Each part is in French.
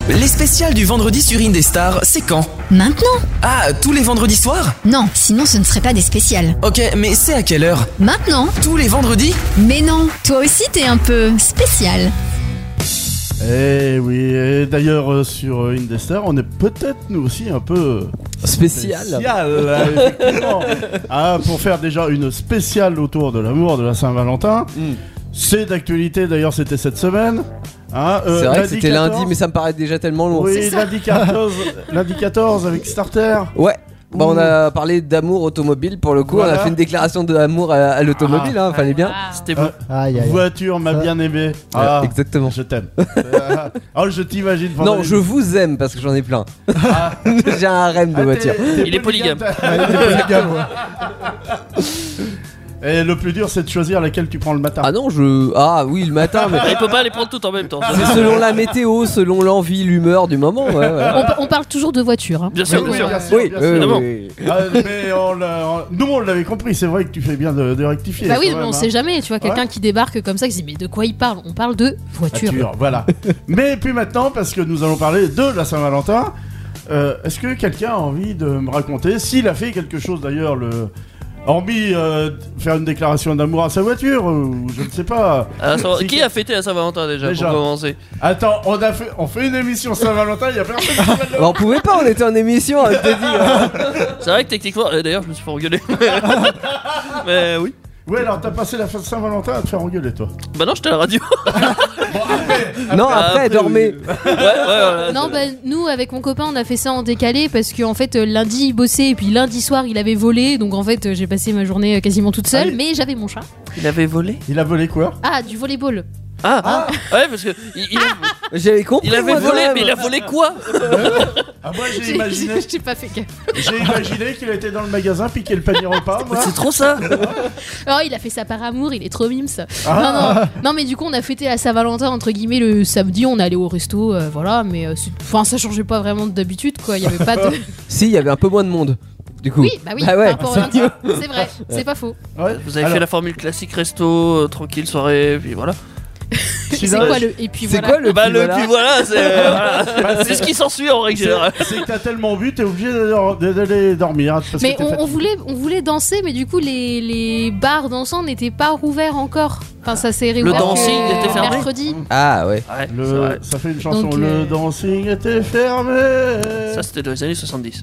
Les spéciales du vendredi sur Indestar, c'est quand ? Maintenant ? Ah, tous les vendredis soirs ? Non, sinon ce ne serait pas des spéciales. Ok, mais c'est à quelle heure ? Maintenant ? Tous les vendredis ? Mais non, toi aussi t'es un peu spécial. Eh oui, et d'ailleurs sur Indestar, on est peut-être nous aussi un peu spécial, effectivement. Pour faire déjà une spéciale autour de l'amour de la Saint-Valentin. C'est d'actualité, d'ailleurs c'était cette semaine. C'est vrai que c'était lundi, mais ça me paraît déjà tellement long. Oui, lundi 14 avec Starter. Ouais. Bah, on a parlé d'amour automobile pour le coup, voilà. On a fait une déclaration d'amour à l'automobile, fallait bien. C'était beau. Voiture m'a bien aimé. Exactement. Je t'aime. Je t'imagine. Non, je vous aime parce que j'en ai plein. J'ai un harem de voitures. Il est polygame. Et le plus dur, c'est de choisir laquelle tu prends le matin. Ah oui, le matin. Mais... Il peut pas les prendre toutes en même temps. C'est selon la météo, selon l'envie, l'humeur du moment. Ouais. On parle toujours de voiture. Hein. Bien sûr. Oui, évidemment. Mais nous, on l'avait compris. C'est vrai que tu fais bien de rectifier. Bah oui, mais on sait jamais. Tu vois, quelqu'un qui débarque comme ça, qui se dit mais de quoi il parle ? On parle de voiture. Voilà. Mais puis maintenant, parce que nous allons parler de la Saint-Valentin, est-ce que quelqu'un a envie de me raconter s'il a fait quelque chose d'ailleurs hormis faire une déclaration d'amour à sa voiture, ou je ne sais pas. Qui a fêté à Saint-Valentin déjà pour commencer ? Attends, on fait une émission Saint-Valentin, il y a personne qui va le... On pouvait pas, on était en émission avec Teddy. C'est vrai que techniquement, d'ailleurs je me suis fait engueuler. Mais oui. Ouais, alors t'as passé la fête Saint-Valentin à te faire engueuler, toi. Bah non, j'étais à la radio. Après, dormez. Ouais. Non, nous, avec mon copain, on a fait ça en décalé parce qu'en fait, lundi, il bossait et puis lundi soir, il avait volé. Donc en fait, j'ai passé ma journée quasiment toute seule, mais j'avais mon chat. Il avait volé ? Il a volé quoi ? Ah, du volleyball. Ouais, parce que j'avais compris. Il avait volé, mais il a volé quoi ? Moi j'ai imaginé. J'ai pas fait gaffe. J'ai imaginé qu'il était dans le magasin piquer le panier repas. C'est trop ça. Oh, il a fait ça par amour, il est trop mimes. Non, mais du coup, on a fêté la Saint-Valentin entre guillemets le samedi. On est allé au resto, voilà. Mais ça changeait pas vraiment d'habitude, quoi. Il y avait pas de. Si, il y avait un peu moins de monde. Du coup. Oui, par rapport au lundi. C'est vrai, c'est pas faux. Ouais. Vous avez fait la formule classique resto, tranquille soirée, puis voilà. C'est quoi le et puis voilà. C'est quoi le puis voilà, c'est ce qui s'ensuit en règle générale. C'est que t'as tellement bu, t'es obligé d'aller dormir. Mais on voulait danser, mais du coup les bars dansants n'étaient pas rouverts encore. Enfin, ça s'est réouvert. Le dancing était fermé. Mercredi. Ah ouais. Ça fait une chanson. Donc, le dancing était fermé. Ça c'était dans les années 70.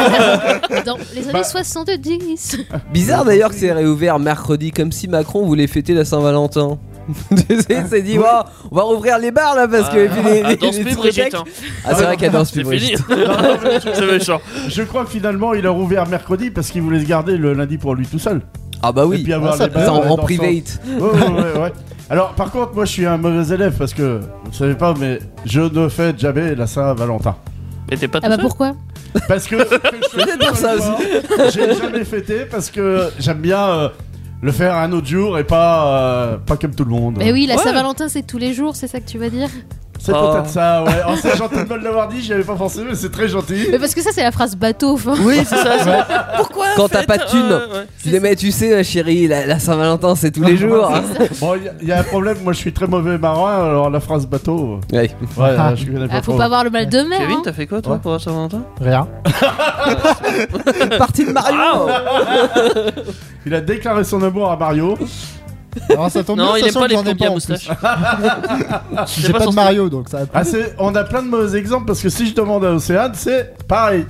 Dans les années 70. Bizarre d'ailleurs que c'est réouvert mercredi, comme si Macron voulait fêter la Saint-Valentin. Il s'est dit on va rouvrir les bars là parce que les danse plus Brigitte. C'est vrai qu'elle danse plus Brigitte. C'est méchant. Je crois que finalement il a rouvert mercredi parce qu'il voulait se garder le lundi pour lui tout seul. Ah bah oui. Et puis avoir les bars en private. Ouais. Alors par contre moi je suis un mauvais élève parce que vous savez pas mais je ne fête jamais la Saint-Valentin. Mais t'es pas tout seul ? Pourquoi ? Parce que peut-être pour ça aussi. J'ai jamais fêté parce que j'aime bien le faire un autre jour et pas comme tout le monde. Mais oui, la Saint-Valentin c'est tous les jours, c'est ça que tu vas dire ? C'est peut-être ça, ouais. C'est gentil de me l'avoir dit, j'y avais pas pensé, mais c'est très gentil. Mais parce que ça, c'est la phrase bateau. Oui, c'est ça. Pourquoi ? Quand t'as pas de thunes, tu dis, mais tu sais, chérie, la Saint-Valentin, c'est tous les jours. Bon, il y a un problème, moi je suis très mauvais marin, alors la phrase bateau. Ouais, je connais pas. Faut pas avoir le mal de mer. Kevin, t'as fait quoi toi pour la Saint-Valentin ? Rien. Partie de Mario. Il a déclaré son amour à Mario. Alors, ça tombe non, bien, il aime pas les pompiers à moustache. J'ai pas de Mario donc ça. On a plein de mauvais exemples parce que si je demande à Océane, c'est pareil.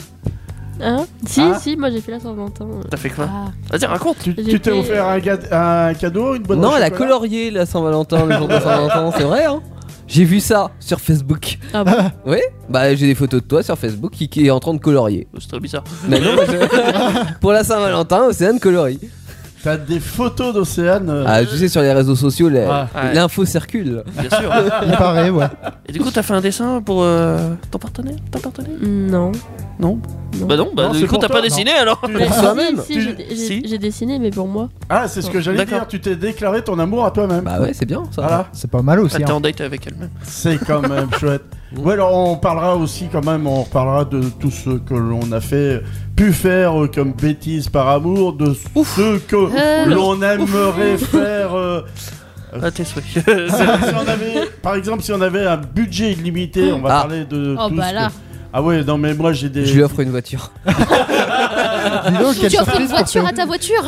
Si, moi j'ai fait la Saint-Valentin. T'as fait quoi ? Vas-y, raconte. Tu t'es offert un cadeau, une boîte de chocolat ? Non, elle a colorié la Saint-Valentin le jour de Saint-Valentin, c'est vrai hein. J'ai vu ça sur Facebook. Ah bon ? Oui, bah j'ai des photos de toi sur Facebook qui est en train de colorier. C'est très bizarre. Mais non, pour la Saint-Valentin, Océane colorie. T'as des photos d'Océane je sais sur les réseaux sociaux, l'info circule. Bien sûr. Il paraît, ouais. Et du coup, t'as fait un dessin pour ton partenaire ? Non. Bah non, du coup, t'as pas dessiné alors ? Pour soi-même. Si, j'ai dessiné, mais pour moi. Ah, c'est ce que j'allais dire, tu t'es déclaré ton amour à toi-même. Bah ouais, c'est bien ça. Voilà. C'est pas mal aussi. T'es en date avec elle-même. C'est quand même chouette. Ouais, alors on parlera aussi quand même, on reparlera de tout ce que l'on a pu faire comme bêtises par amour, de ce que l'on aimerait faire À tes souhaits. Si on avait, par exemple, si on avait un budget illimité, on va parler de Oh tout bah ce là. que- Ah ouais, non mais moi j'ai des... Je lui offre une voiture. Dis donc, quelle Tu offres une surprise pour voiture toi. à ta voiture.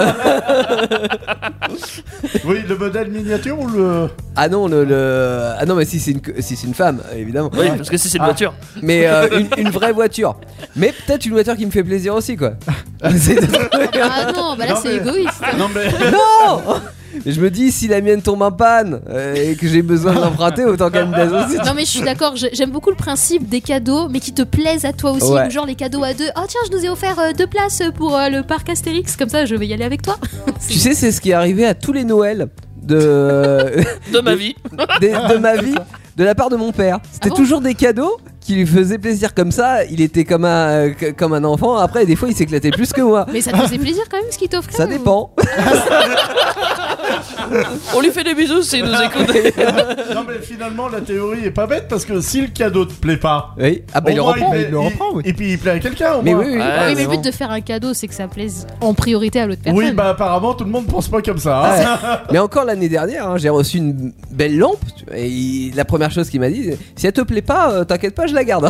Oui, le modèle miniature ou le... Ah non, ah non, mais si c'est une femme, évidemment. Oui, parce que si c'est une voiture. Mais une vraie voiture. Mais peut-être une voiture qui me fait plaisir aussi, quoi. C'est- Ah non, bah là Non, c'est mais- égoïste. Non mais... non. Mais je me dis, si la mienne tombe en panne et que j'ai besoin de l'emprunter, autant qu'elle me laisse aussi. Non mais je suis d'accord, j'aime beaucoup le principe des cadeaux mais qui te plaisent à toi aussi, Ouais. ou genre les cadeaux à deux. Oh tiens, je nous ai offert 2 places pour le parc Astérix, comme ça je vais y aller avec toi. Tu sais, c'est ce qui est arrivé à tous les Noëls De ma vie. de ma vie, de la part de mon père. C'était Ah bon toujours des cadeaux qui lui faisaient plaisir comme ça. Il était comme un enfant. Après, des fois, il s'éclatait plus que moi. Mais ça te faisait plaisir quand même ce qu'il t'offrait. Ça dépend. On lui fait des bisous s'il nous écoute. Non mais finalement la théorie est pas bête parce que si le cadeau te plaît pas, Oui. Ah bah au il le moins, reprend. il le reprend, oui. Et puis il plaît à quelqu'un au Mais moins. oui, oui. Ouais, Oui, mais le bon. but de faire un cadeau, c'est que ça plaise en priorité à l'autre personne. Oui, bah apparemment tout le monde pense pas comme ça. hein. Ouais. Mais encore l'année dernière, hein, j'ai reçu une belle lampe. Et la première chose qu'il m'a dit, si elle te plaît pas, t'inquiète pas, je la garde.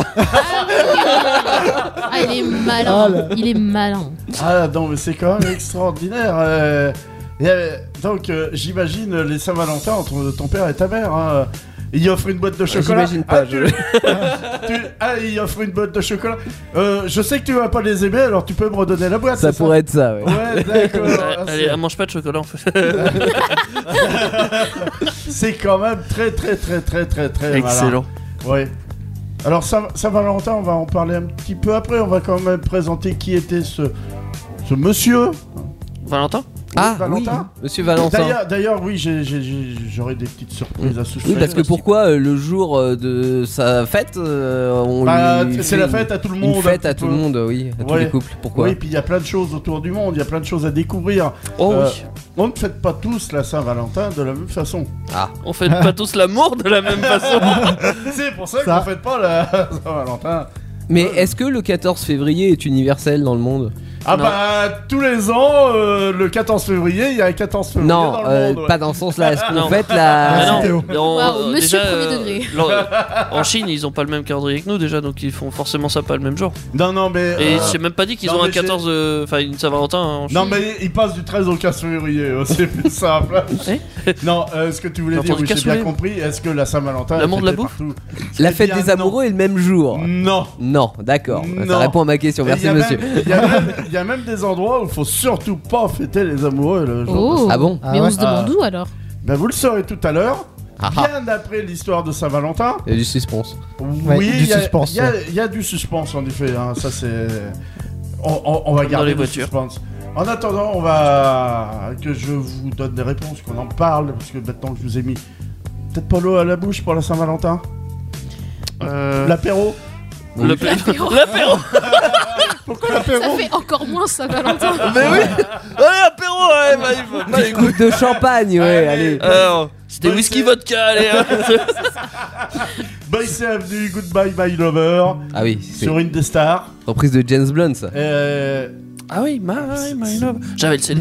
Ah, il est malin. Il est malin. Ah non mais c'est quand même extraordinaire. Donc j'imagine les Saint-Valentin entre ton père et ta mère. Hein. Il offre une boîte de chocolat. J'imagine pas. Il offre une boîte de chocolat. Je sais que tu vas pas les aimer, alors tu peux me redonner la boîte. Ça c'est pourrait être ça, ouais. Ouais, d'accord. Ah, Elle mange pas de chocolat en fait. c'est quand même très malin. Excellent. Ouais. Alors Saint-Valentin, on va en parler un petit peu après. On va quand même présenter qui était ce monsieur. Valentin. Ah Valentin. oui, Monsieur Valentin. D'ailleurs, oui, j'aurai des petites surprises à souffler. Oui, parce que pourquoi le jour de sa fête, on lui c'est fait la fête à tout le monde. une fête un à petit tout peu. le monde, oui, à tous Ouais. les couples. Pourquoi Oui, puis il y a plein de choses autour du monde, il y a plein de choses à découvrir. Oh Euh, oui. On ne fête pas tous la Saint-Valentin de la même façon. On fait pas tous l'amour de la même façon. C'est pour ça qu'on Ça. ne fête pas la Saint-Valentin. Mais est-ce que le 14 février est universel dans le monde? Ah Non. bah tous les ans, le 14 février, il y a un 14 février Non, dans le monde. Ouais. pas dans ce sens-là. Est-ce qu'on Non. fête Ah la... non, Théo. Waouh, monsieur déjà, premier degré. En Chine, ils ont pas le même calendrier que nous déjà, donc ils font forcément ça pas le même jour. Non, non, mais... Et j'ai même pas dit qu'ils non, ont un mais j'ai- 14, enfin une Saint-Valentin en Chine. Non mais il passe du 13 au 15 février, c'est plus simple. Eh Non, ce que tu voulais J'ai dire, entendu oui, j'ai bien cassoulet. compris, est-ce que la Saint-Valentin... est L'amour de la fêtée bouffe partout La Eh fête bien, des amoureux est le même jour? Non. Non, d'accord. Non. Ça répond à ma question. Et Merci, il y a monsieur. même- Il y a même des endroits où il faut surtout pas fêter les amoureux le jour de Oh. Ah bon? Ah Mais ouais. on se demande où alors? Ben vous le saurez tout à l'heure, Ah ah. bien après l'histoire de Saint-Valentin. Il y a du suspense. Ouais, Oui, du il y a- suspense, il y a- ouais. il y a du suspense en effet, hein, ça c'est... On va garder les le voitures. suspense. En attendant, on va... que je vous donne des réponses, qu'on en parle, parce que maintenant que je vous ai mis peut-être pas l'eau à la bouche pour la Saint-Valentin. L'apéro. L'apéro. Pourquoi Ça l'apéro? fait encore moins Saint-Valentin. Mais oui. Allez, apéro, ouais, bah, il faut pas les Une coupe de champagne, ouais, allez. Alors, c'était Bah, whisky c'est- vodka, allez. Hein. Boys Avenue, Goodbye My Lover, Ah oui, c'est sur une des stars. reprise de James Blunt, ça. Ah oui, my love. J'avais le CD.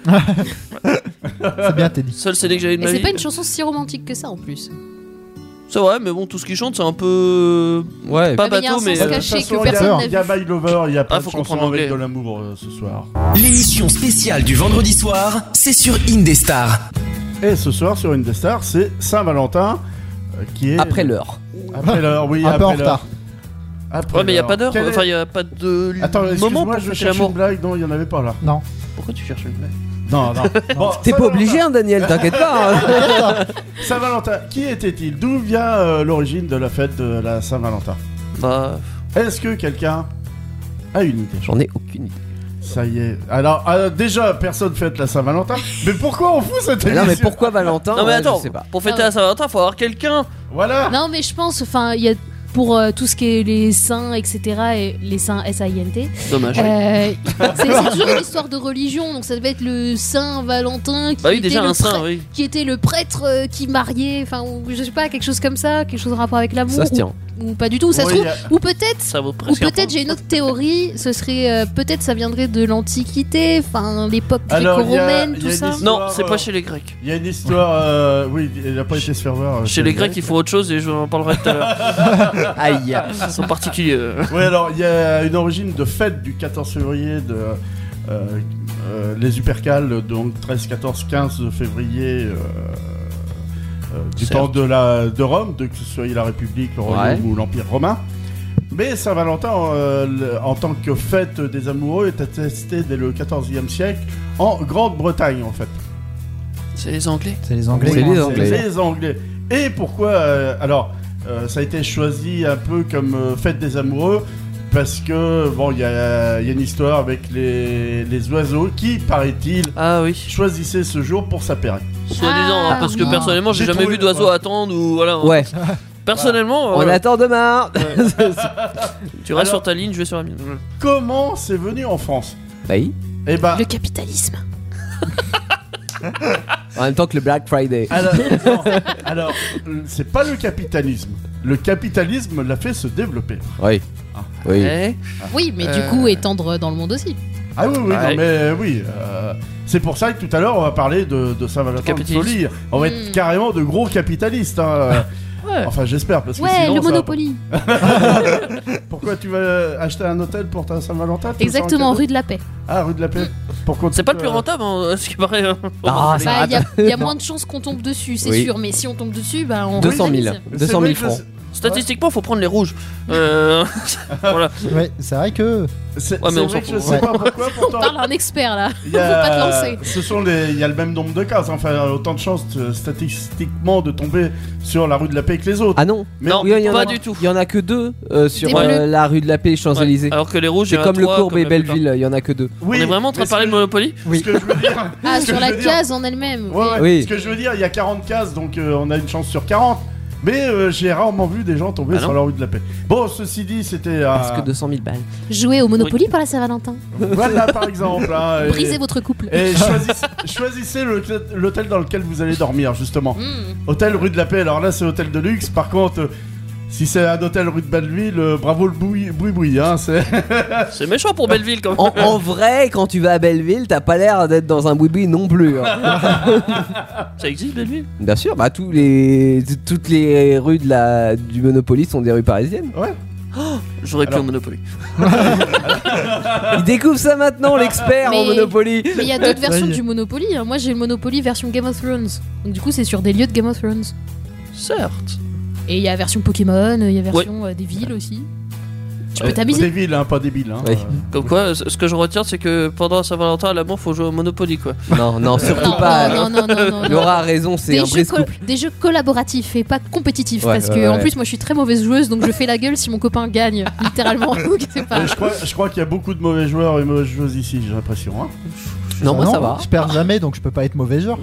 C'est bien, Teddy. Seul CD que j'avais de Et ma c'est vie. pas une chanson si romantique que ça en plus. C'est vrai, mais bon, tout ce qu'ils chantent, c'est un peu. Ouais. Pas mais il y a un bateau, mais. sens De toute caché façon, que il y a- personne n'a il y a vu. My Lover, il y a plein de faut chansons comprendre avec l'anglais. de l'amour ce soir. L'émission spéciale du vendredi soir, c'est sur Indestar. Et ce soir sur Indestar, c'est Saint-Valentin qui est... Après l'heure. Après l'heure, oui, Un peu en après l'heure. retard. Après Ouais, mais y a l'heure. pas d'heure, Quel est- enfin, y a pas de Attends, moment excuse-moi, pour je fêter cherche l'amour. une blague. Non, il n'y en avait pas là. Non. Pourquoi tu cherches une blague? Non, non. Bon, T'es pas obligé, hein, Daniel, t'inquiète pas. Hein. Saint-Valentin, qui était-il? D'où vient l'origine de la fête de la Saint-Valentin? Bah. Est-ce que quelqu'un a une idée? J'en ai aucune idée. Ça y est. Alors, déjà, personne fête la Saint-Valentin. Mais pourquoi on fout cette Mais émission? non, mais pourquoi Valentin? Non, mais Ouais, attends, je sais pas. pour fêter Ah. la Saint-Valentin, faut avoir quelqu'un. Voilà. Non, mais je pense, enfin, il y a pour tout ce qui est les saints, etc., et les saints S-A-I-N-T, Dommage. c'est toujours une histoire de religion, donc ça devait être le Saint Valentin qui, Bah oui, était, déjà le un saint, oui. qui était le prêtre qui mariait, enfin, ou je sais pas, quelque chose comme ça, quelque chose en rapport avec l'amour. Ça se ou- tient. ou pas du tout. Ça se Oui, trouve, y a- ou peut-être. Ça vaut Ou presque un peut-être point. j'ai une autre théorie, ce serait peut-être ça viendrait de l'Antiquité, enfin l'époque Alors, gréco-romaine, il y a tout une ça. histoire- Non, c'est pas chez les Grecs. Il y a une histoire. Oui, il a pas été se faire voir. Chez les Grecs, ils font autre chose et je en parlerai tout à l'heure. Aïe. Ils sont particuliers. Oui, alors il y a une origine de fête du 14 février de les Upercales, donc 13, 14, 15 février du Certes. temps de Rome, que ce soit la République, le Royaume Ouais. ou l'Empire romain. Mais Saint-Valentin, en tant que fête des amoureux, est attesté dès le 14e siècle en Grande-Bretagne, en fait. C'est les Anglais. C'est les Anglais. C'est les hein. Anglais. Les Anglais. Et pourquoi alors, ça a été choisi un peu comme fête des amoureux parce que, bon, il y a une histoire avec les oiseaux qui, paraît-il, Ah oui. choisissaient ce jour pour s'appairer. Soi-disant, hein, parce que oui. personnellement, j'ai J'ai jamais trouvé- vu d'oiseaux ouais. attendre ou voilà. hein. Ouais, Personnellement, on attend demain. tu restes Alors- sur ta ligne, je vais sur la mienne. Comment c'est venu en France? Oui. Eh ben, Le capitalisme. En même temps que le Black Friday. alors, non, alors, c'est pas le capitalisme. Le capitalisme l'a fait se développer. Oui. Oui. Eh, Oui, mais du coup étendre dans le monde aussi. Ah oui, oui, Ouais. non, mais oui. C'est pour ça que tout à l'heure, on va parler de Saint-Valentin de Capitalisme. folie. On va être carrément de gros capitalistes. Hein. Ouais. Enfin, j'espère, parce que Ouais, sinon, le ça va Monopoly. pas. Pourquoi tu vas acheter un hôtel pour ta Saint-Valentin? tu veux faire un Exactement, cadeau rue de la Paix. Ah, rue de la Paix. Pourquoi C'est pas le plus rentable, hein, ce qui paraît. Ah, ça Bah, rate. il y a moins de chances qu'on tombe dessus, c'est Oui. sûr. Mais si on tombe dessus, bah on 200 000. rentabilise. 200 000 francs. Statistiquement, faut prendre les rouges. Voilà. Ouais, c'est vrai que. C'est Ouais, mais on vrai s'en que je fout. sais pas pourquoi, On pourtant. parle à un expert là. Il Faut y a- pas te lancer. Il y a le même nombre de cases, enfin autant de chances statistiquement de tomber sur la rue de la Paix que les autres. Ah non. Mais Non, Oui, il y en pas a, du tout. Il y en a que deux sur Des bleus. la rue de la Paix et Champs-Élysées. Ouais. Alors que les rouges, C'est il y en a comme le trois, Courbe comme et la plupart. Belleville, il y en a que deux. Oui, On est vraiment en train mais de parler de Monopoly Ce que je veux dire. Ah, ce que sur je la veux dire- case en elle-même. Ouais, ouais. Oui. Ce que je veux dire, il y a 40 cases, donc on a une chance sur 40. Mais j'ai rarement vu des gens tomber Ah sur non. la rue de la Paix. Bon, ceci dit, c'était. Parce que 200 000 balles. Jouer au Monopoly pour la Saint-Valentin. Voilà, par exemple. Hein, Brisez votre couple. et choisissez l'hôtel dans lequel vous allez dormir, justement. Mm. Hôtel rue de la Paix, alors là, c'est hôtel de luxe. Par contre, si c'est un hôtel rue de Belleville, bravo le boui-boui. Hein, C'est méchant pour Belleville quand même. En vrai, quand tu vas à Belleville, t'as pas l'air d'être dans un boui-boui non plus. hein. Ça existe Belleville Bien sûr, bah toutes les rues du Monopoly sont des rues parisiennes. ouais. J'aurais pu Alors- au Monopoly. Il découvre ça maintenant, l'expert en Mais- Monopoly. Mais il y a d'autres versions Oui. du Monopoly. Hein. Moi j'ai le Monopoly version Game of Thrones. Donc du coup c'est sur des lieux de Game of Thrones. Certes. Et il y a version Pokémon, il y a version des villes aussi. Tu peux t'amuser. Des villes, hein, pas des billes. Hein. Oui. Comme quoi, ce que je retiens, c'est que pendant Saint-Valentin, à l'amour, faut jouer au Monopoly quoi. Non, non, surtout Non, pas. non, non, non, non, non. Laura a raison, c'est un brise-couple. Des jeux collaboratifs et pas compétitifs. Ouais, parce ouais, que en ouais. plus moi je suis très mauvaise joueuse donc je fais la gueule si mon copain gagne. Littéralement. Donc c'est pas. Mais je crois qu'il y a beaucoup de mauvais joueurs et mauvaises joueuses ici, j'ai l'impression. Hein. Non, moi ça va. Je perds jamais donc je peux pas être mauvais joueur.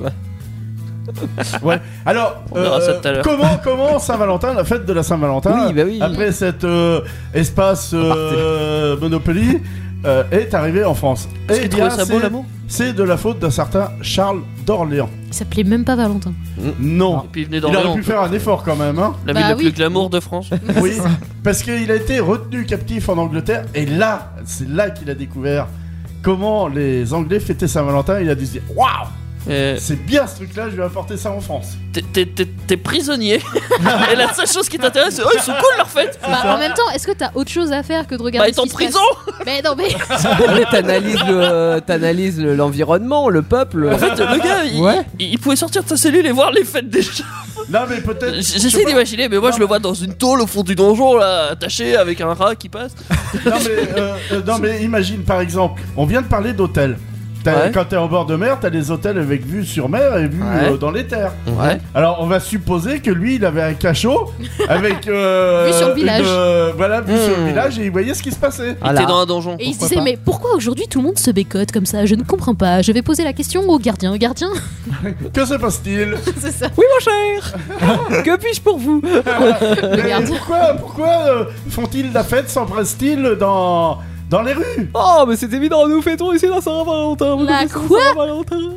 Ouais. Alors, On verra ça tout à l'heure. comment Saint-Valentin, la fête de la Saint-Valentin, Oui, bah oui. après cet espace Monopoly, est arrivé en France. Est-ce Eh qu'il bien, trouvait ça beau l'amour c'est de la faute d'un certain Charles d'Orléans. Il s'appelait même pas Valentin. Non. Et puis il venait Il aurait d'Orléans. pu faire un effort quand même, hein. La ville Bah la oui. plus glamour de France. Oui, parce qu'il a été retenu captif en Angleterre, et là, c'est là qu'il a découvert comment les Anglais fêtaient Saint-Valentin. Il a dû se dire, waouh, Et c'est bien ce truc-là, je vais apporter ça en France. T'es prisonnier. Et la seule chose qui t'intéresse, c'est oh, ils sont cool leur fête. Bah, en même temps, est-ce que t'as autre chose à faire que de Bah, regarder ils sont en ce qui se prison. passe Mais non, mais Ouais, t'analyses l'environnement, le peuple. En fait, le gars, Ouais. il pouvait sortir de sa cellule et voir les fêtes des gens. Non, mais peut-être. je sais J'essaie pas. d'imaginer, mais moi je le vois dans une tôle au fond du donjon, là, attaché avec un rat qui passe. Non, mais imagine par exemple, on vient de parler d'hôtels. Ouais. Quand t'es en bord de mer, t'as des hôtels avec vue sur mer et vue Ouais. dans les terres. Ouais. Alors on va supposer que lui il avait un cachot avec Vue sur le village. voilà, vue sur le village et il voyait ce qui se passait. Voilà. T'es dans un donjon. Et il se Pourquoi disait, pas mais pourquoi aujourd'hui tout le monde se bécote comme ça? Je ne comprends pas. Je vais poser la question au gardien. Gardien Que se passe-t-il? C'est ça. Oui, mon cher. Que puis-je pour vous? Le Mais gardien. pourquoi font-ils la fête, s'embrassent-ils dans les rues? Oh, mais c'est évident, nous fêtons ici la Saint-Valentin. Vous La fêtez quoi Saint-Valentin.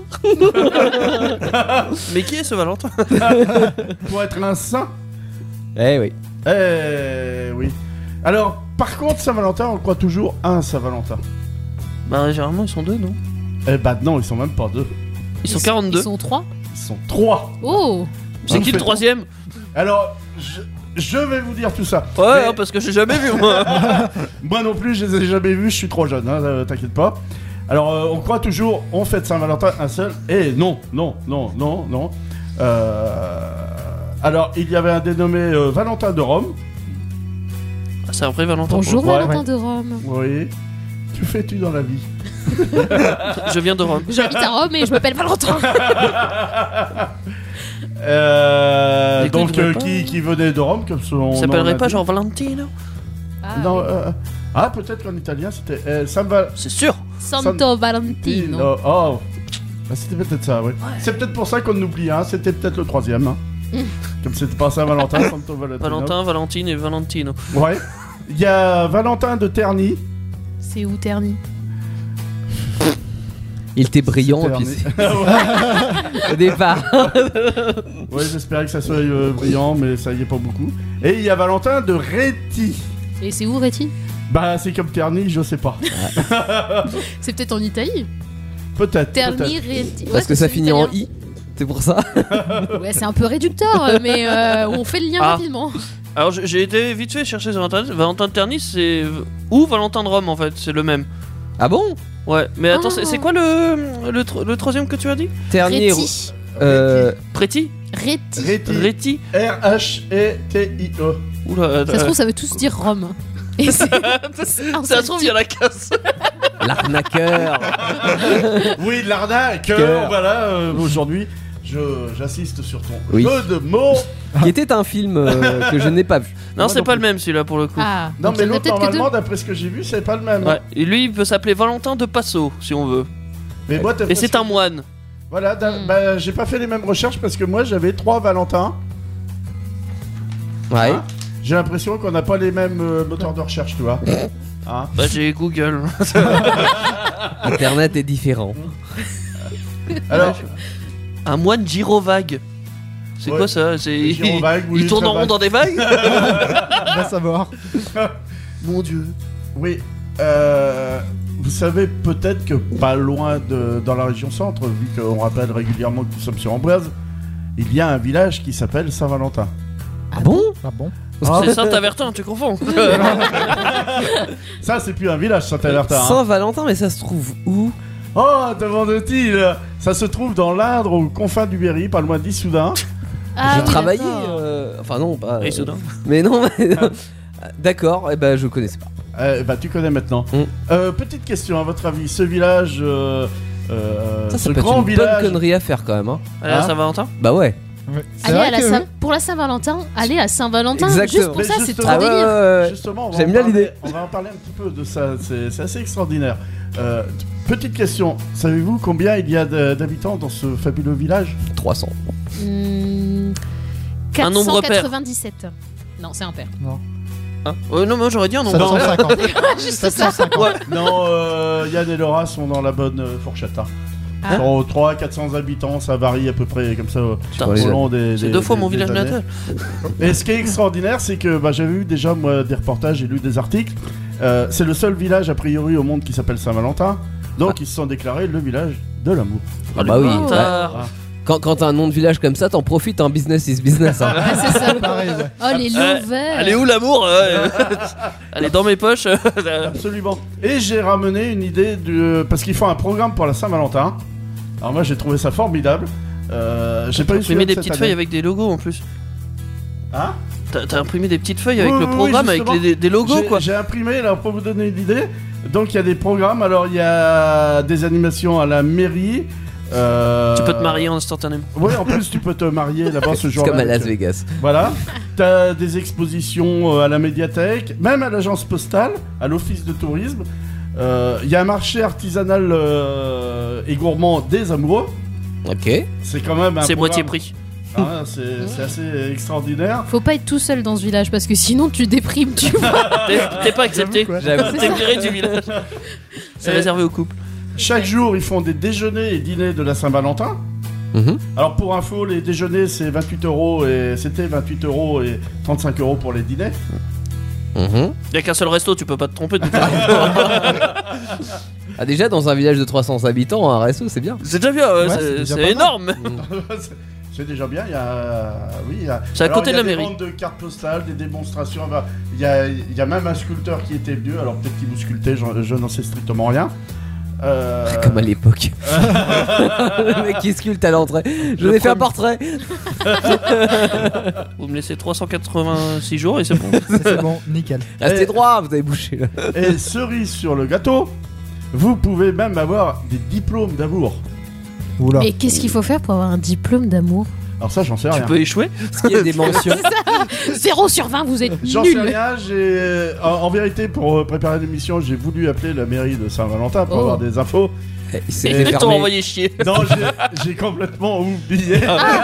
Mais qui est ce Valentin? Pour être un saint? Eh oui. Alors, par contre, Saint-Valentin, on croit toujours à un Saint-Valentin. Bah, généralement, ils sont 2, non? Eh bah non, ils sont même pas 2. Ils sont 42. Ils sont 3. Ils sont 3. Oh. C'est qui le troisième? Alors, je vais vous dire tout ça. Ouais, Mais- hein, parce que j'ai jamais vu, moi. Moi non plus, je les ai jamais vus, je suis trop jeune, hein, t'inquiète pas. Alors, on croit toujours, on fête Saint-Valentin un seul, et non. Alors, il y avait un dénommé Valentin de Rome. Ah, c'est un vrai Valentin. Bonjour Ouais, Valentin de Rome. Oui. Que fais-tu dans la vie? Je viens de Rome. J'habite à Rome et je m'appelle Valentin. Du coup, Donc, il devrait pas- qui venait de Rome, comme son Il nom s'appellerait pas l'indique. genre Valentino? Ah, Non, oui. peut-être qu'en italien c'était Samba. C'est sûr. Santo Valentino. Oh, bah, c'était peut-être ça, oui. C'est peut-être pour ça qu'on oublie, hein. C'était peut-être le troisième. Hein. Comme c'était pas Saint-Valentin, Santo Valentino. Valentin, Valentine et Valentino. Ouais. Il y a Valentin de Terny. C'est où Terny? Il était brillant, et puis Terny. c'est- au départ. Ouais, j'espérais que ça soit brillant, mais ça y est pas beaucoup. Et il y a Valentin de Réti. Et c'est où Réti? Bah, c'est comme Terny, je sais pas. C'est peut-être en Italie. Peut-être. Terny, peut-être. Réti. Parce que ça finit en I. C'est pour ça. Ouais, c'est un peu réducteur, mais on fait le lien Ah. rapidement. Alors j'ai été vite fait chercher sur internet. Valentin de Terny, c'est. Ou Valentin de Rome en fait, c'est le même. Ah bon? Ouais, mais attends, Ah. c'est quoi le troisième que tu as dit? Ternier. Réti. Préti? Réti. Réti. Réti? R-H-E-T-I-E. Oula, Ça se trouve, ça veut tous dire Rome. Et c'est un ça seul se trouve, il y a la casse. L'arnaqueur. Oui, l'arnaque. Cœur. Voilà, aujourd'hui, j'assiste sur ton Oui. jeu de mots. Qui était un film que je n'ai pas vu. Non, Moi c'est non pas plus. le même celui-là pour le coup. Ah, Non, donc mais il y en a l'autre, peut-être que deux. normalement, d'après ce que j'ai vu, c'est pas le même. Ouais, et lui, il peut s'appeler Valentin de Passo si on veut. Mais moi, Et c'est un moine. Voilà, bah, j'ai pas fait les mêmes recherches parce que moi, j'avais 3 Valentins. Ouais. Hein. J'ai l'impression qu'on n'a pas les mêmes moteurs de recherche, tu vois. Hein. Bah, j'ai Google. Internet est différent. Alors, Un moine gyrovague. C'est Ouais. quoi ça? C'est... gyrovague, oui, Il tourne en très rond dans des vagues? On va savoir. Mon dieu. oui, vous savez peut-être que pas loin dans la région centre, vu qu'on rappelle régulièrement que nous sommes sur Amboise, il y a un village qui s'appelle Saint-Valentin. Ah bon? Ah bon? C'est Saint-Avertin, tu confonds. Ça, c'est plus un village, Saint-Valentin. Hein. Saint-Valentin, mais ça se trouve où? Oh, demande-t-il. Ça se trouve dans l'Indre, aux confins du Berry, pas loin d'Issoudun. Ah, J'ai oui, travaillé. d'accord. Enfin, non, pas. Et soudain. Mais non, mais. D'accord, et ben je connaissais pas. Bah, tu connais maintenant. Mm. Petite question, à votre avis, ce village, Ça ce peut être grand une village, bonne connerie à faire quand même, hein. Allez, à Hein Saint-Valentin? Bah ouais. Ouais. C'est Allez vrai à la que- pour la Saint-Valentin, allez à Saint-Valentin. Exactement. Juste pour Mais ça, c'est justement- trop délire. ouais. justement, J'aime bien l'idée. On va en parler un petit peu de ça. C'est assez extraordinaire. Petite question, savez-vous combien il y a d'habitants dans ce fabuleux village? 300. Un nombre pair. 497. Non, c'est un père. Hein? Non, moi j'aurais dit un nombre. 750. Juste ça. 750. Non, Yann et Laura sont dans la bonne fourchette. Hein. Ah. Sur 300-400 habitants, ça varie à peu près comme ça Putain, au long des. C'est des- 2 fois des- mon des village années. natal. Et ce qui est extraordinaire, c'est que j'avais vu déjà moi des reportages, j'ai lu des articles. C'est le seul village a priori au monde qui s'appelle Saint-Valentin. Donc ils se sont déclarés le village de l'amour. Ah bah oui. bâtards. ouais. Quand t'as un nom de village comme ça, t'en profites, hein. Business is business. Hein. Ah, c'est ça. Pareil, ouais. Oh, les lovers. Elle est où l'amour? Elle est dans mes poches. Absolument. Et j'ai ramené une idée parce qu'ils font un programme pour la Saint-Valentin. Alors moi j'ai trouvé ça formidable. J'ai pas eu Imprimé celui-là de des cette petites année. feuilles avec des logos en plus. Hein? T'as imprimé des petites feuilles avec Oui, le oui, programme, avec justement. des logos quoi. J'ai imprimé, alors pour vous donner une idée, donc il y a des programmes, alors il y a des animations à la mairie. Tu peux te marier instantanément. Oui, en plus tu peux te marier là-bas ce C'est jour-là. comme à Las donc, Vegas. Voilà. T'as des expositions à la médiathèque, même à l'agence postale, à l'office de tourisme. Il y a un marché artisanal et gourmand des amoureux. Ok. C'est quand même un C'est moitié programme- prix. Ah, c'est assez extraordinaire. Faut pas être tout seul dans ce village parce que sinon tu déprimes, tu vois. T'es pas accepté. J'avoue. T'es viré du village. C'est Et- réservé aux couples. Chaque jour, ils font des déjeuners et dîners de la Saint-Valentin. Mhm. Alors pour info, les déjeuners c'est 28 € et c'était 28 € et 35 € pour les dîners. Y a qu'un seul resto, tu peux pas te tromper de toute façon. Ah, déjà, dans un village de 300 habitants, un resto, c'est bien. C'est déjà bien, c'est déjà c'est pas énorme. C'est déjà bien, il y a... Oui, il y a... C'est à Alors, côté il y a de la des mairie. ventes de cartes postales, des démonstrations, bah, il y a même un sculpteur qui était venu, alors peut-être qu'il vous sculptait, je n'en sais strictement rien. Comme à l'époque. Le mec qui sculpte à l'entrée. Je vais faire un portrait. Vous me laissez 386 jours et c'est bon. C'est bon, nickel. Restez droit, vous avez bouché là. Et cerise sur le gâteau, vous pouvez même avoir des diplômes d'amour. Oula. Mais qu'est-ce qu'il faut faire pour avoir un diplôme d'amour? Alors ça, j'en sais Tu rien. peux échouer. Parce qu'il y a des mentions. 0 sur 20, vous êtes J'en sais nuls. rien, en vérité, pour préparer l'émission, j'ai voulu appeler la mairie de Saint-Valentin pour Oh. avoir des infos. Il s'est Ils fait t'ont fermer. envoyé chier. Non, j'ai complètement oublié.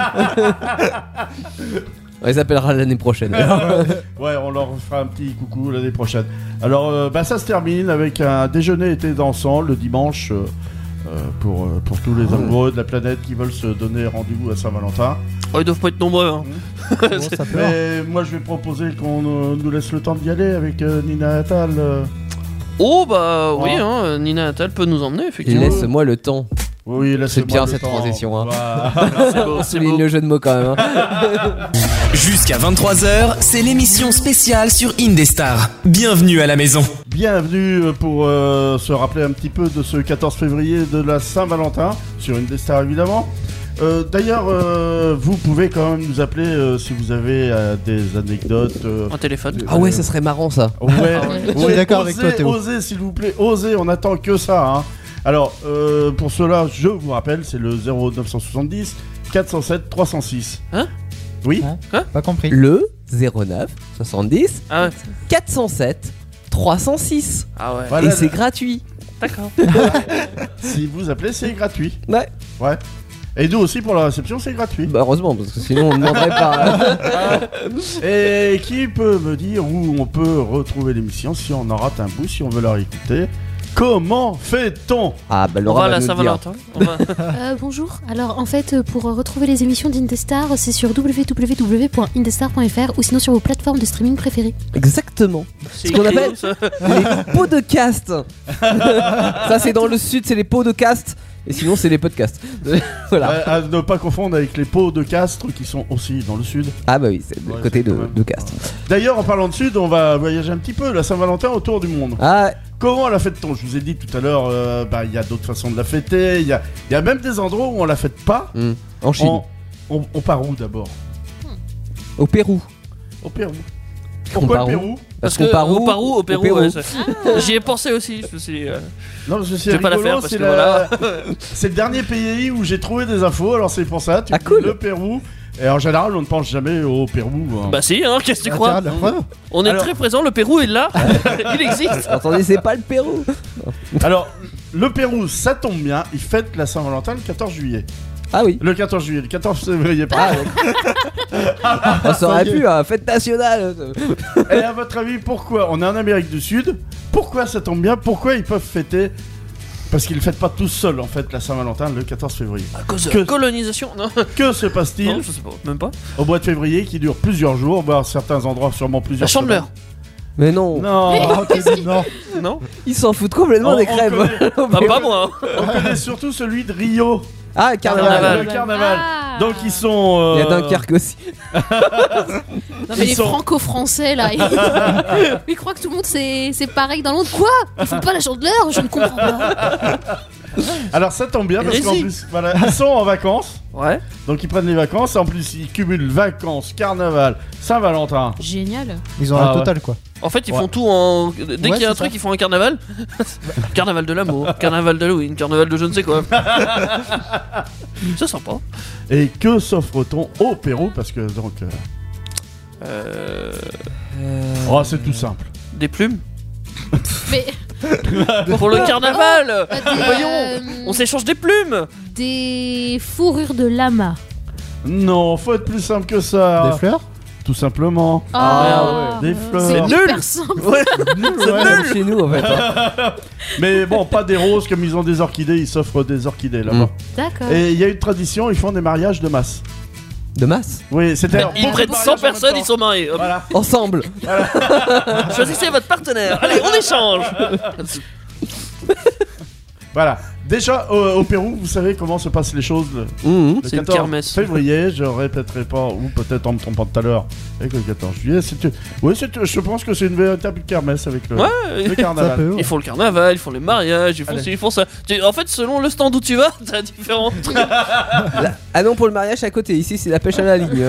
On les appellera l'année prochaine. Ouais, on leur fera un petit coucou l'année prochaine. Alors, ça se termine avec un déjeuner été dansant le dimanche pour tous les amoureux de la planète qui veulent se donner rendez-vous à Saint-Valentin. Oh, ils doivent pas être nombreux. Hein. Bon, ça peut. Mais moi, je vais proposer qu'on nous laisse le temps d'y aller avec Nina Attal. Oh bah oui, hein, Nina Attal peut nous emmener effectivement. Laisse-moi le temps. Oui, laisse-moi C'est bien le cette temps. transition, hein. Voilà. C'est beau, c'est Souligne beau. le jeu de mots quand même. Hein. Jusqu'à 23h, c'est l'émission spéciale sur Indestar. Bienvenue à la maison. Bienvenue pour se rappeler un petit peu de ce 14 février de la Saint-Valentin, sur Indestar évidemment. D'ailleurs, vous pouvez quand même nous appeler si vous avez des anecdotes. Un téléphone. Ah ouais, ça serait marrant ça. Ouais, Je suis d'accord avec toi, Théo. Osez, s'il vous plaît, osez, on attend que ça. Hein. Alors, pour cela, je vous rappelle, c'est le 0970 407 306. Hein? Oui. Pas compris. Le 09 70 Ah ouais. 407 306. Ah ouais. Voilà, Et c'est gratuit. D'accord. si vous appelez, c'est gratuit. Ouais. Ouais. Et nous aussi, pour la réception, c'est gratuit. Bah heureusement, parce que sinon on ne demanderait pas. Et qui peut me dire où on peut retrouver l'émission si on en rate un bout, si on veut la réécouter? Comment fait-on? Ah bah On Laura va à va la nous le dire. Saint-Valentin. On va- Bonjour. Alors en fait, pour retrouver les émissions d'Indestar, c'est sur www.indestar.fr ou sinon sur vos plateformes de streaming préférées. Exactement. C'est Ce qu'on écrit appelle- où, ça Les podcasts. Ça c'est dans le sud, c'est les podcasts. Et sinon c'est les podcasts. Voilà. À ne pas confondre avec les pots de Castres qui sont aussi dans le sud. Ah bah oui, c'est le Ouais, côté c'est de, quand même- de Castres. D'ailleurs, en parlant de sud, on va voyager un petit peu, la Saint-Valentin autour du monde. Ah Comment la fête-t-on? Je vous ai dit tout à l'heure, il y a d'autres façons de la fêter, il y a même des endroits où on la fête pas. en Chine. On part où d'abord? Au Pérou. Au Pérou. On Pourquoi part le où Pérou? Parce qu'on que part où au Pérou, Pérou. ouais, ça- J'y ai pensé aussi. Je me suis dit, Non, parce que Je c'est vais pas la rigolo, faire parce c'est que voilà. c'est le dernier pays où j'ai trouvé des infos, alors c'est pour ça, tu Ah, me dis cool. le Pérou. Et en général, on ne pense jamais au Pérou. Hein. Bah si, hein, qu'est-ce que tu Ah, crois tiens, la preuve. On est Alors- très présent, le Pérou est là. Il existe. Attendez, c'est pas le Pérou. Alors, le Pérou, ça tombe bien, il fête la Saint-Valentin le 14 juillet. Ah oui. Le 14 juillet, le 14 février, pardon. Ça aurait pu, hein, fête nationale. Et à votre avis, pourquoi? On est en Amérique du Sud. Pourquoi ça tombe bien? Pourquoi ils peuvent fêter? Parce qu'ils ne fêtent pas tous seuls, en fait, la Saint-Valentin le 14 février. À cause de Que- la colonisation. Non, Que se passe-t-il non, je sais pas, même pas. au mois de février qui dure plusieurs jours, voire certains endroits sûrement plusieurs La Chandeleur. Mais non, Non, Oh, Teddy, non. Non. ils s'en foutent complètement On- des on crèves. Bah pas moi. hein. on connaît surtout celui de Rio, Ah, carnaval. le carnaval. Ah. Donc ils sont... Il y a Dunkerque aussi. Non mais Ils les sont- franco-français là, ils croient que tout le monde c'est pareil dans l'autre. Quoi? Ils font pas la Chandeleur? Je ne comprends pas. Alors ça tombe bien parce qu'en Hérésie. plus, voilà, ils sont en vacances, Ouais. donc ils prennent les vacances, en plus ils cumulent vacances, carnaval, Saint-Valentin. Génial. Ils ont Ah, la ouais. totale quoi. En fait, ils Ouais. font tout en. Dès Ouais, qu'il y a un c'est truc, ça. ils font un carnaval. Carnaval de l'amour, carnaval d'Halloween, carnaval de je ne sais quoi. C'est sympa. Et que s'offre-t-on au Pérou? Parce que donc... Oh, c'est tout simple. Des plumes. Mais Pour le carnaval. des, Voyons. On s'échange des plumes. des fourrures de lama. Non, faut être plus simple que ça. Des fleurs. Tout simplement. Ah, Des C'est fleurs. nul. hyper simple. Comme chez nous en fait. hein. Mais bon, pas des roses, comme ils ont des orchidées, ils s'offrent des orchidées là-bas. D'accord. Et il y a une tradition, ils font des mariages de masse. De masse. Oui, c'était. Ils prennent 100 personnes, ils sont mariés. Hop. Voilà. Ensemble. Choisissez votre partenaire. Allez, on échange. Voilà. Déjà, au Pérou, vous savez comment se passent les choses le C'est une 14 kermesse. février, je répéterai pas, ou peut-être en me trompant tout à l'heure, avec le 14 juillet. Oui, je pense que c'est une véritable kermesse avec le Ouais, carnaval. Ça peut, ouais. ils font le carnaval, ils font les mariages, ils font Allez. ci, ils font ça. En fait, selon le stand où tu vas, t'as différents trucs. Ah non, pour le mariage à côté. Ici, c'est la pêche à la ligne.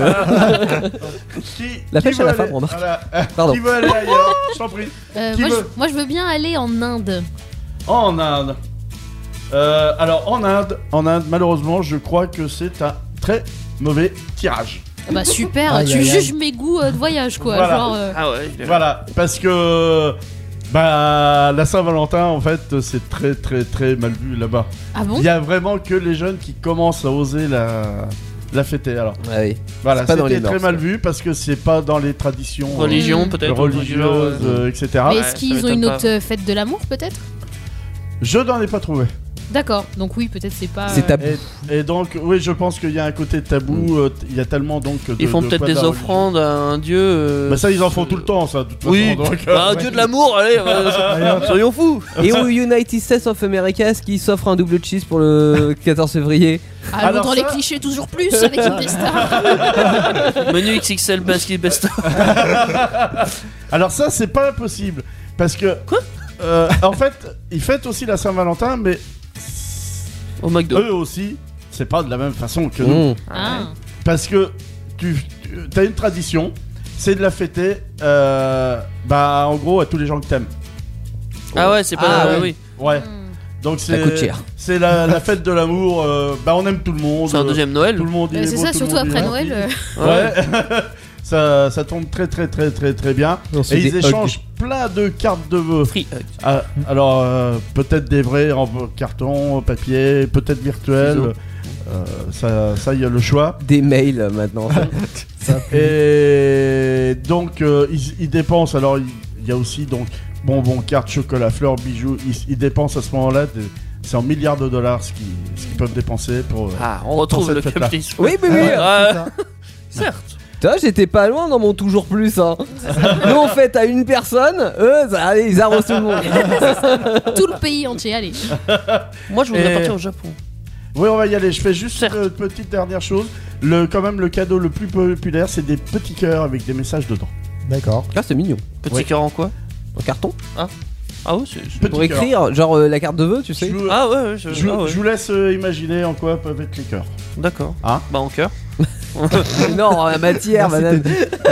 La pêche à la femme, remarque. Pardon. Qui veut aller ailleurs Je t'en prie. Qui veut Moi, je veux bien aller en Inde. En Inde. Alors, en Inde, malheureusement, je crois que c'est un très mauvais tirage. Ah bah super, Aïe, tu aïe, aïe. juges mes goûts de voyage, quoi. Voilà. Genre, Ah ouais, il est- Voilà, parce que la Saint-Valentin, en fait, c'est très très très mal vu là-bas. Ah bon Il y a vraiment que les jeunes qui commencent à oser la fêter. Alors, Ah oui. voilà, C'est pas dans c'était les mœurs, très mal ça. vu parce que c'est pas dans les traditions Religion, peut-être. religieuses, etc. Mais ouais, est-ce ça qu'ils ont m'étonne une pas. autre fête de l'amour, peut-être? Je n'en ai pas trouvé. D'accord, donc oui, peut-être c'est pas. C'est tabou. Et donc, oui, je pense qu'il y a un côté tabou. Il y a tellement donc de. Ils font de peut-être poids de des la offrandes à un dieu. Bah ça, ils en font tout le temps, ça. De toute Oui, façon, donc, bah, un dieu de l'amour, allez, soyons fous. Et au United States of America, est-ce qu'ils s'offrent un double cheese pour le 14 février? Ah, Alors dans ça- les clichés toujours plus avec Indestar. Menu XXL basket best. Alors ça, c'est pas impossible. Parce que... Quoi en fait, ils fêtent aussi la Saint-Valentin, mais Au McDo. eux aussi, c'est pas de la même façon que nous. Mmh. Ah. Parce que tu as une tradition, c'est de la fêter, en gros, à tous les gens que t'aimes. Ah ouais, c'est pas. Ah ouais, ouais. oui. Ouais. Donc Ça coûte cher. c'est la fête de l'amour. On aime tout le monde. C'est un deuxième Noël. Tout le monde. C'est ça, surtout après Noël. Ouais. ça tombe très très très très très bien. On se Et fait ils des échangent plein de cartes de vœux. Free hug. Alors, peut-être des vrais en carton, papier, peut-être virtuel. Ciseaux. Ça, il y a le choix. Des mails maintenant. Et donc, ils dépensent. Alors, il y a aussi donc bonbons, cartes, chocolat, fleurs, bijoux. Ils dépensent à ce moment-là. C'est en milliards de dollars ce qu'ils peuvent dépenser pour. Ah, on retrouve cette le fête-là. capitalisme. Oui, oui, oui. Ouais, C'est ça. certes. Toi, j'étais pas loin dans mon toujours plus. Hein. Nous, on fête à une personne. Eux, allez, ils arrosent tout le monde. Tout le pays entier, allez. Moi, je voudrais Et- partir au Japon. Oui, on va y aller. Je fais juste Certes. une petite dernière chose. Quand même, le cadeau le plus populaire, c'est des petits cœurs avec des messages dedans. D'accord. Ah, c'est mignon. Petit Ouais. cœur en quoi? En carton. Ah ouais, c'est. Petits Pour cœurs. écrire, genre la carte de vœux, tu sais. Je vous- Ah ouais, je, ah ouais. je vous laisse imaginer en quoi peuvent être les cœurs. D'accord. Hein Bah en cœur. Non, la matière, madame.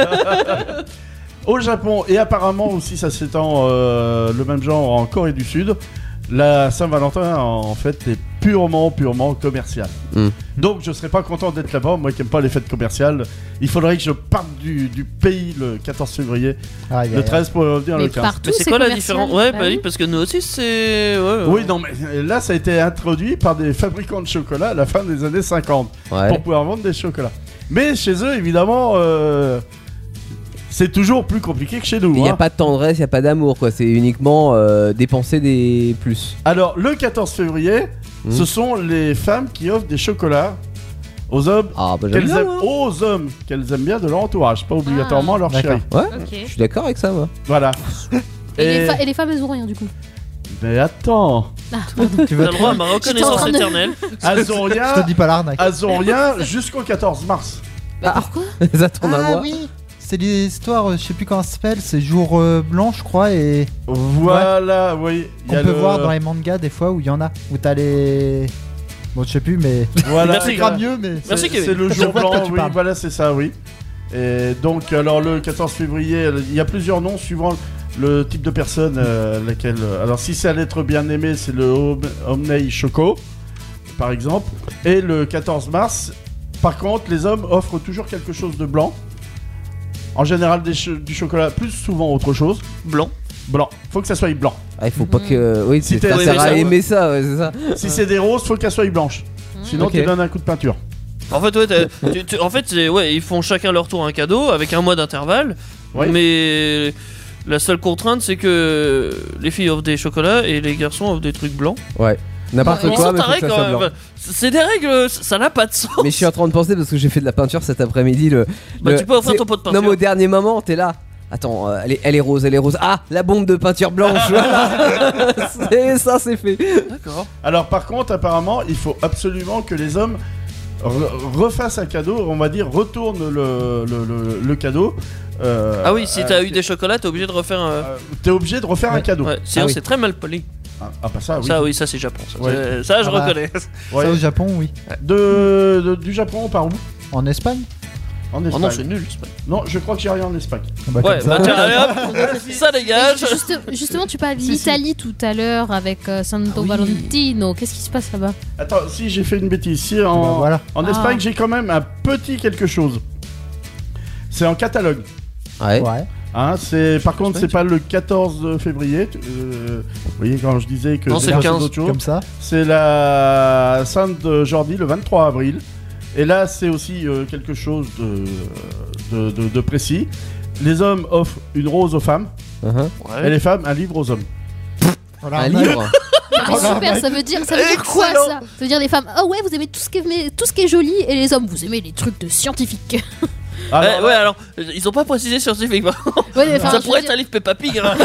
Au Japon, et apparemment aussi ça s'étend le même genre en Corée du Sud, la Saint-Valentin en fait est purement commerciale. Mm. Donc je serais pas content d'être là-bas, moi qui aime pas les fêtes commerciales. Il faudrait que je parte du pays le 14 février, Aïe, le aïe, 13 pour revenir Mais le 15. partout, Mais c'est c'est quoi la commercial. différence? Ouais, Bah bah oui, oui. parce que nous aussi c'est. Ouais, Oui, non, mais là ça a été introduit par des fabricants de chocolat à la fin des années 50 Ouais. pour pouvoir vendre des chocolats. Mais chez eux, évidemment, c'est toujours plus compliqué que chez nous. Il n'y a hein. pas de tendresse, il n'y a pas d'amour, quoi. C'est uniquement dépenser des plus. Alors, le 14 février, Mmh. ce sont les femmes qui offrent des chocolats aux hommes Ah, bah j'aime qu'elles bien, aiment, moi. aux hommes qu'elles aiment bien de leur entourage, pas obligatoirement à leur D'accord. chéri. Ouais, Ok. je suis d'accord avec ça, moi. Voilà. Et les femmes, elles ont rien du coup. Mais attends, Tu On veux a le droit à ma J'étais en reconnaissance train de- éternelle. elles ont Je rien, te dis pas l'arnaque. elles ont rien jusqu'au 14 mars. Bah pourquoi? Ça tourne à moi. oui. C'est l'histoire, je sais plus comment ça s'appelle, c'est jour blanc je crois et Voilà, oui. il y on a peut le- voir dans les mangas des fois où il y en a, où t'as les... Bon je sais plus mais... Voilà, Merci, grave mieux mais... Merci, c'est Kevin. c'est le Je jour vois de quoi blanc, tu oui, parles. voilà, c'est ça, oui. Et donc, alors le 14 février, il y a plusieurs noms suivant le type de personne laquelle. Alors, si c'est à l'être bien aimé, c'est le Omnei Choco, par exemple. Et le 14 mars, par contre, les hommes offrent toujours quelque chose de blanc. En général, du chocolat, plus souvent autre chose. Blanc. Blanc. Faut que ça soit blanc. Ah, il faut pas que. Oui, Si c'est t'es- ça sert oui, à ça, aimer ça, ouais, c'est ça. Si c'est des roses, faut qu'elles soient blanches. Sinon, Ok. tu donnes un coup de peinture. En fait, ouais, en fait, ouais, ils font chacun leur tour un cadeau avec un mois d'intervalle. Oui. Mais la seule contrainte, c'est que les filles offrent des chocolats et les garçons offrent des trucs blancs. Ouais. N'importe Ouais. quoi, Sans mais faut taré, que ça quand soit même. blanc. C'est des règles, ça n'a pas de sens. Mais je suis en train de penser parce que j'ai fait de la peinture cet après-midi. Bah, tu peux offrir c'est- ton pot de Non, mais au peinture. dernier moment, t'es là. Attends, elle est rose, elle est rose. Ah, la bombe de peinture blanche. Voilà. C'est fait. D'accord. Alors par contre, apparemment, il faut absolument que les hommes refassent un cadeau, on va dire, retournent le cadeau. Ah oui, si t'as eu des chocolats, t'es obligé de refaire un. T'es obligé de refaire un cadeau. Ouais, sinon Ah oui. c'est très mal poli. Ah bah ça, oui. Ça, oui, ça c'est Japon. Ça, Ouais. ça, je Ah bah. reconnais. Ouais. Ça au Japon, oui. Du Japon, par où? En Espagne. En Oh Espagne. non, c'est nul. c'est pas- Non, je crois que j'ai rien en Espagne. Bah, Ouais, comme bah ça. tiens, allez hop, ça dégage. Justement, tu parles Si, si. d'Italie tout à l'heure avec Santo Oui. Valentino. Qu'est-ce qui se passe là-bas? Attends, si j'ai fait une bêtise, si en, Bah, voilà. en Ah. Espagne j'ai quand même un petit quelque chose. C'est en Catalogne. Ouais. Ouais. Hein, par contre, c'est pas le 14 février. Vous voyez, quand je disais que Non, des c'est fois, le 15, d'autres choses, Comme ça. c'est la Sainte Jordi le 23 avril. Et là, c'est aussi quelque chose de précis. Les hommes offrent une rose aux femmes et Ouais. les femmes un livre aux hommes. Voilà. Un livre. Mais super, ça veut dire quoi Excellent. ça? Ça veut dire les femmes, oh ouais, vous aimez tout ce qui est joli, et les hommes, vous aimez les trucs de scientifiques. Alors, Ouais, alors, ils ont pas précisé scientifique. Ouais, mais enfin, Ça je pourrait veux être un dire, livre Peppa Pig. Hein.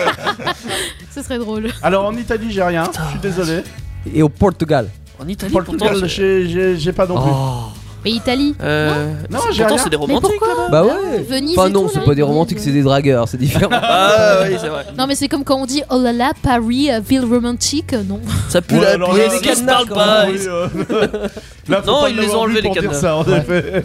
ce serait drôle. alors, en Italie, j'ai rien. Je suis désolé. Et au Portugal. En Italie, Portugal, pourtant. j'ai pas non plus. Oh. Mais Italie, Non, j'ai pourtant, rien. c'est des mais romantiques pourquoi? là-bas. Bah ouais. Venise Enfin et non, tout, c'est là. pas des romantiques, c'est des dragueurs, c'est différent. Ah oui, c'est vrai. Non, mais c'est comme quand on dit oh là là, Paris, ville romantique, non. Ça pue Ouais, la alors pluie, là, ils c'est se cadenas, parlent quand pas. Oui, Là, faut Non, pas ils les l'avoir ont vu enlevés, les pour dire cadenas. ça, en Ouais. effet.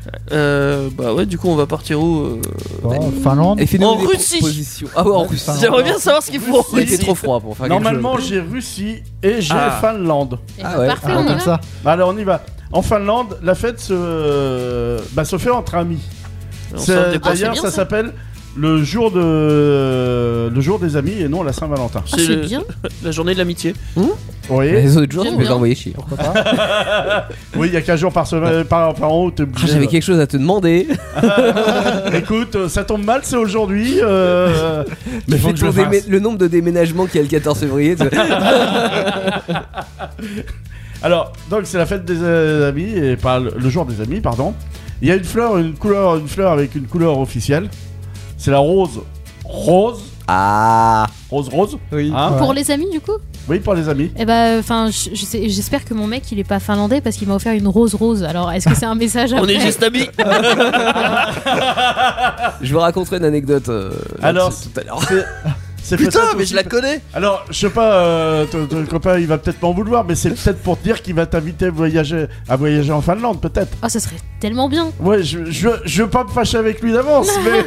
Bah ouais, du coup, on va partir où Bon, Finlande. Et fais-nous En des Russie. propositions. Ah ouais, en Ouais, Russie. enfin, J'aimerais bien savoir ce qu'il faut. Ouais, c'est trop froid pour faire quelque Normalement, chose. j'ai Russie et j'ai Ah. Finlande. Et Ah bah, ouais. parfait, Ah, on y comme va. ça. Alors, on y va. En Finlande, la fête se fait entre amis. On s'en dépasse. Ah, c'est D'ailleurs, bien, ça ça. s'appelle le jour des amis et non la Saint-Valentin. Ah, c'est bien. La journée de l'amitié. Oui, Les autres jours, J'aime tu peux bien. envoyer chier. Pourquoi pas. oui, il y a qu'un jour par semaine, par an où t'es Ah, obligé. j'avais quelque chose à te demander. Écoute, ça tombe mal, c'est aujourd'hui. Mais faut Fais que je le ton fasse. le nombre de déménagements qu'il y a le 14 février. tu- Alors, donc c'est la fête des amis et pas le jour des amis, pardon. Il y a une fleur avec une couleur officielle. C'est la rose. Rose. Ah. Rose. Oui. Hein Ouais. Pour les amis, du coup? Oui, pour les amis. Eh bah, enfin, j'espère que mon mec il est pas finlandais parce qu'il m'a offert une rose. Alors, est-ce que c'est un message On après? est juste amis. Je vous raconterai une anecdote. Alors, là-dessus tout à l'heure. C'est Putain, peut-être mais aussi- je la connais. Alors, je sais pas, ton copain il va peut-être m'en vouloir, mais c'est peut-être pour te dire qu'il va t'inviter à voyager en Finlande, peut-être. Oh, ça serait tellement bien. Ouais, je veux pas me fâcher avec lui d'avance, mais.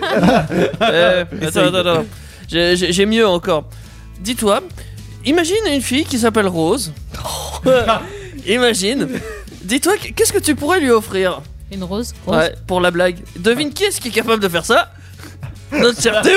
Attends. J'ai mieux encore. Dis-toi, imagine une fille qui s'appelle Rose. Imagine. Dis-toi, qu'est-ce que tu pourrais lui offrir? Une rose. Ouais, pour la blague. Devine qui est-ce qui est capable de faire ça? Notre cher Théo.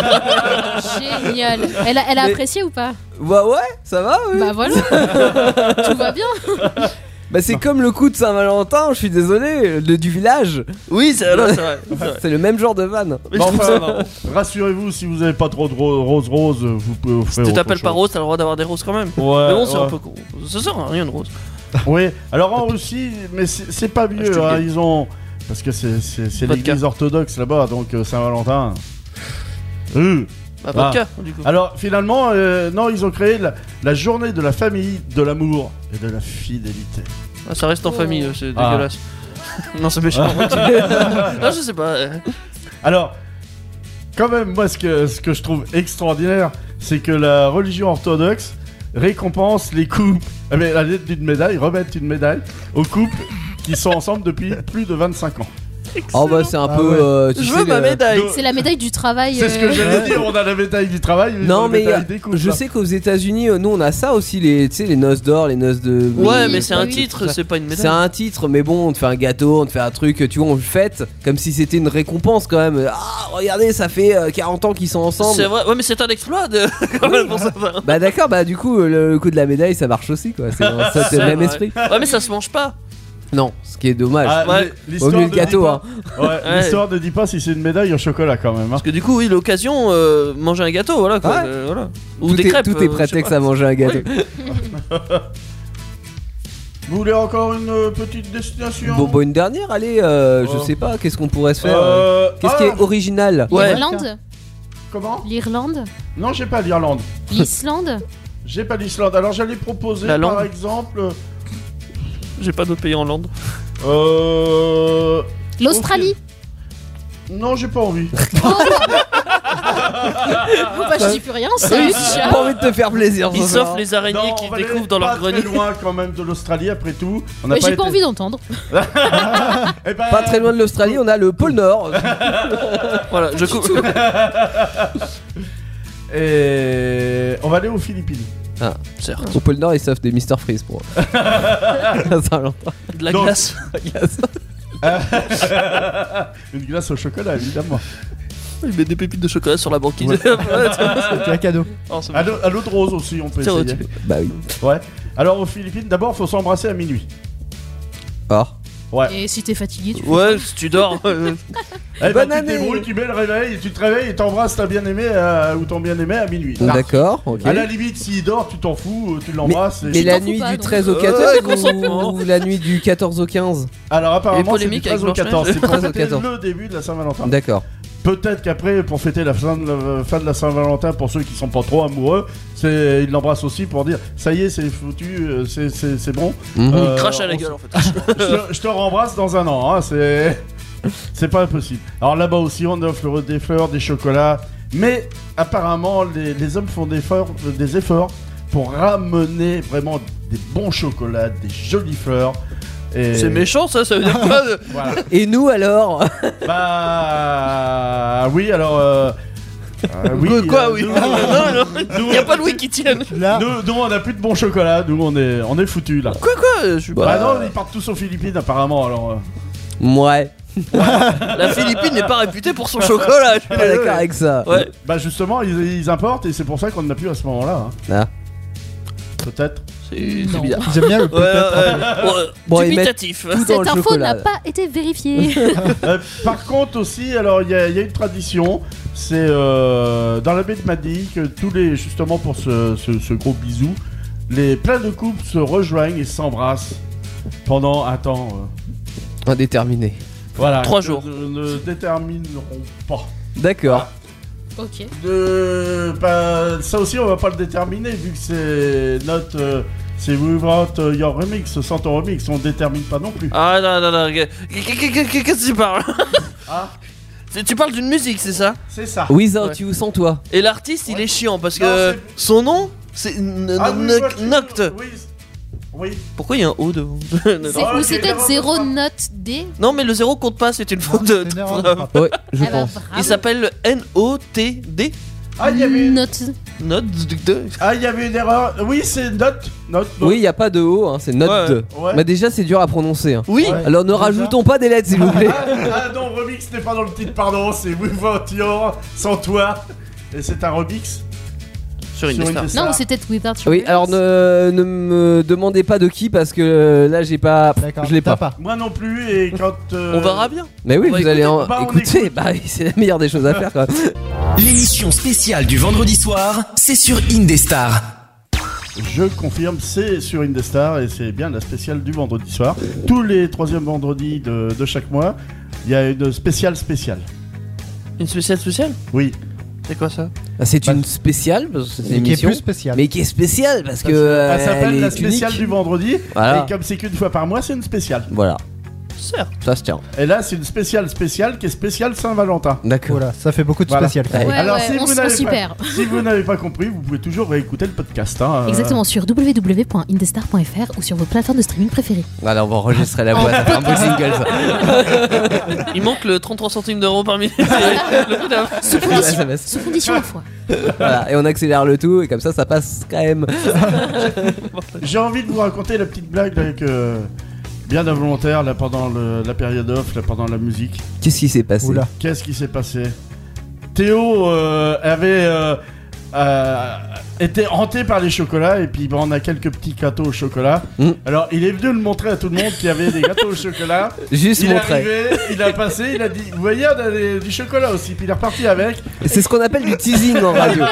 Génial. Elle a Mais- apprécié ou pas? Bah ouais, ça va, oui. Bah voilà. Tout va bien. Bah c'est comme le coup de Saint-Valentin, je suis désolé, du village. Oui, c'est vrai. C'est vrai. C'est le même genre de vanne. Mais Bon, je trouve enfin, ça marrant. rassurez-vous, si vous avez pas trop de rose, vous pouvez offrir. Si tu autre t'appelles pas chose. Rose, t'as le droit d'avoir des roses quand même. Ouais, Mais bon, c'est ouais. un peu con. Ça sert à rien de rose. Oui, alors en Russie, mais c'est pas je te vieux, le hein, dis. ils ont. Parce que c'est Vodka. l'église orthodoxe là-bas, donc Saint-Valentin. Bah, vodka, du coup. Alors finalement, non, ils ont créé la journée de la famille, de l'amour et de la fidélité. Ah, ça reste en Oh. famille, c'est Ah. dégueulasse. Non, c'est méchant. Non, je sais pas. Alors, quand même, moi, ce que je trouve extraordinaire, c'est que la religion orthodoxe récompense les couples, avec la lettre d'une médaille, remettent une médaille aux couples qui sont ensemble depuis plus de 25 ans. Oh bah c'est un Ah peu. ouais. Tu Je sais, veux ma médaille. C'est la médaille du travail. C'est ce que j'allais dire, on a la médaille du travail, ils ont Non la mais médaille des couples. je sais qu'aux États-Unis, nous on a ça aussi, tu sais, les noces d'or, les noces de. Ouais, Oui, mais c'est oui, un oui. titre, c'est pas une médaille. C'est un titre, mais bon, on te fait un gâteau, on te fait un truc, tu vois, on le fête comme si c'était une récompense quand même. Ah, regardez, ça fait 40 ans qu'ils sont ensemble. C'est vrai, ouais, mais c'est un exploit de. quand même pour ça. Bah d'accord, bah du coup, le coup de la médaille, ça marche aussi quoi. C'est C'est le même vrai. esprit. Ouais, mais ça se mange pas. Non, ce qui est dommage. Ah, Ouais. l'histoire Au mieux le ne gâteau, dit hein. pas- Ouais, Ouais. l'histoire ne dit pas si c'est une médaille en chocolat quand même. Hein. Parce que du coup, oui, l'occasion, manger un gâteau, voilà quoi. Ouais. Ou Tout des est, crêpes. tout est je sais prétexte pas. à manger un gâteau. Vous voulez encore une petite destination? Bon, une dernière, allez, je sais pas, qu'est-ce qu'on pourrait se faire Qu'est-ce qui est original? L'Irlande. Comment? L'Irlande. Non, j'ai pas l'Irlande. L'Islande. J'ai pas l'Islande. Alors j'allais proposer La par Lande. exemple. J'ai pas d'autres pays en Lande. L'Australie. Non, j'ai pas envie. Bah, je dis plus rien, salut. J'ai pas envie de te faire plaisir. Ils ce soir. s'offrent les araignées Non, on qu'ils va aller découvrent dans leur pas grenier. très loin quand même de l'Australie après tout. On n'a Mais j'ai été- pas envie d'entendre. Eh ben, Pas très loin de l'Australie, on a le pôle Nord. Voilà, je coupe. Et on va aller aux Philippines. Certes. Au pôle Nord, ils s'offrent des Mr Freeze pour. Saint-Valentin. De la Donc- glace. Une glace au chocolat, évidemment. Il met des pépites de chocolat sur la banquise. Ouais. C'est un cadeau. Oh, c'est À l'eau de rose aussi, on peut Tiens, essayer. Bah oui. Ouais. Alors aux Philippines, d'abord, faut s'embrasser à minuit. Ah. Ouais. Et si t'es fatigué, tu fais Ouais, si tu dors. Eh ben, Bonne tu année. débrouilles, tu mets le réveil, et tu te réveilles et t'embrasses ta bien-aimée ou ton bien-aimé à minuit. D'accord, ok. À la limite, s'il dort, tu t'en fous, tu l'embrasses. Mais et... la t'en fous nuit pas, du donc. 13 au Ouais, 14 consentement. ou la nuit du 14 au 15? Alors apparemment, c'est du polémiques 13 au avec 14. C'est pour 13 au fêter 14. le début de la Saint-Valentin. D'accord. Peut-être qu'après, pour fêter la fin de la Saint-Valentin, pour ceux qui sont pas trop amoureux, ils l'embrassent aussi pour dire ça y est, c'est foutu, c'est bon. Mhm. Crache à la on gueule se- en fait. je te rembrasse dans un an, hein, c'est pas impossible. Alors là-bas aussi, on offre des fleurs, des chocolats, mais apparemment, les hommes font des efforts pour ramener vraiment des bons chocolats, des jolies fleurs. Et... C'est méchant ça, ça veut dire quoi Voilà. Et nous alors? Bah oui, alors. Oui. Quoi, oui nous, Non, y a pas de oui qui tienne. Là, nous, on a plus de bons chocolats. Nous, on est foutus là. Quoi Je suis Bah pas. non, ils partent tous aux Philippines apparemment. Alors. Ouais. La Philippine n'est pas réputée pour son chocolat. Je suis Pas d'accord avec ça. Ouais. Bah justement, ils importent et c'est pour ça qu'on n'a plus à ce moment-là. Hein. Ah. Peut-être. C'est Non. bizarre. j'aime bien le Ouais, peut-être. ouais. Bon, ils mettent Dubitatif. tout dans Cette le info chocolat. n'a pas été vérifiée. Par contre aussi, alors il y a une tradition. C'est dans la baie de Madi que tous les justement pour ce gros bisou, plein de couples se rejoignent et s'embrassent pendant un temps. Indéterminé. Voilà. 3 que jours. Ne détermineront pas. D'accord. Ok. Ça aussi, on va pas le déterminer vu que c'est c'est We Want Your Remix, sans ton remix, on détermine pas non plus. Ah non. Qu'est-ce que tu parles Ah, Tu parles d'une musique, c'est ça? c'est ça. Without Ouais. you, sans toi. Et l'artiste, il est chiant parce Non, que c'est- son nom, c'est Ah, We Want You- Noct. Oui. Pourquoi il y a un O devant? Ah, Ou ok, c'est peut-être d'abord, 0 ce sera- note D. Non, mais le 0 compte pas, c'est une faute de. C'est une erreur de frappe. Ouais, je Ah bah, pense. bravo. Il s'appelle N-O-T-D. Ah, il y avait une... Note. Note de. Ah, il y avait une erreur. Oui, c'est note. Oui, y a pas de O, hein, c'est note Ouais. 2. Ouais. Mais déjà, c'est dur à prononcer. Hein. Oui. Ouais. Alors ne Déjà. rajoutons pas des lettres, s'il vous plaît. Ah non, remix n'est pas dans le titre, pardon, c'est We Want Your sans toi. Et c'est un remix Sur Indestar. Non, c'est peut-être Without Your Oui, Remix. alors ne me demandez pas de qui parce que là, j'ai pas. D'accord, Je l'ai t'as pas. Moi non plus, et quand. On verra bien. Mais oui, On va vous allez écouter. en Bah, on écouter. écoute. Bah oui, c'est la meilleure des choses à faire quand même. L'émission spéciale du vendredi soir, c'est sur Indestar. Je confirme, c'est sur Indestar et c'est bien la spéciale du vendredi soir. Tous les troisièmes vendredis de chaque mois, il y a une spéciale. Une spéciale? Oui. C'est quoi ça? Ah, c'est une spéciale, parce que c'est une Et qui est émission. plus spécial. Mais qui est spéciale parce que. Elle elle s'appelle la est spéciale unique. du vendredi. Voilà. Et comme c'est qu'une fois par mois, c'est une spéciale. Voilà, Certes. ça se tient. Et là, c'est une spéciale qui est spéciale Saint-Valentin. D'accord. Voilà, ça fait beaucoup de Voilà. spécial quand même. Ouais. Ouais, Alors, ouais, si on vous se n'avez s'y pas- perd. Si vous n'avez pas compris, vous pouvez toujours réécouter le podcast. Hein, Exactement, sur www.indestar.fr ou sur vos plateformes de streaming préférées. Voilà, on va enregistrer la voix, ça fait un beau jingle ça. Il manque le 33 centimes d'euros par minute. Le coup d'un- Sous Ouais, condition, ça va. sous condition une fois. Voilà, et on accélère le tout et comme ça passe quand même. J'ai envie de vous raconter la petite blague là, bien involontaire là, pendant la période off, là, pendant la musique. Qu'est-ce qui s'est passé? Oula. Qu'est-ce qui s'est passé? Théo avait était hanté par les chocolats et puis on a quelques petits gâteaux au chocolat. Alors il est venu le montrer à tout le monde qu'il y avait des gâteaux au chocolat. Juste Il est montrer. arrivé, il a passé, il a dit vous voyez on a du chocolat aussi puis il est reparti avec. C'est ce qu'on appelle du teasing en radio.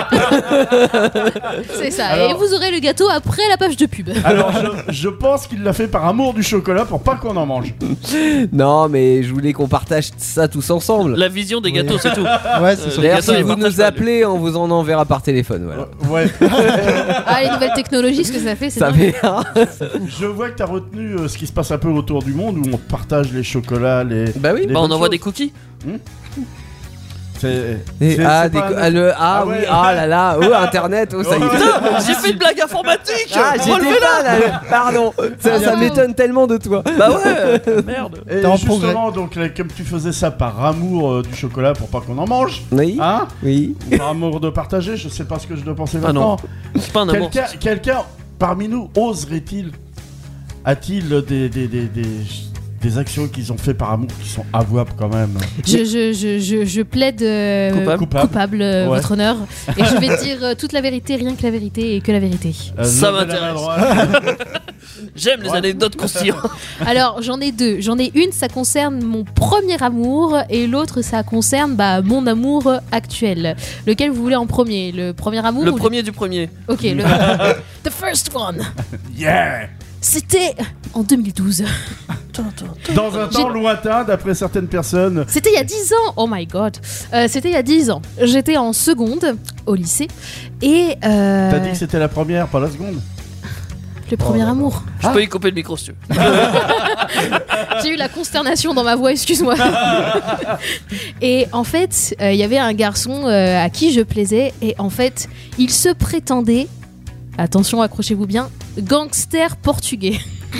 C'est ça. Alors- Et vous aurez le gâteau après la page de pub. Alors je pense qu'il l'a fait par amour du chocolat pour pas qu'on en mange. Non, mais je voulais qu'on partage ça tous ensemble. La vision des gâteaux, c'est tout. Ouais, c'est sûr. D'ailleurs, gâteau, si il vous partage nous pas, appelez, on vous en enverra par téléphone. Voilà. Ouais. Ah, les nouvelles technologies, ce que ça fait, c'est Ça dingue. fait un. Je vois que t'as retenu ce qui se passe un peu autour du monde où on partage les chocolats, les. Bah oui. les Bah, on bonnes envoie choses. des cookies. C'est. Et- c'est- ah, c'est des pas co- un- ah, le- ah Ah oui, ouais. ah là là, oh internet, oh ça y est. Putain, j'ai fait une blague informatique. Ah, j'étais pas là, pardon. Ça m'étonne tellement de toi. Bah ouais. Merde. Et T'es en justement, donc, comme tu faisais ça par amour du chocolat pour pas qu'on en mange, Oui. hein, Oui. par amour de partager, je sais pas ce que je dois penser Ah non. maintenant. C'est pas un amour. Quelqu'un parmi nous oserait-il, a-t-il des actions qu'ils ont fait par amour qui sont avouables quand même? Je plaide coupable, Ouais. votre honneur. Et je vais dire toute la vérité, rien que la vérité et que la vérité. Ça levez la main m'intéresse. droite. J'aime les Ouais. anecdotes croustillantes. Alors, j'en ai deux. J'en ai une, ça concerne mon premier amour. Et l'autre, ça concerne mon amour actuel. Lequel vous voulez en premier? Le premier amour Le ou premier du premier. Ok, the first one. Yeah! C'était en 2012. Dans un temps lointain, d'après certaines personnes. C'était il y a 10 ans. Oh my god. C'était il y a 10 ans. J'étais en seconde au lycée. Et T'as dit que c'était la première, pas la seconde? le premier amour. Je peux y couper le micro si tu veux. J'ai eu la consternation dans ma voix, excuse-moi. Et en fait, il y avait un garçon à qui je plaisais. Et en fait, il se prétendait, attention, accrochez-vous bien, gangster portugais.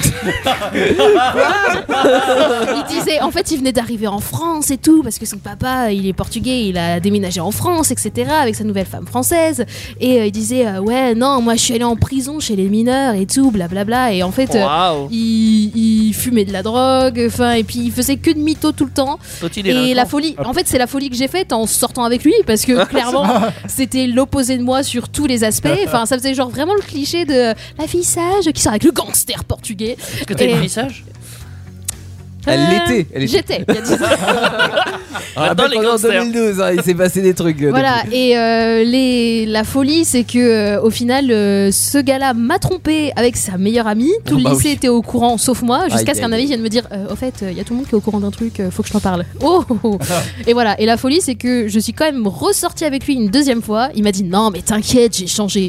Il disait, en fait, il venait d'arriver en France et tout, parce que son papa, il est portugais, il a déménagé en France, etc., avec sa nouvelle femme française. Et il disait, ouais, non, moi, je suis allé en prison chez les mineurs et tout, blablabla. Et en fait, Waouh. il fumait de la drogue, enfin, et puis il faisait que de mythos tout le temps. Petit Et délinquant. la folie, en fait, c'est la folie que j'ai faite en sortant avec lui, parce que clairement, c'était l'opposé de moi sur tous les aspects. Enfin, ça faisait genre vraiment le cliché de la fille sage qui sort avec le gangster portugais. Est-ce que t'as Et- une visage? Elle l'était. J'étais, il y a 10 ans. Maintenant, les en gangsters. 2012, hein, il s'est passé des trucs. Voilà, et la folie, c'est que au final, ce gars-là m'a trompé avec sa meilleure amie. Tout le bah lycée oui. était au courant, sauf moi, jusqu'à Aïe, ce qu'un aïe, ami vienne me dire au fait, il y a tout le monde qui est au courant d'un truc, faut que je t'en parle. Oh, oh, oh. Et voilà, et la folie, c'est que je suis quand même ressortie avec lui une deuxième fois. Il m'a dit non, mais t'inquiète, j'ai changé.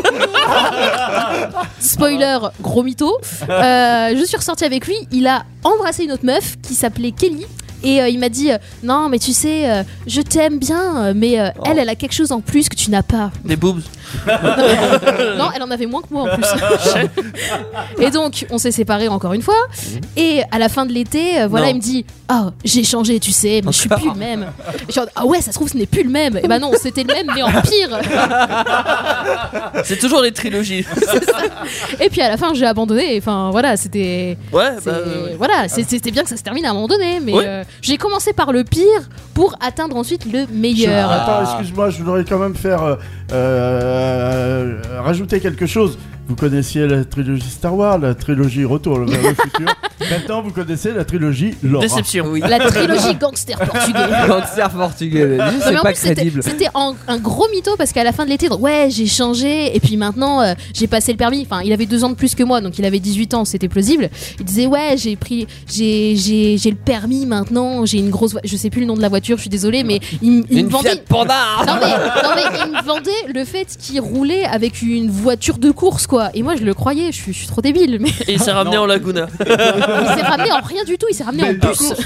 Spoiler, gros mytho. Je suis ressortie avec lui, il a embrassé une autre meuf qui s'appelait Kelly. Et il m'a dit non mais tu sais je t'aime bien mais elle a quelque chose en plus que tu n'as pas. Des boobs. Non, elle en avait moins que moi en plus. Et donc on s'est séparés encore une fois. Et à la fin de l'été voilà, Non. il me dit ah j'ai changé tu sais mais je suis plus le même. Et je suis en mode, ah ouais ça se trouve ce n'est plus le même. Et bah non c'était le même mais en pire. C'est toujours les trilogies. Et puis à la fin j'ai abandonné. Enfin voilà c'était. Ouais, C'est- bah. ouais. Voilà, c'était bien que ça se termine à un moment donné, mais Ouais. j'ai commencé par le pire pour atteindre ensuite le meilleur. Attends, excuse-moi, je voudrais quand même faire rajouter quelque chose. Vous connaissiez la trilogie Star Wars, la trilogie Retour vers le futur. Maintenant, vous connaissez la trilogie Laura. Déception. Oui. La trilogie gangster portugais. Gangster portugais. Non, mais C'est en pas plus, c'était crédible. un gros mytho parce qu'à la fin de l'été, donc, ouais, j'ai changé et puis maintenant j'ai passé le permis. Enfin, il avait 2 ans de plus que moi, donc il avait 18 ans, c'était plausible. Il disait, ouais, j'ai le permis maintenant, j'ai une grosse. Je sais plus le nom de la voiture, je suis désolée, mais il me Une vendait. Fiat Panda. Non mais il me vendait le fait qu'il roulait avec une voiture de course quoi. Et moi je le croyais, je suis trop débile. Mais Et il s'est ramené en Laguna. il s'est ramené en rien du tout, il s'est ramené Mais en de bus. course.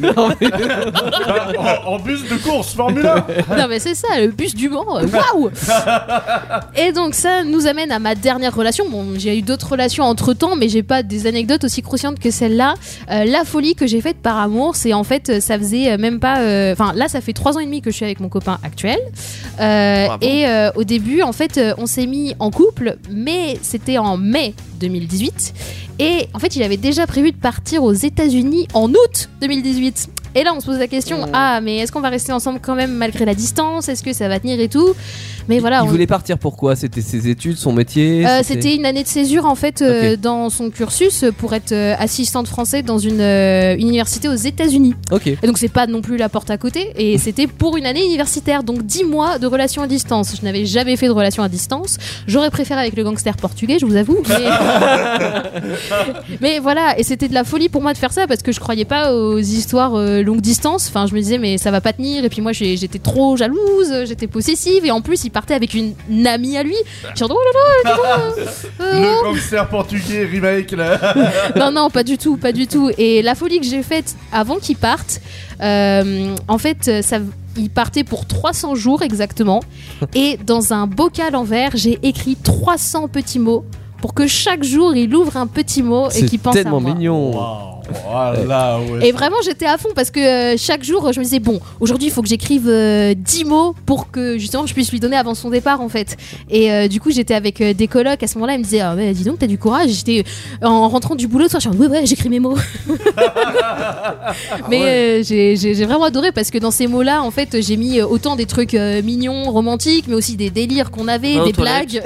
En bus de course, Formule 1. Non mais c'est ça, le bus du Mans, waouh. Et donc ça nous amène à ma dernière relation. Bon, j'ai eu d'autres relations entre temps, mais j'ai pas des anecdotes aussi croustillantes que celle-là. La folie que j'ai faite par amour, c'est en fait, ça faisait même pas. Enfin là, ça fait 3 ans et demi que je suis avec mon copain actuel. Et au début, en fait, on s'est mis en couple, mais c'était en mai 2018. Et en fait, il avait déjà prévu de partir aux États-Unis en août 2018. Et là, on se pose la question, ah, mais est-ce qu'on va rester ensemble quand même malgré la distance? Est-ce que ça va tenir et tout? Mais voilà. Il voulait partir pourquoi? C'était ses études, son métier? C'était une année de césure en fait Ok. dans son cursus pour être assistante française dans une université aux États-Unis. Ok. Et donc c'est pas non plus la porte à côté et c'était pour une année universitaire, donc 10 mois de relation à distance. Je n'avais jamais fait de relation à distance. J'aurais préféré avec le gangster portugais, je vous avoue. Mais voilà, et c'était de la folie pour moi de faire ça parce que je croyais pas aux histoires longue distance. Enfin, je me disais mais ça va pas tenir. Et puis moi j'étais trop jalouse, j'étais possessive et en plus il partait avec une amie à lui. Je suis en mode, oh là là, Le gangster portugais remake là. non, pas du tout. Et la folie que j'ai faite avant qu'il parte, en fait, il partait pour 300 jours exactement. Et dans un bocal en verre, j'ai écrit 300 petits mots pour que chaque jour il ouvre un petit mot et qu'il pense à moi. C'est tellement mignon. Waouh. Voilà, ouais. Et vraiment j'étais à fond parce que chaque jour je me disais bon, aujourd'hui il faut que j'écrive 10 mots pour que justement je puisse lui donner avant son départ en fait. Et du coup j'étais avec des colocs à ce moment-là, ils me disaient ah mais dis donc t'as du courage. J'étais en rentrant du boulot, je suis en ouais j'écris mes mots. Mais j'ai vraiment adoré parce que dans ces mots là en fait j'ai mis autant des trucs mignons, romantiques, mais aussi des délires qu'on avait, des blagues,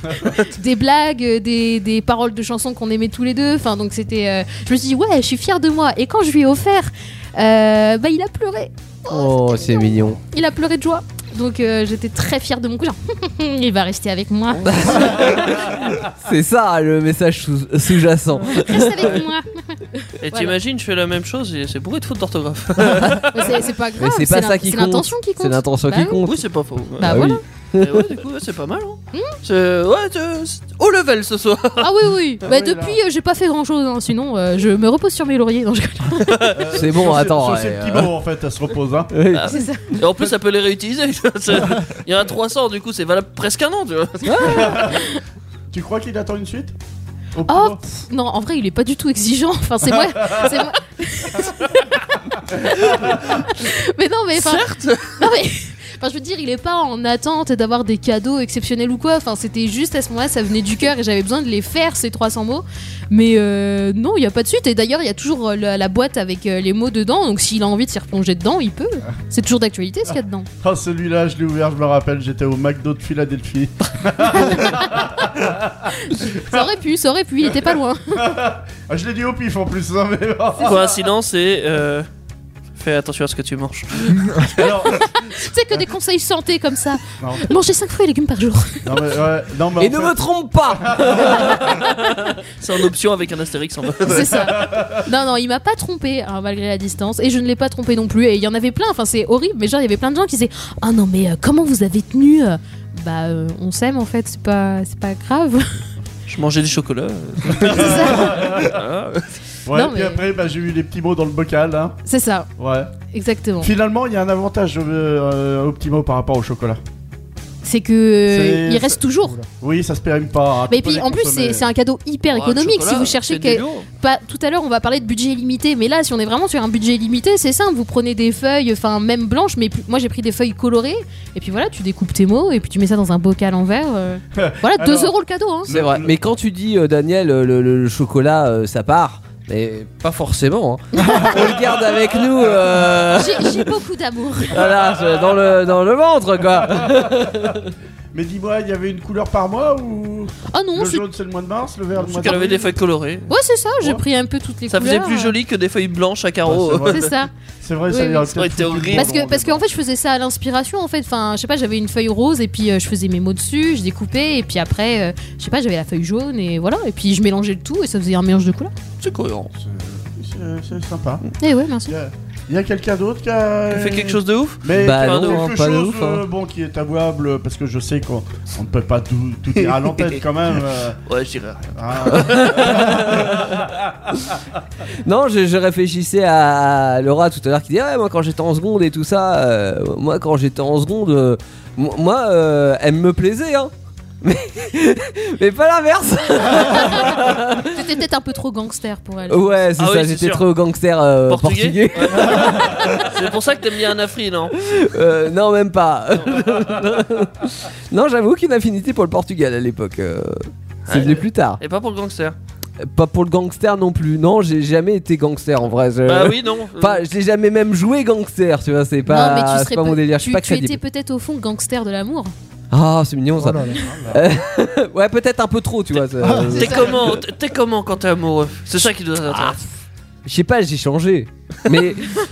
des paroles de chansons qu'on aimait tous les deux. Enfin donc c'était, je me suis dit ouais je suis fière de moi. Et quand je lui ai offert, il a pleuré. Oh, c'est mignon. Il a pleuré de joie. Donc j'étais très fière de mon cousin. Il va rester avec moi. C'est ça le message sous-jacent. Reste avec moi. Et Voilà. t'imagines, je fais la même chose et c'est bourré de fautes d'orthographe. Mais c'est pas grave. Mais c'est pas ça qui c'est compte. l'intention qui compte. C'est l'intention Bah qui oui. compte. Oui, c'est pas faux. Bah Ah voilà. oui. Et ouais, du coup, ouais, c'est pas mal. Hein. C'est haut level ce soir. Ah oui. Bah, oui, depuis, j'ai pas fait grand chose. Sinon, je me repose sur mes lauriers. Non, je... C'est bon, attends. Sur ces petits mots en fait, elle se repose. Hein. Oui. Ah, C'est ça. Et en plus, ça peut les réutiliser. Il y en a 300, du coup, c'est valable presque un an. Tu vois. Tu crois qu'il attend une suite au Oh boulot pff, non, en vrai, il est pas du tout exigeant. Enfin, c'est moi. Mais non, mais enfin. Certes. Non mais. Enfin, je veux dire, il est pas en attente d'avoir des cadeaux exceptionnels ou quoi. Enfin, c'était juste à ce moment-là, ça venait du cœur et j'avais besoin de les faire, ces 300 mots. Mais non, il y a pas de suite. Et d'ailleurs, il y a toujours la boîte avec les mots dedans. Donc, s'il a envie de s'y replonger dedans, il peut. C'est toujours d'actualité ce qu'il y a dedans. Oh, celui-là, je l'ai ouvert, je me rappelle, j'étais au McDo de Philadelphie. Ça aurait pu, il était pas loin. Ah, je l'ai dit au pif en plus, hein, mais bon. Coïncidence et. Fais attention à ce que tu manges. Alors, Tu sais que des conseils santé comme ça. non, Mangez 5 fruits et légumes par jour. non, mais, ouais, non, mais Et en ne fait- me trompe pas. C'est en option avec un astérix en bas. C'est ça. Non, il m'a pas trompé hein, malgré la distance. Et je ne l'ai pas trompé non plus. Et il y en avait plein, enfin c'est horrible. Mais genre, il y avait plein de gens qui disaient ah non, mais comment vous avez tenu on s'aime en fait, c'est pas grave. Je mangeais du chocolat. C'est ça. Voilà. Ouais, Non, puis mais- après, bah, j'ai eu les petits mots dans le bocal. Hein. C'est ça, Ouais. exactement. Finalement, il y a un avantage au petit mot par rapport au chocolat. C'est que C'est- il reste toujours. Oui, ça se périme pas. hein, Mais tu peux puis les en plus consommer. c'est un cadeau hyper Ouais, économique le si chocolat, vous cherchez c'est que des lourds. pas tout à l'heure on va parler de budget illimité, mais là si on est vraiment sur un budget illimité c'est simple, vous prenez des feuilles enfin même blanches, mais moi j'ai pris des feuilles colorées et puis voilà tu découpes tes mots et puis tu mets ça dans un bocal en verre. Voilà 2 Alors- € le cadeau hein. C'est vrai. Mais quand tu dis Daniel, le chocolat, ça part. Mais pas forcément. Hein. On le garde avec nous. J'ai beaucoup d'amour. Voilà, dans le ventre quoi. Mais dis-moi, il y avait une couleur par mois ou Oh non, le c'est... jaune c'est le mois de mars, le vert le mois Parce qu'elle avait des d'avril feuilles colorées. Ouais c'est ça, j'ai Ouais. pris un peu toutes les Ça couleurs. faisait plus joli que des feuilles blanches à carreaux. Ouais, C'est ça. C'est vrai, Oui, ça oui. y aurait Ça aurait peut-être été foutu le horrible. bordel. Parce qu'en fait je faisais ça à l'inspiration en fait, enfin je sais pas, j'avais une feuille rose et puis je faisais mes mots dessus, je découpais et puis après je sais pas, j'avais la feuille jaune et voilà et puis je mélangeais le tout et ça faisait un mélange de couleurs. C'est cohérent. C'est sympa. Et ouais merci. Il y a quelqu'un d'autre qui a Tu fais quelque chose de ouf? Mais Bah quelque non, chose pas de ouf, hein. bon, qui est avouable, parce que je sais qu'on ne peut pas tout dire à l'antenne quand même. Ouais, je dirais rien. Non, je réfléchissais à Laura tout à l'heure qui disait ouais, moi quand j'étais en seconde et tout ça, moi quand j'étais en seconde, moi elle me plaisait hein. Mais pas l'inverse. T'étais peut-être un peu trop gangster pour elle. Ouais, c'est Ah ça, oui, c'est j'étais sûr. trop gangster portugais. Ouais. C'est pour ça que t'aimes bien un Afri, non? Non, même pas. Non, j'avoue qu'une affinité pour le Portugal à l'époque. C'est Ouais. venu plus tard. Et pas pour le gangster. Pas pour le gangster non plus. Non, j'ai jamais été gangster en vrai. Bah oui, non. Enfin, j'ai jamais même joué gangster, tu vois, c'est Non, mais pas, tu c'est serais pas mon délire, je suis pas tu étais crédible. peut-être au fond gangster de l'amour. Ah, c'est mignon ça. Oh là là. Ouais, peut-être un peu trop, tu vois. T'es comment quand t'es amoureux? C'est ça qui doit t'intéresser. Je sais pas, j'ai changé. Mais.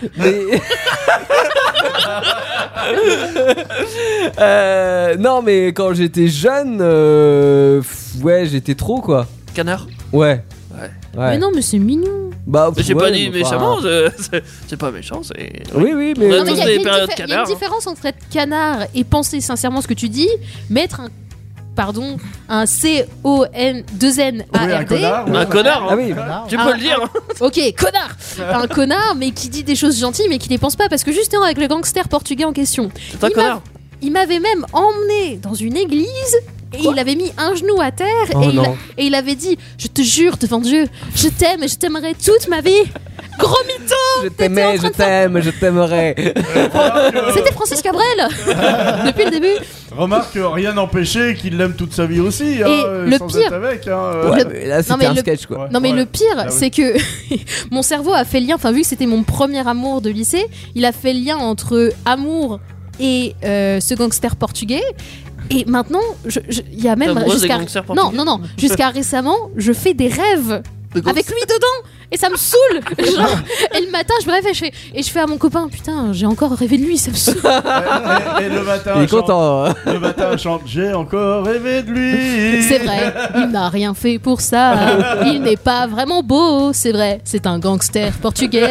Non, mais quand j'étais jeune, ouais, j'étais trop quoi. Canard? Ouais. Mais non, mais c'est mignon. Bah, Mais j'ai ouais, pas dit enfin, méchamment, c'est pas méchant, c'est. Oui, mais. Ouais, Non, mais il y a des une périodes il y a une canard, hein. différence entre être canard et penser sincèrement ce que tu dis, mettre un un C-O-N-2-N-A-R-D. Oui, un connard. Un connard, hein. Ah oui. Tu peux le dire. Ok, connard. Un connard, mais qui dit des choses gentilles, mais qui les pense pas. Parce que justement, avec le gangster portugais en question, C'est un connard. il m'avait même emmené dans une église. Et il avait mis un genou à terre Oh non. et il avait dit: je te jure devant Dieu, je t'aime et je t'aimerai toute ma vie. Gros mytho. Je t'aimais, je t'aime, je t'aimerais. C'était Francis Cabrel depuis le début. Remarque que rien n'empêchait qu'il l'aime toute sa vie aussi. Hein, le sans pire- être avec. Hein, Ouais, mais là, c'était mais un le- sketch quoi. Ouais. Non mais le pire, Ah oui. c'est que mon cerveau a fait le lien, enfin vu que c'était mon premier amour de lycée, il a fait le lien entre amour et ce gangster portugais. Et maintenant, il y a même T'amoureuse des jusqu'à gangsters non portugais jusqu'à récemment, je fais des rêves avec lui dedans et ça me saoule. Genre, et le matin, je me réveille et je fais à mon copain: putain, j'ai encore rêvé de lui, ça me saoule. Et le matin, Il est content. Hein. Le matin, elle chante: j'ai encore rêvé de lui. C'est vrai, il n'a rien fait pour ça. Il n'est pas vraiment beau, c'est vrai. C'est un gangster portugais.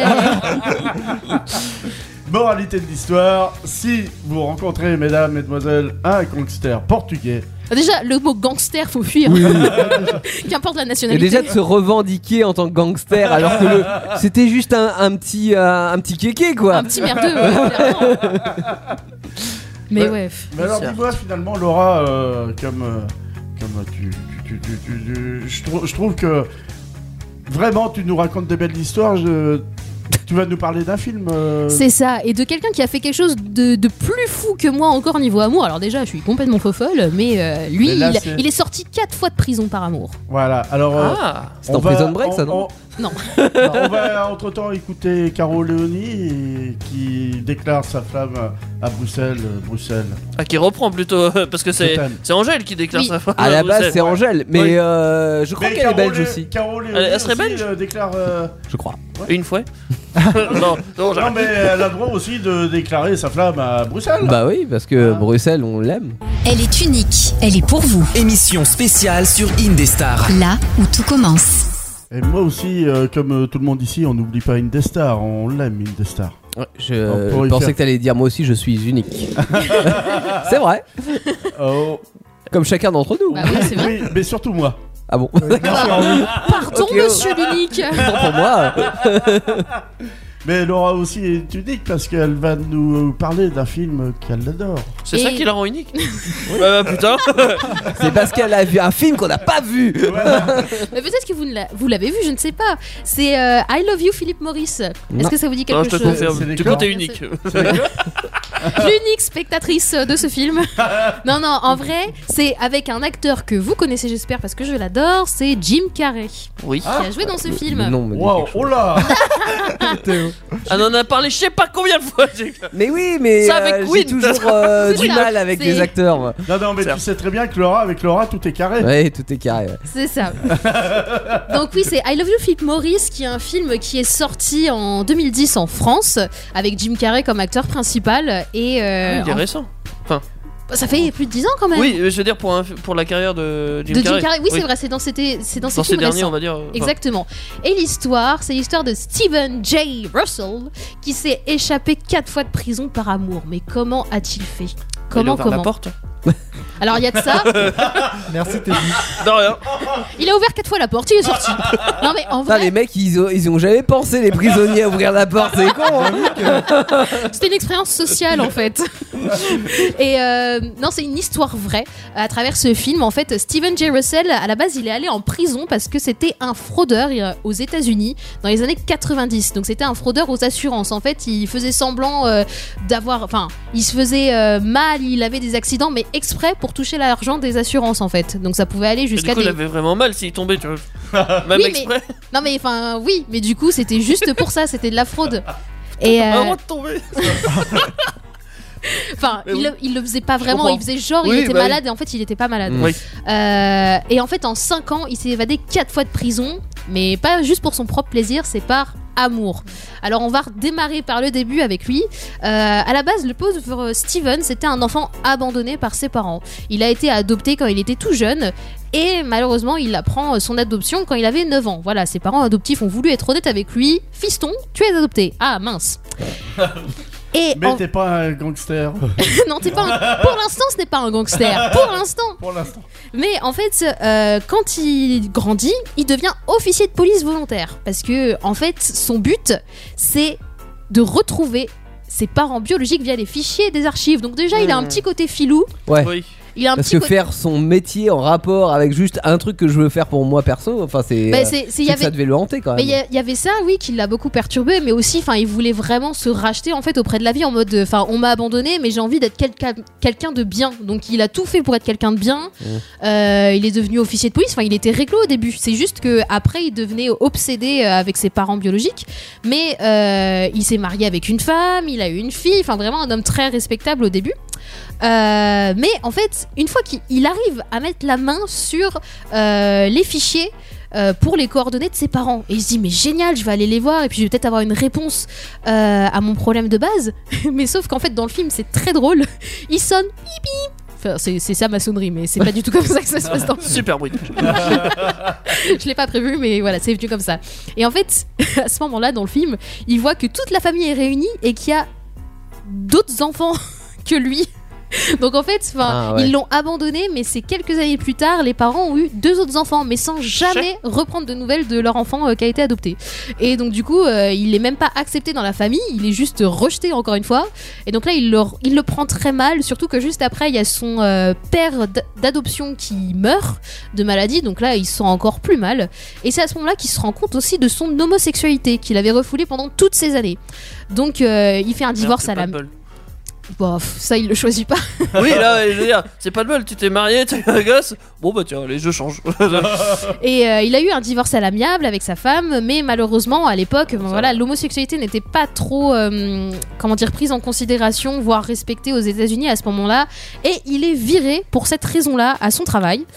Moralité de l'histoire: si vous rencontrez, mesdames, mesdemoiselles, un gangster portugais, Déjà, le mot gangster, faut fuir. Qu'importe la Et nationalité. déjà de se revendiquer en tant que gangster alors que c'était juste un petit kéké quoi. Un petit merdeux, clairement. Mais Ouais. ouais. Mais alors Certes. dis-moi finalement Laura, comme je trouve que vraiment tu nous racontes des belles histoires. Tu vas nous parler d'un film. C'est ça, et de quelqu'un qui a fait quelque chose de plus fou que moi encore niveau amour. Alors déjà, je suis complètement faux-folle, mais lui, Mais là, il est sorti 4 fois de prison par amour. Voilà. Alors Ah. C'est en Prison Break ça non? Non. On va entre-temps écouter Caro Léonie qui déclare sa flamme à Bruxelles. Ah, qui reprend plutôt, parce que Je c'est t'aime. Angèle qui déclare Oui. sa femme. À la base Bruxelles. c'est Angèle, mais Oui. je crois Mais qu'elle est Caro belge aussi. Caro Léonie Elle serait aussi, belge déclare. Je crois. Une fois. Non, Non j'arrête. mais elle a le droit aussi de déclarer sa flamme à Bruxelles. Bah oui, parce que Ah. Bruxelles on l'aime. Elle est unique, elle est pour vous. Émission spéciale sur Indestar. Là où tout commence. Et moi aussi, comme tout le monde ici, on n'oublie pas Indestar, on l'aime Indestar. Ouais, On je pourrait y pensais faire- que t'allais dire moi aussi je suis unique. C'est vrai, Oh, comme chacun d'entre nous. Bah oui, c'est vrai. oui, mais surtout moi. Ah bon? Pardon, Ok. monsieur l'unique. Pour moi. Mais Laura aussi est unique parce qu'elle va nous parler d'un film qu'elle adore. C'est ça Et- qui la rend unique. Putain. C'est parce qu'elle a vu un film qu'on n'a pas vu. Mais peut-être que vous l'avez vu, je ne sais pas. C'est I Love You, Philippe Maurice. Non. Est-ce que ça vous dit Non, quelque je te chose? C'est confirme. les Du corps. coup, t'es unique. L'unique spectatrice de ce film. Non, en vrai, c'est avec un acteur que vous connaissez, j'espère, parce que je l'adore. C'est Jim Carrey Oui. qui a joué dans ce film. Le nom me dit Wow, quelque chose. oh là. On en a parlé je sais pas combien de fois. Mais oui, mais Ça avec j'ai Queen, toujours C'est du ça, mal avec c'est- les acteurs. moi. Non, mais tu sais très bien que avec Laura, tout est carré. Ouais, tout est carré. ouais. C'est ça. Donc oui, c'est I Love You, Philippe Maurice, qui est un film qui est sorti en 2010 en France, avec Jim Carrey comme acteur principal. Et Il est récent. ça fait plus de 10 ans quand même. Oui, je veux dire pour la carrière de Jim De Carrey. Jim Carrey, oui, c'est vrai, c'est dans ces Dans ces films derniers, récents. on va dire. Exactement. Et l'histoire, c'est l'histoire de Stephen J. Russell qui s'est échappé 4 fois de prison par amour. Mais comment a-t-il fait? Il a ouvert la Comment porte. Alors il y a de ça. Merci Teddy. De rien. Il a ouvert 4 fois la porte, il est sorti. Non mais en Putain, vrai, les mecs, ils ont jamais pensé, les prisonniers, à ouvrir la porte. C'est con. Hein. c'était une expérience sociale en fait. Et non, c'est une histoire vraie. À travers ce film, en fait, Stephen J. Russell, à la base, il est allé en prison parce que c'était un fraudeur aux États-Unis dans les années 90. Donc c'était un fraudeur aux assurances. En fait, il faisait semblant d'avoir, enfin, il se faisait mal, il avait des accidents, mais exprès pour toucher l'argent des assurances en fait. Donc ça pouvait aller Et du jusqu'à coup, il des. avait vraiment mal s'il tombait, tu vois. Même Oui, exprès. Non mais enfin oui, mais du coup c'était juste pour ça, c'était de la fraude. Et Pas le droit de tomber. Enfin, Mais il le faisait pas vraiment, comprends. il faisait genre Oui, il était bah malade et en fait il était pas malade. Mm. Oui. Et en fait en 5 ans il s'est évadé 4 fois de prison, mais pas juste pour son propre plaisir, c'est par amour. Alors on va redémarrer par le début avec lui. À la base le pauvre Steven c'était un enfant abandonné par ses parents. Il a été adopté quand il était tout jeune et malheureusement il apprend son adoption quand il avait 9 ans. Voilà, ses parents adoptifs ont voulu être honnêtes avec lui. Fiston, tu es adopté. Ah mince. Et Mais t'es pas un gangster non, t'es pas pour l'instant ce n'est pas un gangster. Pour l'instant. pour l'instant. Mais en fait, quand il grandit, il devient officier de police volontaire. Parce que, en fait, son but, c'est de retrouver ses parents biologiques via les fichiers des archives. Donc déjà, il a un petit côté filou. Ouais. Oui. Il a un Parce petit que côté... faire son métier en rapport avec juste un truc que je veux faire pour moi perso, enfin c'est. Bah, c'est il y que avait... ça devait le hanter quand Mais même. il y avait ça, oui, qui l'a beaucoup perturbé, mais aussi, enfin, il voulait vraiment se racheter en fait auprès de la vie en mode, enfin, on m'a abandonné, mais j'ai envie d'être quelqu'un de bien. Donc, il a tout fait pour être quelqu'un de bien. Il est devenu officier de police. Enfin, il était réglo au début. C'est juste que après, il devenait obsédé avec ses parents biologiques. Mais il s'est marié avec une femme, il a eu une fille. Enfin, vraiment un homme très respectable au début. Mais en fait, une fois qu'il arrive à mettre la main sur les fichiers pour les coordonnées de ses parents, et il se dit mais génial, je vais aller les voir et puis je vais peut-être avoir une réponse à mon problème de base. Mais sauf qu'en fait dans le film c'est très drôle, il sonne bip bip. Enfin, c'est ça ma sonnerie, mais c'est pas du tout comme ça que ça se passe dans le film. Super bruit. Je l'ai pas prévu, mais voilà, c'est venu comme ça. Et en fait, à ce moment-là dans le film, il voit que toute la famille est réunie et qu'il y a d'autres enfants que lui. Donc en fait, ils l'ont abandonné, mais c'est quelques années plus tard, les parents ont eu 2 autres enfants, mais sans jamais reprendre de nouvelles de leur enfant qui a été adopté. Et donc du coup, il est même pas accepté dans la famille, il est juste rejeté encore une fois. Et donc là, il le prend très mal, surtout que juste après, il y a son père d'adoption qui meurt de maladie, donc là, il se sent encore plus mal. Et c'est à ce moment-là qu'il se rend compte aussi de son homosexualité qu'il avait refoulée pendant toutes ces années. Donc il fait un divorce à la... Bon, ça il le choisit pas. Oui, là, je veux dire, c'est pas de bol, tu t'es marié, t'as eu un gosse. Bon, bah tiens, allez, je change. Et il a eu un divorce à l'amiable avec sa femme, mais malheureusement, à l'époque, voilà, l'homosexualité n'était pas trop, prise en considération, voire respectée aux États-Unis à ce moment-là. Et il est viré pour cette raison-là à son travail.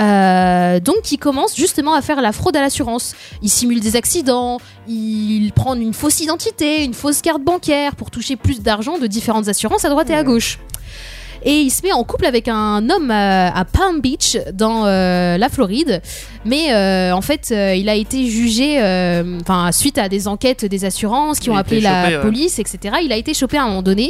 Donc, il commence justement à faire la fraude à l'assurance. Il simule des accidents, il prend une fausse identité, une fausse carte bancaire pour toucher plus d'argent de différentes assurances à droite et à gauche. Et il se met en couple avec un homme à Palm Beach dans la Floride, mais en fait il a été jugé suite à des enquêtes des assurances qui ont appelé la police, etc. Il a été chopé à un moment donné.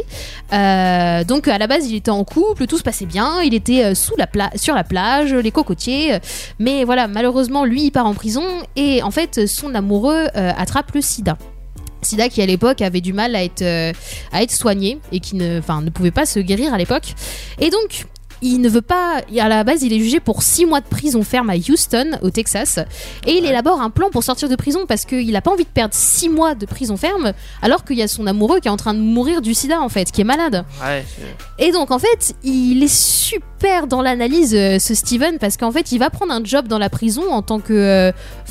Donc à la base il était en couple, tout se passait bien, il était sur la plage, les cocotiers, mais voilà, malheureusement lui il part en prison et en fait son amoureux attrape le sida. Sida qui à l'époque avait du mal à être soigné et qui ne pouvait pas se guérir à l'époque. Et donc il ne veut pas, à la base il est jugé pour 6 mois de prison ferme à Houston au Texas, et il élabore un plan pour sortir de prison parce qu'il a pas envie de perdre 6 mois de prison ferme alors qu'il y a son amoureux qui est en train de mourir du sida en fait, qui est malade. Ouais, et donc en fait il est super dans l'analyse ce Steven, parce qu'en fait il va prendre un job dans la prison en tant que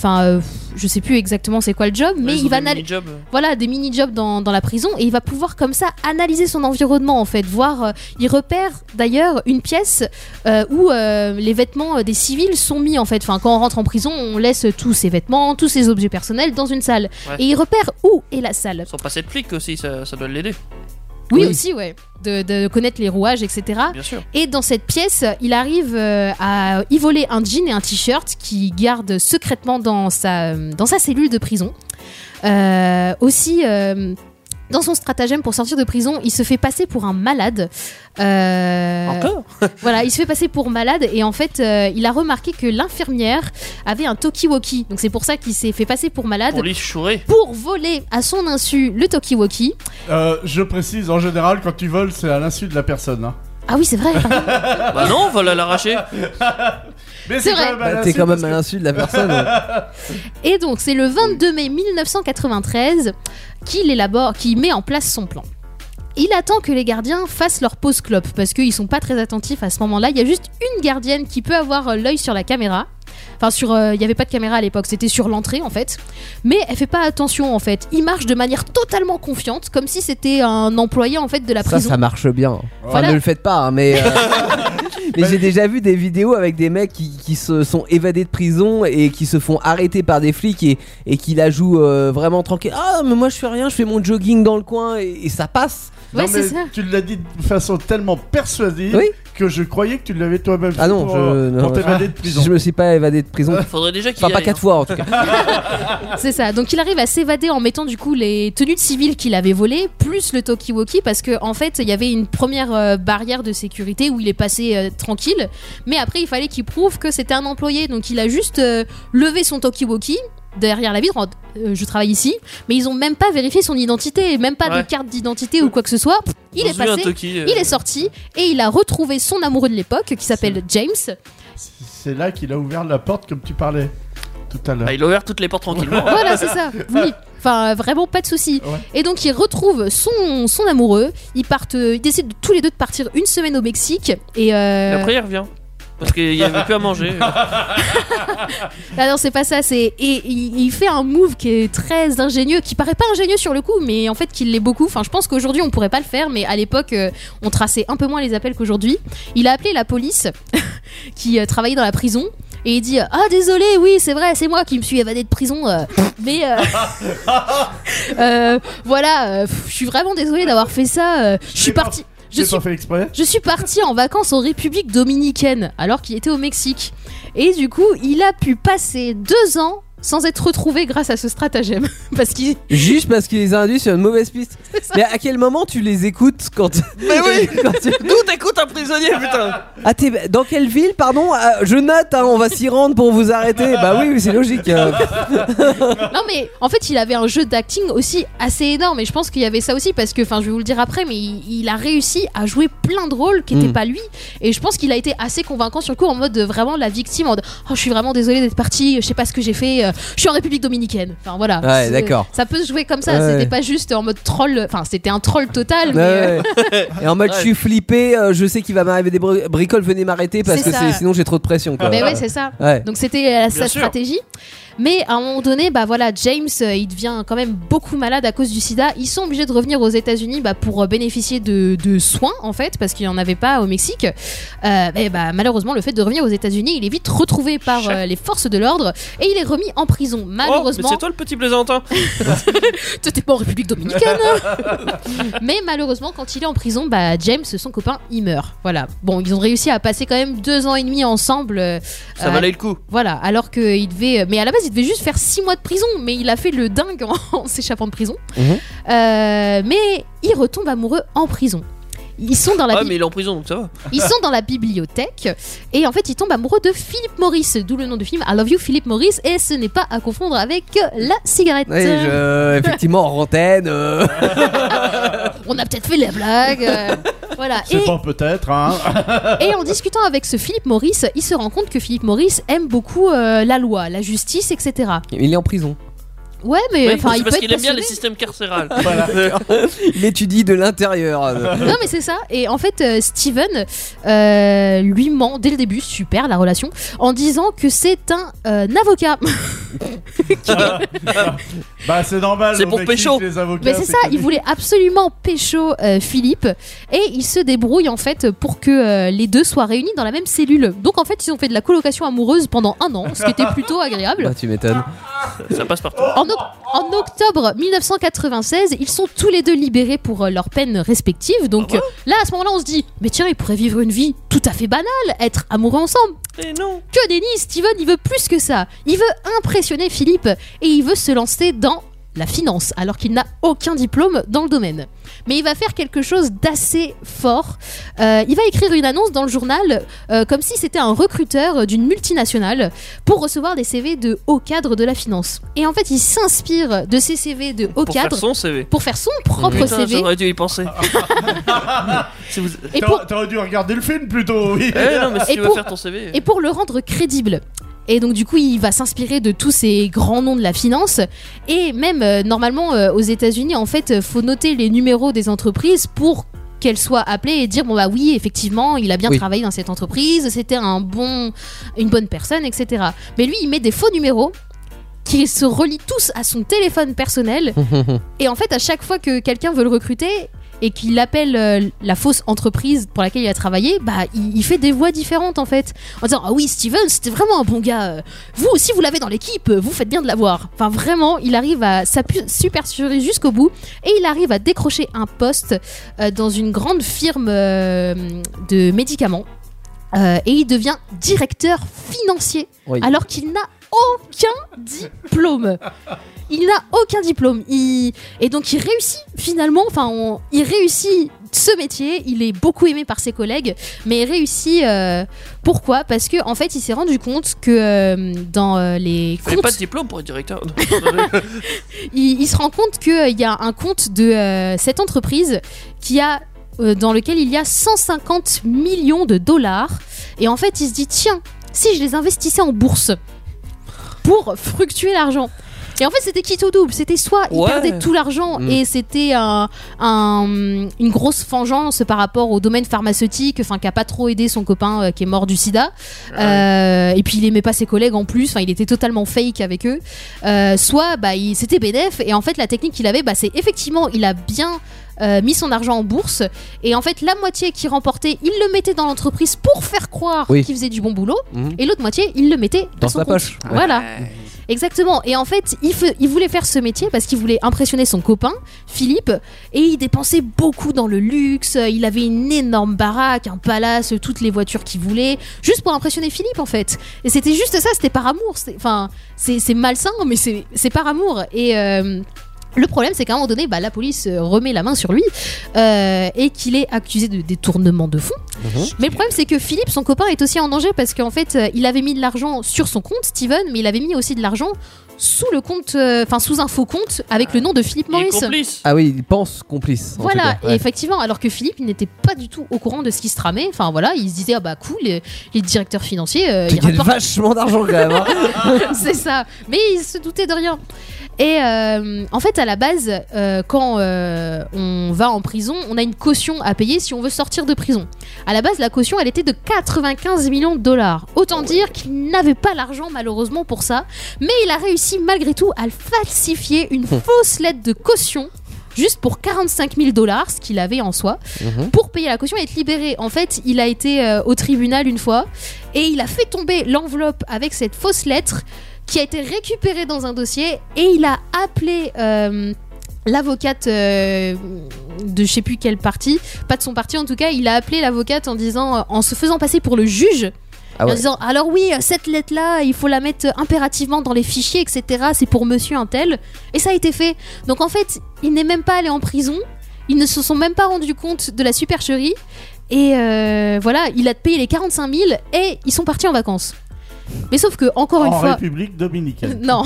je sais plus exactement c'est quoi le job, mais il va voilà, des mini-jobs dans la prison, et il va pouvoir comme ça analyser son environnement en fait, voir il repère d'ailleurs une pièce où les vêtements des civils sont mis en fait. Enfin, quand on rentre en prison, on laisse tous ses vêtements, tous ses objets personnels dans une salle. Ouais. Et il repère où est la salle. Sans passer de flic aussi, ça doit l'aider. Oui, aussi, ouais. De connaître les rouages, etc. Bien sûr. Et dans cette pièce, il arrive à y voler un jean et un t-shirt qu'il garde secrètement dans sa cellule de prison. Aussi... dans son stratagème pour sortir de prison, il se fait passer pour un malade. Encore ? Voilà, il se fait passer pour malade, et en fait, il a remarqué que l'infirmière avait un talkie-walkie. Donc c'est pour ça qu'il s'est fait passer pour malade. Pour l'échouer. Pour voler à son insu le talkie-walkie. Je précise, en général, quand tu voles, c'est à l'insu de la personne. Hein. Ah oui, c'est vrai. Bah non, on va l'arracher. Mais c'est vrai. T'es quand même à l'insu de la personne. Et donc, c'est le 22 mai 1993 qu'il met en place son plan. Il attend que les gardiens fassent leur pause clope, parce qu'ils sont pas très attentifs à ce moment-là. Il y a juste une gardienne qui peut avoir l'œil sur la caméra. Enfin, il y avait pas de caméra à l'époque, c'était sur l'entrée en fait. Mais elle fait pas attention en fait. Il marche de manière totalement confiante, comme si c'était un employé en fait de la prison. Ça marche bien. Enfin, Voilà. ne le faites pas, hein, mais. Mais j'ai déjà vu des vidéos avec des mecs qui se sont évadés de prison et qui se font arrêter par des flics et qui la jouent vraiment tranquille. Ah, mais moi je fais rien, je fais mon jogging dans le coin et ça passe. Ouais, Non, c'est mais ça. tu l'as dit de façon tellement persuasive Oui. que je croyais que tu l'avais toi-même fait Ah non, pour t'évader de prison. Je me suis pas évadé de prison. Faudrait déjà qu'il Enfin, y pas aille, 4 hein. fois en tout cas. C'est ça. Donc il arrive à s'évader en mettant du coup les tenues de civil qu'il avait volées, plus le talkie-walkie, parce que en fait il y avait une première barrière de sécurité où il est passé tranquille, mais après il fallait qu'il prouve que c'était un employé. Donc il a juste levé son talkie-walkie derrière la vitre, je travaille ici, mais ils ont même pas vérifié son identité, même pas de carte d'identité ou quoi que ce soit. Il est passé, il est sorti et il a retrouvé son amoureux de l'époque qui s'appelle James. C'est là qu'il a ouvert la porte comme tu parlais tout à l'heure. Bah, il a ouvert toutes les portes tranquillement. Voilà, c'est ça. Oui. Enfin, vraiment pas de soucis. Ouais. Et donc, il retrouve son amoureux. Ils décident tous les deux de partir une semaine au Mexique. Et Après, il revient. Parce qu'il n'y avait plus à manger. Ah non, c'est pas ça. Et il fait un move qui est très ingénieux, qui paraît pas ingénieux sur le coup, mais en fait, qui l'est beaucoup. Enfin, je pense qu'aujourd'hui, on pourrait pas le faire, mais à l'époque, on traçait un peu moins les appels qu'aujourd'hui. Il a appelé la police qui travaillait dans la prison. Et il dit ah désolé, oui c'est vrai, c'est moi qui me suis évadé de prison, mais voilà, je suis vraiment désolé d'avoir fait ça. Je suis parti. Pas fait exprès. Je suis parti en vacances en République dominicaine alors qu'il était au Mexique. Et du coup, il a pu passer 2 ans sans être retrouvé grâce à ce stratagème. Juste parce qu'il les a induits sur une mauvaise piste. Mais à quel moment tu les écoutes quand... Mais oui. D'où t'écoutes un prisonnier, putain. Ah, t'es dans quelle ville, pardon? Je note, hein, on va s'y rendre pour vous arrêter. Bah oui, c'est logique. Non mais en fait il avait un jeu d'acting aussi assez énorme, et je pense qu'il y avait ça aussi parce que, enfin je vais vous le dire après, mais il a réussi à jouer plein de rôles qui n'étaient pas lui, et je pense qu'il a été assez convaincant sur le coup, en mode vraiment la victime, en mode oh je suis vraiment désolé d'être parti, je sais pas ce que j'ai fait, je suis en République dominicaine. Enfin voilà. Ouais, d'accord. Ça peut se jouer comme ça, Ouais. c'était pas juste en mode troll, enfin c'était un troll total, mais Ouais. Et en mode je suis flippé, je sais qu'il va m'arriver des bricoles, venez m'arrêter parce C'est que ça. sinon j'ai trop de pression quoi. Mais ouais, c'est ça. Ouais. Donc c'était sa sûr. stratégie. Mais à un moment donné, bah voilà, James, il devient quand même beaucoup malade à cause du sida. Ils sont obligés de revenir aux États-Unis pour bénéficier de soins en fait, parce qu'il n'y en avait pas au Mexique. Et bah malheureusement, le fait de revenir aux États-Unis, il est vite retrouvé par les forces de l'ordre et il est remis en prison. Oh, mais Malheureusement, c'est toi le petit plaisantin. t'étais pas en République dominicaine. Mais malheureusement, quand il est en prison, bah James, son copain, il meurt. Voilà. Bon, ils ont réussi à passer quand même 2 ans et demi ensemble. Ça valait le coup. Voilà, alors qu'il devait. Mais à la base, il devait juste faire 6 mois de prison, mais il a fait le dingue en s'échappant de prison. Mais il retombe amoureux en prison. Ils sont dans la mais il est en prison donc ça va. ils sont dans la bibliothèque et en fait ils tombent amoureux de Philip Morris, d'où le nom du film I Love You Philip Morris, et ce n'est pas à confondre avec la cigarette. Oui, effectivement, en antenne. On a peut-être fait la blague. Voilà. C'est pas peut-être, hein. Et en discutant avec ce Philip Morris, il se rend compte que Philip Morris aime beaucoup la loi, la justice, etc. Il est en prison. Ouais, mais Oui, enfin, c'est il peut parce être qu'il aime bien passionné. les systèmes carcérales. Il étudie de l'intérieur. Non, mais c'est ça. Et en fait, Steven lui ment dès le début, super la relation, en disant que c'est un avocat. Bah c'est normal. C'est au pour Mexique, pécho. les avocats, Mais c'est ça, connu. il voulait absolument pécho Philippe, et il se débrouille en fait pour que les deux soient réunis dans la même cellule. Donc en fait, ils ont fait de la colocation amoureuse pendant 1 an, ce qui était plutôt agréable. Bah, tu m'étonnes. Ça passe partout. En octobre 1996, ils sont tous les deux libérés pour leurs peines respectives. Donc là, à ce moment-là, on se dit, mais tiens, ils pourraient vivre une vie tout à fait banale, être amoureux ensemble. Et non. Que Denis, Steven, il veut plus que ça. Il veut impressionner Philippe et il veut se lancer dans la finance, alors qu'il n'a aucun diplôme dans le domaine. Mais il va faire quelque chose d'assez fort. Il va écrire une annonce dans le journal, comme si c'était un recruteur d'une multinationale, pour recevoir des CV de hauts cadres de la finance. Et en fait, il s'inspire de ces CV de hauts Pour cadres faire son CV. pour faire son propre Putain, CV. j'aurais dû y penser. Si vous... Et pour, T'aurais dû regarder le film plutôt, oui. non, mais si Et tu veux pour- faire ton CV. et pour le rendre crédible. Et donc du coup, il va s'inspirer de tous ces grands noms de la finance. Et même, normalement, aux États-Unis, en fait, faut noter les numéros des entreprises pour qu'elle soit appelée et dire bon bah oui effectivement il a bien Oui. travaillé dans cette entreprise, c'était une bonne personne, etc. Mais lui il met des faux numéros qui se relient tous à son téléphone personnel et en fait à chaque fois que quelqu'un veut le recruter et qu'il appelle la fausse entreprise pour laquelle il a travaillé, bah il fait des voix différentes en fait, en disant ah oui Steven c'était vraiment un bon gars, vous aussi vous l'avez dans l'équipe, vous faites bien de l'avoir. Enfin vraiment il arrive à supersurer jusqu'au bout et il arrive à décrocher un poste dans une grande firme de médicaments et il devient directeur financier Oui. alors qu'il n'a aucun diplôme. Il n'a aucun diplôme. Et donc il réussit finalement, il réussit ce métier, il est beaucoup aimé par ses collègues, mais il réussit pourquoi ? Parce que en fait il s'est rendu compte que dans les Fallait comptes... pas de diplôme pour être directeur. il se rend compte qu'il y a un compte de cette entreprise qui a dans lequel il y a 150 millions de dollars et en fait il se dit tiens, si je les investissais en bourse pour fructuer l'argent. Et en fait c'était quitte au double, c'était soit il perdait tout l'argent et c'était une grosse vengeance par rapport au domaine pharmaceutique, qui a pas trop aidé son copain qui est mort du sida, et puis il aimait pas ses collègues en plus, il était totalement fake avec eux, soit c'était BDF et en fait la technique qu'il avait c'est effectivement il a bien mis son argent en bourse et en fait la moitié qu'il remportait il le mettait dans l'entreprise pour faire croire qu'il faisait du bon boulot et l'autre moitié il le mettait Dans son sa compte. poche. Voilà. Exactement. Et en fait, il voulait faire ce métier parce qu'il voulait impressionner son copain, Philippe, et il dépensait beaucoup dans le luxe. Il avait une énorme baraque, un palace, toutes les voitures qu'il voulait, juste pour impressionner Philippe, en fait. Et c'était juste ça, c'était par amour. C'est malsain, mais c'est par amour. Et le problème, c'est qu'à un moment donné, la police remet la main sur lui et qu'il est accusé de détournement de fonds. Mais le problème, c'est que Philippe, son copain, est aussi en danger parce qu'en fait, il avait mis de l'argent sur son compte, Steven, mais il avait mis aussi de l'argent sous le compte, sous un faux compte avec le nom de Philippe Il est Maurice. complice. Ah oui, il pense complice. en Voilà, tout cas, ouais. et effectivement, alors que Philippe, il n'était pas du tout au courant de ce qui se tramait. Enfin voilà, il se disait ah bah cool, les directeurs financiers, Tu ils gagnes rapportent. vachement d'argent quand même. Hein. C'est ça. Mais il se doutait de rien. Et en fait, à la base, quand on va en prison, on a une caution à payer si on veut sortir de prison. À la base, la caution, elle était de 95 millions de dollars. Autant dire qu'il n'avait pas l'argent, malheureusement, pour ça. Mais il a réussi, malgré tout, à falsifier une fausse lettre de caution. Juste pour 45 000 dollars, ce qu'il avait en soi, pour payer la caution et être libéré. En fait, il a été au tribunal une fois et il a fait tomber l'enveloppe avec cette fausse lettre qui a été récupérée dans un dossier et il a appelé l'avocate de je sais plus quel parti, pas de son parti en tout cas, il a appelé l'avocate en disant, en se faisant passer pour le juge. En disant alors oui cette lettre là il faut la mettre impérativement dans les fichiers etc, c'est pour monsieur un tel, et ça a été fait. Donc en fait il n'est même pas allé en prison, ils ne se sont même pas rendus compte de la supercherie et voilà, il a payé les 45 000 et ils sont partis en vacances. Mais sauf que encore une fois, République dominicaine. non.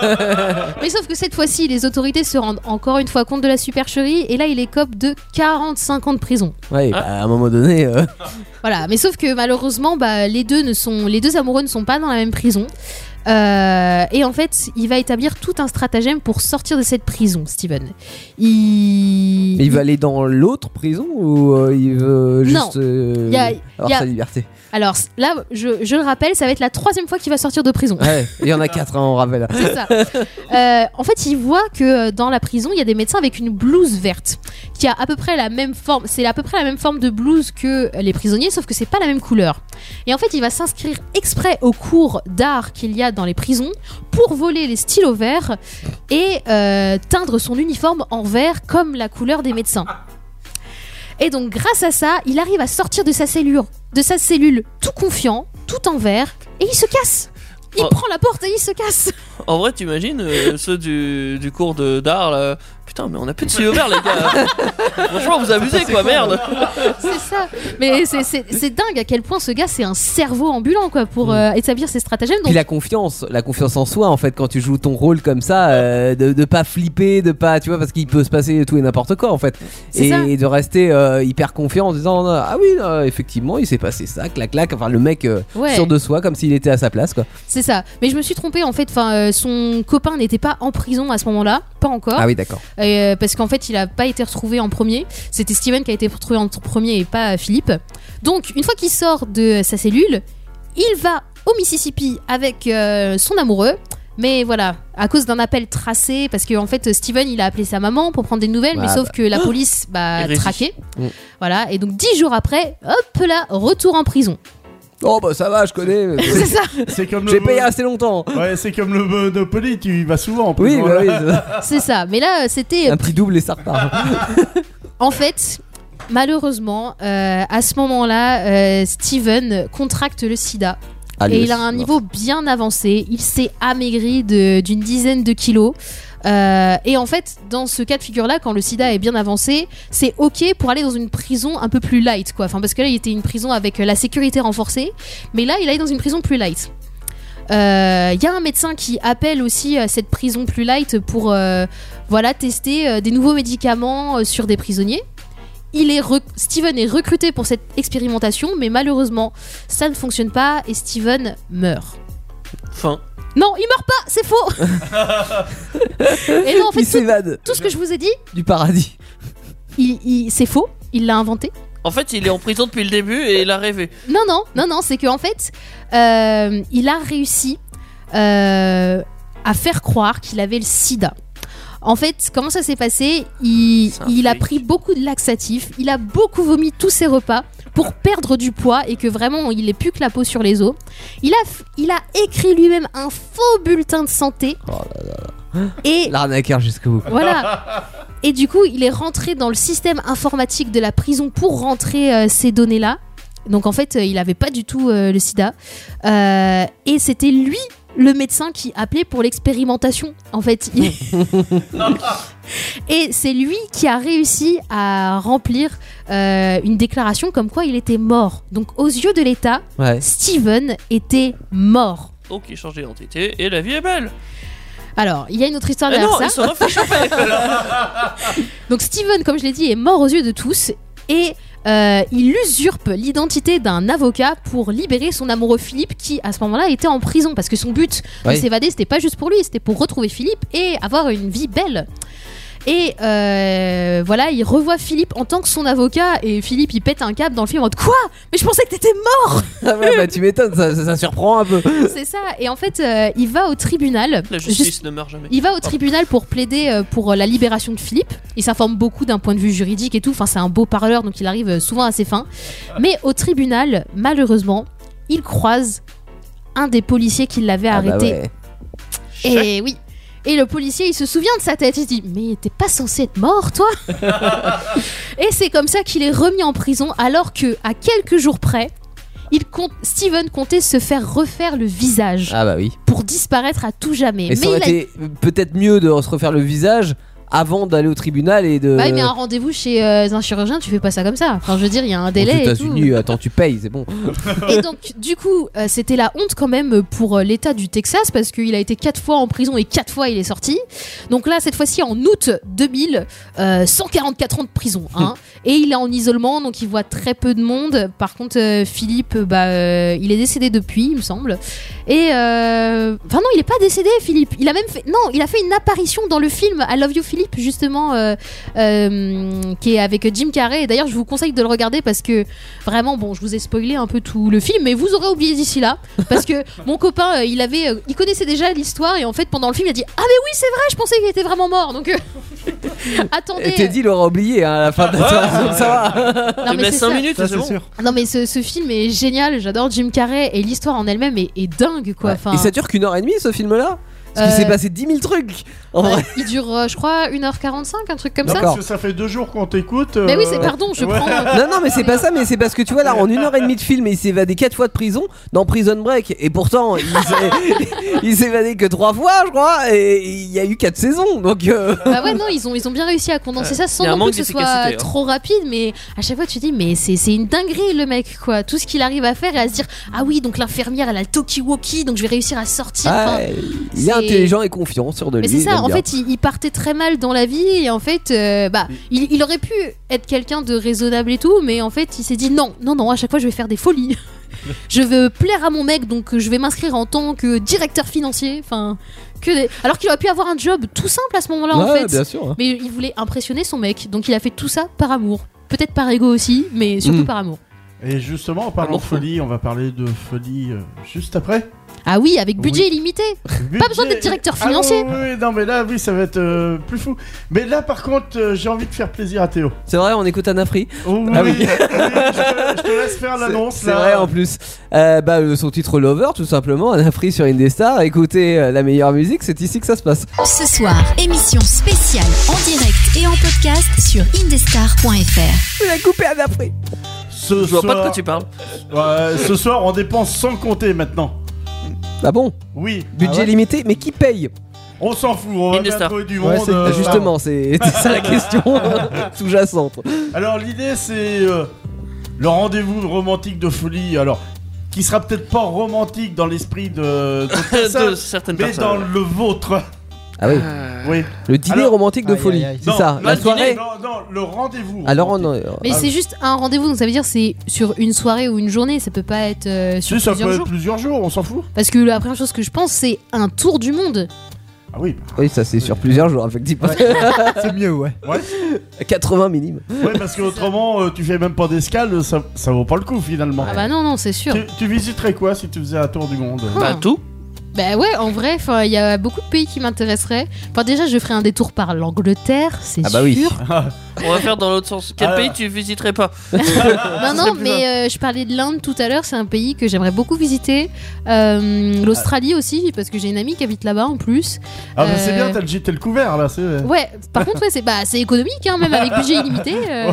Mais sauf que cette fois-ci, les autorités se rendent encore une fois compte de la supercherie et là, il écope de 45 ans de prison. Ouais, à un moment donné. Voilà. Mais sauf que malheureusement, les deux amoureux ne sont pas dans la même prison. Et en fait, il va établir tout un stratagème pour sortir de cette prison, Steven. Mais il veut aller dans l'autre prison ou il veut juste avoir sa liberté? Alors là, je le rappelle, ça va être la 3e fois qu'il va sortir de prison. Ouais, il y en a 4, on rappelle. C'est ça. En fait, il voit que dans la prison, il y a des médecins avec une blouse verte qui a à peu près la même forme. C'est à peu près la même forme de blouse que les prisonniers, sauf que c'est pas la même couleur. Et en fait, il va s'inscrire exprès au cours d'art qu'il y a dans les prisons pour voler les stylos verts et teindre son uniforme en vert comme la couleur des médecins. Et donc, grâce à ça, il arrive à sortir de sa cellule tout confiant, tout en vert, et il se casse. Il prend la porte et il se casse. En vrai, t'imagines ceux du cours d'art là. Putain, mais on a plus de stylo vert, les gars. Franchement, vous abusez quoi, merde. C'est ça. Mais c'est dingue à quel point ce gars, c'est un cerveau ambulant quoi pour établir ses stratagèmes. Donc... Puis la confiance en soi en fait, quand tu joues ton rôle comme ça, de pas flipper, de pas, tu vois, parce qu'il peut se passer tout et n'importe quoi en fait. Et de rester hyper confiant en disant ah oui, effectivement, il s'est passé ça, clac clac. Enfin, le mec sûr de soi, comme s'il était à sa place quoi. C'est ça. Mais je me suis trompée en fait. Son copain n'était pas en prison à ce moment-là, pas encore. Ah oui, d'accord. parce qu'en fait il a pas été retrouvé en premier. C'était Steven qui a été retrouvé en premier et pas Philippe. Donc une fois qu'il sort de sa cellule, il va au Mississippi avec son amoureux. Mais voilà, à cause d'un appel tracé, parce qu'en fait Steven il a appelé sa maman pour prendre des nouvelles, mais sauf que la police traquait. Voilà, et donc 10 jours après, hop là, retour en prison. Oh bah ça va, je connais. C'est ça. C'est comme J'ai payé assez longtemps. Ouais, c'est comme le Monopoly, tu y vas souvent en prison. Oui, bah oui. C'est ça, mais là c'était... Un petit double et ça repart. En fait, malheureusement, à ce moment-là, Steven contracte le sida. Et il a un niveau bien avancé. Il s'est amaigri d'une dizaine de kilos. Et en fait, dans ce cas de figure-là, quand le sida est bien avancé, c'est ok pour aller dans une prison un peu plus light, quoi. Enfin, parce que là, il était une prison avec la sécurité renforcée. Mais là, il allait dans une prison plus light. Il y a un médecin qui appelle aussi cette prison plus light pour tester des nouveaux médicaments sur des prisonniers. Steven est recruté pour cette expérimentation, mais malheureusement, ça ne fonctionne pas et Steven meurt. Fin. Non, il meurt pas, c'est faux. Et non, en fait, il s'évade. Tout ce que je vous ai dit du paradis. C'est faux. Il l'a inventé. En fait, il est en prison depuis le début et il a rêvé. Non, c'est que en fait, il a réussi à faire croire qu'il avait le sida. En fait, comment ça s'est passé ? Il a pris beaucoup de laxatifs, il a beaucoup vomi tous ses repas pour perdre du poids et que vraiment il ait plus que la peau sur les os. Il a écrit lui-même un faux bulletin de santé. Oh là là. Et l'arnaqueur jusqu'au bout. Voilà. Et du coup, il est rentré dans le système informatique de la prison pour rentrer ces données-là. Donc en fait, il avait pas du tout le sida. Et c'était lui le médecin qui appelait pour l'expérimentation, en fait. Et c'est lui qui a réussi à remplir une déclaration comme quoi il était mort. Donc aux yeux de l'État, Steven était mort. Donc il change d'identité et la vie est belle. Alors, il y a une autre histoire derrière ça. Ils sont refait choper. Donc Steven, comme je l'ai dit, est mort aux yeux de tous. Et il usurpe l'identité d'un avocat pour libérer son amoureux Philippe qui à ce moment-là était en prison parce que son but de s'évader c'était pas juste pour lui, c'était pour retrouver Philippe et avoir une vie belle. Et il revoit Philippe en tant que son avocat et Philippe il pète un câble dans le film en mode quoi ? Mais je pensais que t'étais mort. Ah ouais, bah tu m'étonnes, ça surprend un peu. C'est ça, et en fait il va au tribunal. La justice ne meurt jamais. Il va au tribunal pour plaider pour la libération de Philippe. Il s'informe beaucoup d'un point de vue juridique et tout, enfin c'est un beau parleur donc il arrive souvent à ses fins. Mais au tribunal, malheureusement, il croise un des policiers qui l'avait arrêté. Bah ouais. Et oui. Et le policier, il se souvient de sa tête. Il se dit, mais t'es pas censé être mort, toi. Et c'est comme ça qu'il est remis en prison, alors que à quelques jours près, Steven comptait se faire refaire le visage. Ah bah oui. Pour disparaître à tout jamais. Et ça aurait été peut-être mieux de se refaire le visage avant d'aller au tribunal et de... Bah mais un rendez-vous chez un chirurgien, tu fais pas ça comme ça. Enfin je veux dire, il y a un délai. Aux États-Unis, attends, tu payes, c'est bon. Et donc du coup, c'était la honte quand même pour l'État du Texas parce qu'il a été 4 fois en prison et 4 fois il est sorti. Donc là, cette fois-ci en août 2000, 144 ans de prison. Hein. Et il est en isolement, donc il voit très peu de monde. Par contre, Philippe, il est décédé depuis, il me semble. Et enfin non, il est pas décédé, Philippe. Il a même fait, non, il a fait une apparition dans le film I Love You Philippe justement, qui est avec Jim Carrey. Et d'ailleurs, je vous conseille de le regarder parce que vraiment, bon, je vous ai spoilé un peu tout le film, mais vous aurez oublié d'ici là parce que mon copain, il connaissait déjà l'histoire et en fait pendant le film, il a dit ah mais oui c'est vrai, je pensais qu'il était vraiment mort. Donc attendez. Et Teddy l'aura oublié hein, à la fin de la soirée, ça va. Non, mais 5 minutes, c'est bon. sûr. Non mais ce film est génial, j'adore Jim Carrey et l'histoire en elle-même est dingue quoi. Enfin, et ça dure qu'1h30 ce film-là. Parce qu'il s'est passé 10 000 trucs. En vrai. Il dure, je crois, 1h45, un truc comme ça. Parce que ça fait 2 jours qu'on t'écoute. Mais oui, pardon, je prends. Non, mais c'est pas ça, mais c'est parce que tu vois, là, en 1h30 de film, il s'est évadé 4 fois de prison dans Prison Break. Et pourtant, il s'est évadé que 3 fois, je crois. Et il y a eu 4 saisons. Donc. Bah ouais, non, ils ont bien réussi à condenser ça sans non plus que ce soit trop rapide. Mais à chaque fois, tu te dis, mais c'est une dinguerie, le mec, quoi. Tout ce qu'il arrive à faire et à se dire, ah oui, donc l'infirmière, elle a le talkie-walkie, donc je vais réussir à sortir. Ah, il est intelligent et confiant sur de lui. Mais c'est ça, en fait, il partait très mal dans la vie et en fait, il aurait pu être quelqu'un de raisonnable et tout, mais en fait, il s'est dit non, à chaque fois, je vais faire des folies. je veux plaire à mon mec, donc je vais m'inscrire en tant que directeur financier. Enfin, alors qu'il aurait pu avoir un job tout simple à ce moment-là en fait. Bien sûr. Mais il voulait impressionner son mec, donc il a fait tout ça par amour. Peut-être par ego aussi, mais surtout par amour. Et justement, en parlant de folie, on va parler de folie juste après. Ah oui, avec budget illimité. Pas besoin d'être directeur financier. Ah oui, non mais là, oui, ça va être plus fou. Mais là, par contre, j'ai envie de faire plaisir à Théo. C'est vrai, on écoute Anafri. Oh, oui, Ah oui. je te laisse faire l'annonce. C'est vrai en plus. Son titre Lover, tout simplement, Anafri sur Indestar. Écoutez la meilleure musique, c'est ici que ça se passe. Ce soir, émission spéciale en direct et en podcast sur indestar.fr. Tu l'as coupé Anafri. Je vois pas de quoi tu parles. Ouais, ce soir, on dépense sans compter maintenant. Ah bon? Oui. Budget limité, mais qui paye? On s'en fout, on va bien Indestar. trouver du Ouais, monde. Justement, c'est ça la question sous-jacente. Alors l'idée c'est le rendez-vous romantique de folie. Alors qui sera peut-être pas romantique dans l'esprit de De certaines mais personnes. dans le vôtre. Ah oui. Oui. Le dîner Alors- romantique de Aïe, folie, aïe, aïe. c'est Non, ça. pas La le soirée. dîner, non, le rendez-vous. Alors romantique. Mais c'est juste un rendez-vous, donc ça veut dire c'est sur une soirée ou une journée, ça peut pas être sur Si, ça plusieurs peut jours. être plusieurs jours, on s'en fout. Parce que la première chose que je pense, c'est un tour du monde. Ah oui. Oui, ça c'est sur plusieurs jours, effectivement. C'est mieux, ouais. 80 minimes. Ouais, parce qu'autrement tu fais même pas d'escale, ça vaut pas le coup finalement. Ah bah non, c'est sûr. Tu visiterais quoi si tu faisais un tour du monde? Bah tout. Bah ouais, en vrai, il y a beaucoup de pays qui m'intéresseraient. Enfin déjà, je ferais un détour par l'Angleterre, c'est Ah bah oui. sûr. On va faire dans l'autre sens. Quel Ah. pays tu visiterais pas? Non, mais je parlais de l'Inde tout à l'heure, c'est un pays que j'aimerais beaucoup visiter. L'Australie aussi, parce que j'ai une amie qui habite là-bas en plus. Ah mais c'est bien, t'as le gîte et le couvert là, c'est... Ouais, par contre, ouais, c'est économique, hein, même avec budget illimité.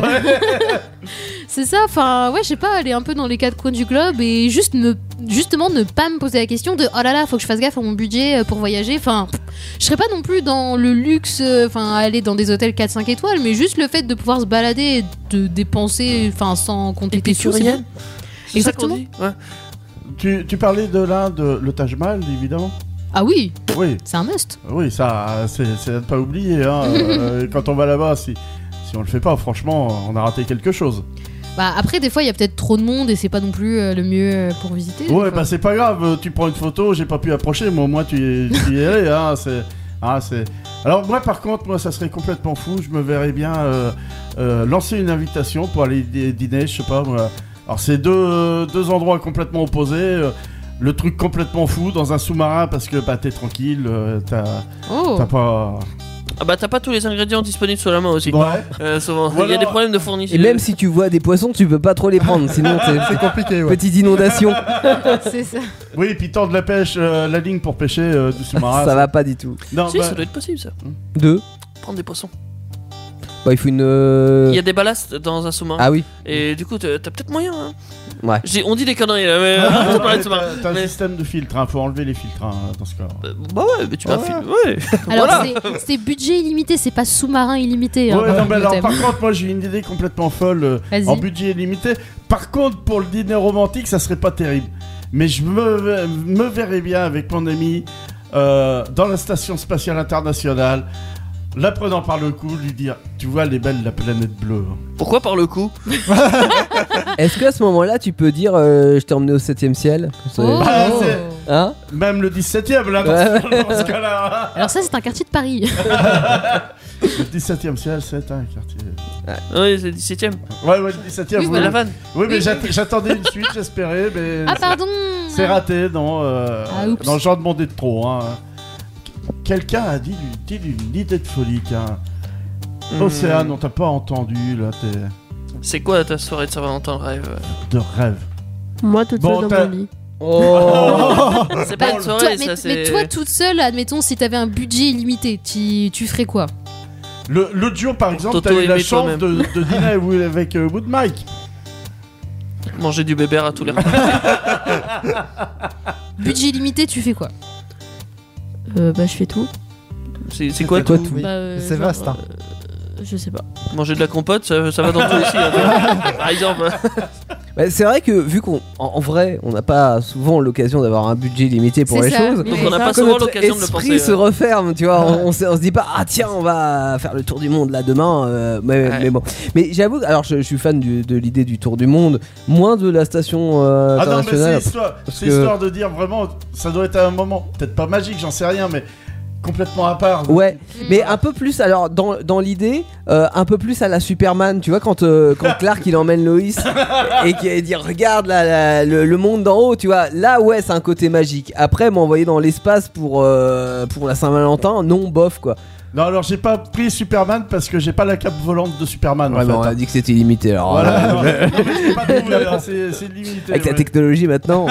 C'est ça, enfin, ouais, je sais pas, aller un peu dans les quatre coins du globe et justement ne pas me poser la question de oh là là, faut que je fasse gaffe à mon budget pour voyager. Enfin, je serais pas non plus dans le luxe, enfin, aller dans des hôtels 4-5 étoiles, mais juste le fait de pouvoir se balader et de dépenser, enfin, sans compter tes sous, c'est bien. C'est ça qu'on Exactement. dit. Ouais. Tu parlais de l'Inde, le Taj Mahal évidemment. Ah oui, Oui. c'est un must. Oui, ça, c'est à ne pas oublier. Hein. Quand on va là-bas, si on le fait pas, franchement, on a raté quelque chose. Bah après, des fois, il y a peut-être trop de monde et c'est pas non plus le mieux pour visiter. des Ouais, fois. bah c'est pas grave. Tu prends une photo, j'ai pas pu approcher, mais au moins tu y es allé. Hein. C'est. Alors moi, par contre, ça serait complètement fou. Je me verrais bien lancer une invitation pour aller dîner, je sais pas. Moi. Alors c'est deux endroits complètement opposés. Le truc complètement fou dans un sous-marin parce que bah t'es tranquille, Oh. t'as pas. Ah bah t'as pas tous les ingrédients disponibles sur la main aussi. Ouais. Souvent. Voilà. Il y a des problèmes de fourniture. Et même si tu vois des poissons, tu peux pas trop les prendre, sinon C'est compliqué, ouais. petite inondation. C'est ça. Oui, puis tendre la pêche, la ligne pour pêcher du sous-marin. Ça va pas du tout. Non, Si, bah, ça doit être possible ça. Deux. Prendre des poissons. Bah, il faut une. Il y a des ballasts dans un sous-marin. Ah oui. Et du coup, t'as peut-être moyen. Hein. Ouais. On dit des conneries là, mais on parle de sous-marin. T'as un Mais- système de filtre, hein, faut enlever les filtres hein, dans ce cas. Bah ouais, mais tu vas Ouais. filmer. Ouais. Alors Voilà. c'est budget illimité, c'est pas sous-marin illimité. hein, Ouais, non, mais le alors thème. par contre, moi j'ai une idée complètement folle Vas-y. en budget limité. Par contre, pour le dîner romantique, ça serait pas terrible. Mais je me verrais bien avec mon ami dans la station spatiale internationale, la prenant par le cou, lui dire tu vois, elle est belle la planète bleue. Pourquoi par le coup? Est-ce qu'à ce moment-là, tu peux dire je t'ai emmené au 7ème ciel? Oh. Bah, c'est- Hein? Même le 17ème là, dans ce cas-là. Alors ça, c'est un quartier de Paris. Le 17ème ciel, c'est un quartier. Oui, c'est le 17ème. Ouais, le 17ème. Oui, oui, Mais la vanne. Oui, mais Oui. j'attendais une suite, j'espérais, mais. Ah pardon. C'est raté dans oups. dans le genre demandé de trop. Hein. Quelqu'un a dit une idée de folie, tiens. Océane, on t'a pas entendu là, t'es C'est quoi ta soirée de Saint-Valentin rêve? de rêve. Moi, toute Bon, seule t'as- dans mon lit. Oh. C'est pas Bah, une soirée, toi, ça mais c'est. toi toute seule, admettons, si t'avais un budget illimité, tu ferais quoi? L'autre jour, par exemple, t'as eu t'auto-aimer la chance toi-même. de dîner avec Wood Mike. Manger du bébert à tous les repas. Budget illimité, tu fais quoi? Bah, je fais tout. C'est quoi quoi tout? tout Oui. Bah, C'est genre, vaste, hein. Je sais pas. Manger de la compote, ça va dans tout ici. Hein, par exemple. Bah, c'est vrai que vu en vrai, on n'a pas souvent l'occasion d'avoir un budget limité pour C'est les ça. choses. Donc on n'a pas Comme souvent notre l'occasion de le esprit penser. se referme, tu vois. On se dit pas, ah tiens, on va faire le tour du monde là demain. Mais bon. Mais j'avoue, alors je suis fan de l'idée du tour du monde, moins de la station Ah non, mais internationale. c'est histoire de dire vraiment, ça doit être un moment, peut-être pas magique, j'en sais rien, mais complètement à part. Ouais, mais un peu plus, alors dans l'idée, un peu plus à la Superman, tu vois, quand Clark il emmène Lois et qu'il dit regarde le monde d'en haut, tu vois, là ouais, c'est un côté magique. Après, m'envoyer dans l'espace pour la Saint-Valentin, non, bof quoi. Non, alors j'ai pas pris Superman parce que j'ai pas la cape volante de Superman. Ouais, en mais fait, on a dit que c'était illimité alors. Voilà, non, mais j'ai pas trouvé, alors c'est limité. Avec la ouais. technologie maintenant.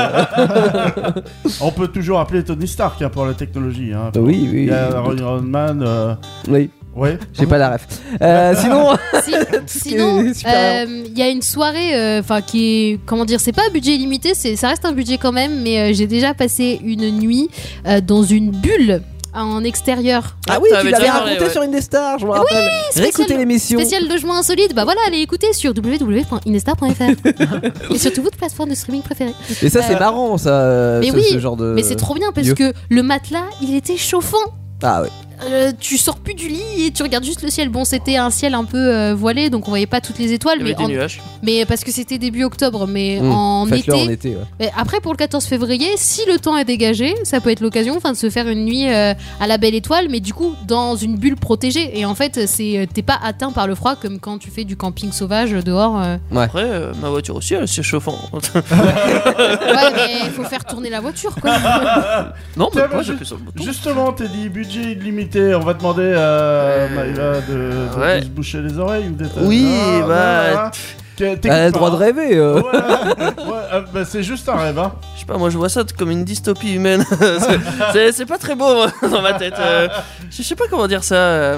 On peut toujours appeler Tony Stark pour la technologie. Hein. Oui, Il y a Iron Man. Oui, Ouais. j'ai pas la ref. Sinon. Sinon, est super il y a une soirée, enfin qui est, comment dire, c'est pas un budget limité, ça reste un budget quand même, mais j'ai déjà passé une nuit dans une bulle en extérieur. Ah oui, tu t'avais l'avais déjà parlé, raconté ouais. sur Indestar, je me rappelle. Réécoutez l'émission. Spécial logement insolite, bah voilà, allez écouter sur www.indestar.fr et sur toutes vos plateformes de streaming préférées. Et ça, c'est marrant, ça. Mais ce, oui, ce genre de. Mais c'est trop bien parce lieu. que le matelas, il était chauffant. Ah ouais. Tu sors plus du lit et tu regardes juste le ciel. Bon, c'était un ciel un peu voilé, donc on voyait pas toutes les étoiles, Il y avait des nuages. mais parce que c'était début octobre, mais en Faites-le été. en été, ouais. Mais après, pour le 14 février, si le temps est dégagé, ça peut être l'occasion, enfin, de se faire une nuit à la belle étoile, mais du coup dans une bulle protégée. Et en fait, t'es pas atteint par le froid comme quand tu fais du camping sauvage dehors. Après, ma voiture aussi, elle est chauffant. Ouais, mais il faut faire tourner la voiture, quoi. Non, mais Tiens, moi mais j'appuie sur le bouton. Justement, t'as dit budget illimité. On va demander à Maïva de Ouais. se boucher les oreilles ou d'être. Oui, Ah, bah, voilà. Elle a le droit de rêver. Voilà. Ouais, bah, c'est juste un rêve, hein. Je sais pas, moi je vois ça comme une dystopie humaine. c'est pas très beau moi, dans ma tête. Je sais pas comment dire ça.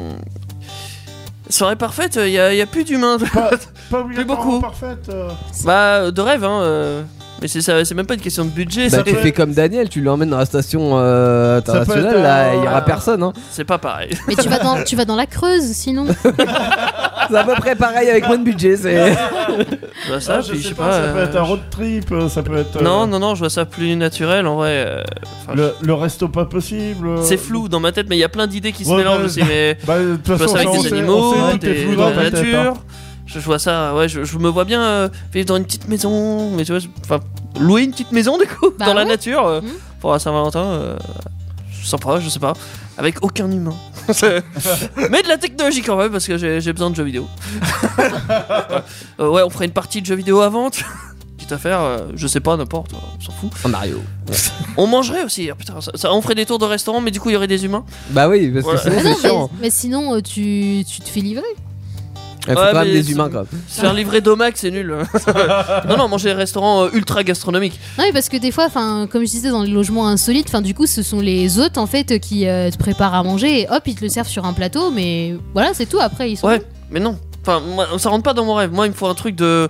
Soirée parfaite, y a plus d'humains. Pas obligatoirement beaucoup. parfaite. Bah, de rêve, hein. Mais c'est même pas une question de budget. Bah, ça tu peut fais être- comme Daniel, tu l'emmènes dans la station internationale, être, là, il y aura ah. personne. Hein. C'est pas pareil. Mais tu vas dans la Creuse, sinon. C'est à peu près pareil avec moins de budget. C'est... Je vois ça, je puis sais je sais pas, pas. ça peut être un road trip, ça peut être. Non, je vois ça plus naturel en vrai. Enfin, Le resto pas possible. c'est flou dans ma tête, mais il y a plein d'idées qui se Ouais, mélangent ouais. aussi. Mais Bah, de toute je vois façon, ça avec on des sait- animaux, on sait, tout est flou dans la ta tête, nature. hein. Je vois ça, ouais, je me vois bien vivre dans une petite maison, mais tu vois, enfin, louer une petite maison du coup, Bah dans la ouais. nature, Mhm. pour la Saint-Valentin, sympa, je sais pas, avec aucun humain. Mais de la technologie quand même, parce que j'ai besoin de jeux vidéo. Ouais, on ferait une partie de jeux vidéo avant, quitte à faire, je sais pas, n'importe, on s'en fout. En Mario. On mangerait aussi, putain, on ferait des tours de restaurant, mais du coup il y aurait des humains. Bah oui, parce Voilà. que sinon Ah non, c'est chiant. mais sinon, tu te fais livrer. Il faut Ouais, quand même mais des c'est- humains quand même. Se faire livrer d'Omac, c'est nul. Non, manger des restaurants ultra gastronomiques. Non, mais parce que des fois, enfin, comme je disais dans les logements insolites, enfin, du coup, ce sont les hôtes en fait qui te préparent à manger et hop, ils te le servent sur un plateau, mais voilà, c'est tout. Après, ils sont. Ouais, mais non. Enfin, moi, ça rentre pas dans mon rêve. Moi, il me faut un truc de.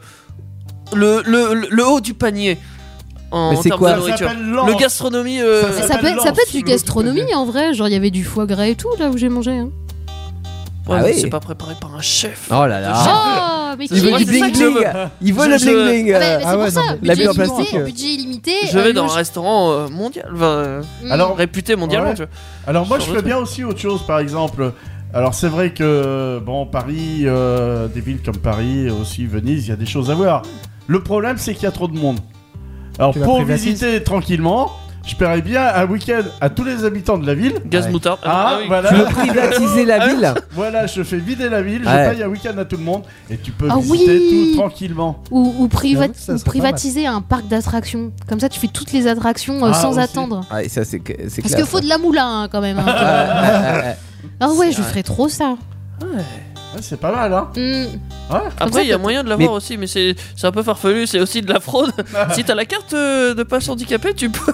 Le haut du panier. En Mais c'est termes quoi de Ça nourriture. s'appelle l'anse. Le gastronomie. Ça Mais s'appelle ça peut être du lance, le gastronomie en vrai, genre il y avait du foie gras et tout là où j'ai mangé. Hein. Ouais, Ah mais oui. c'est pas préparé par un chef. Oh là là. Oh, mais Il veut Moi, du c'est ça bling que je bling. Il veut le Je- bling bling. Ah, mais c'est Ah pour ouais, ça, non, mais- La budget bulle en illimité, plastique. budget illimité. Je vais dans un loge- restaurant mondial. Enfin, Alors, réputé mondialement, Ouais. tu vois. Alors moi je Sur ferais le bien aussi autre chose par exemple. Alors c'est vrai que bon Paris, des villes comme Paris, aussi Venise, il y a des choses à voir. Le problème c'est qu'il y a trop de monde. Alors Tu la pour privatises visiter tranquillement, je paierais bien un week-end à tous les habitants de la ville. Gaz Ouais. moutarde. Ah, oui. voilà. Tu veux privatiser la ville? Voilà, je fais vider la ville, Ouais. je paye un week-end à tout le monde et tu peux Ah visiter oui. tout tranquillement. Ou J'avoue que ça serait pas privatiser un parc d'attractions. Comme ça, tu fais toutes les attractions Ah, sans aussi. attendre. Ouais, ça c'est clair. Parce qu'il faut de la moula hein, quand même. Hein. Ouais. Ah ouais, C'est je vrai. ferais trop ça. Ouais, c'est pas mal hein. Comme ça, Après, il y a t'as- moyen de l'avoir aussi, mais c'est un peu farfelu, c'est aussi de la fraude. Si t'as la carte de passe handicapé, tu peux.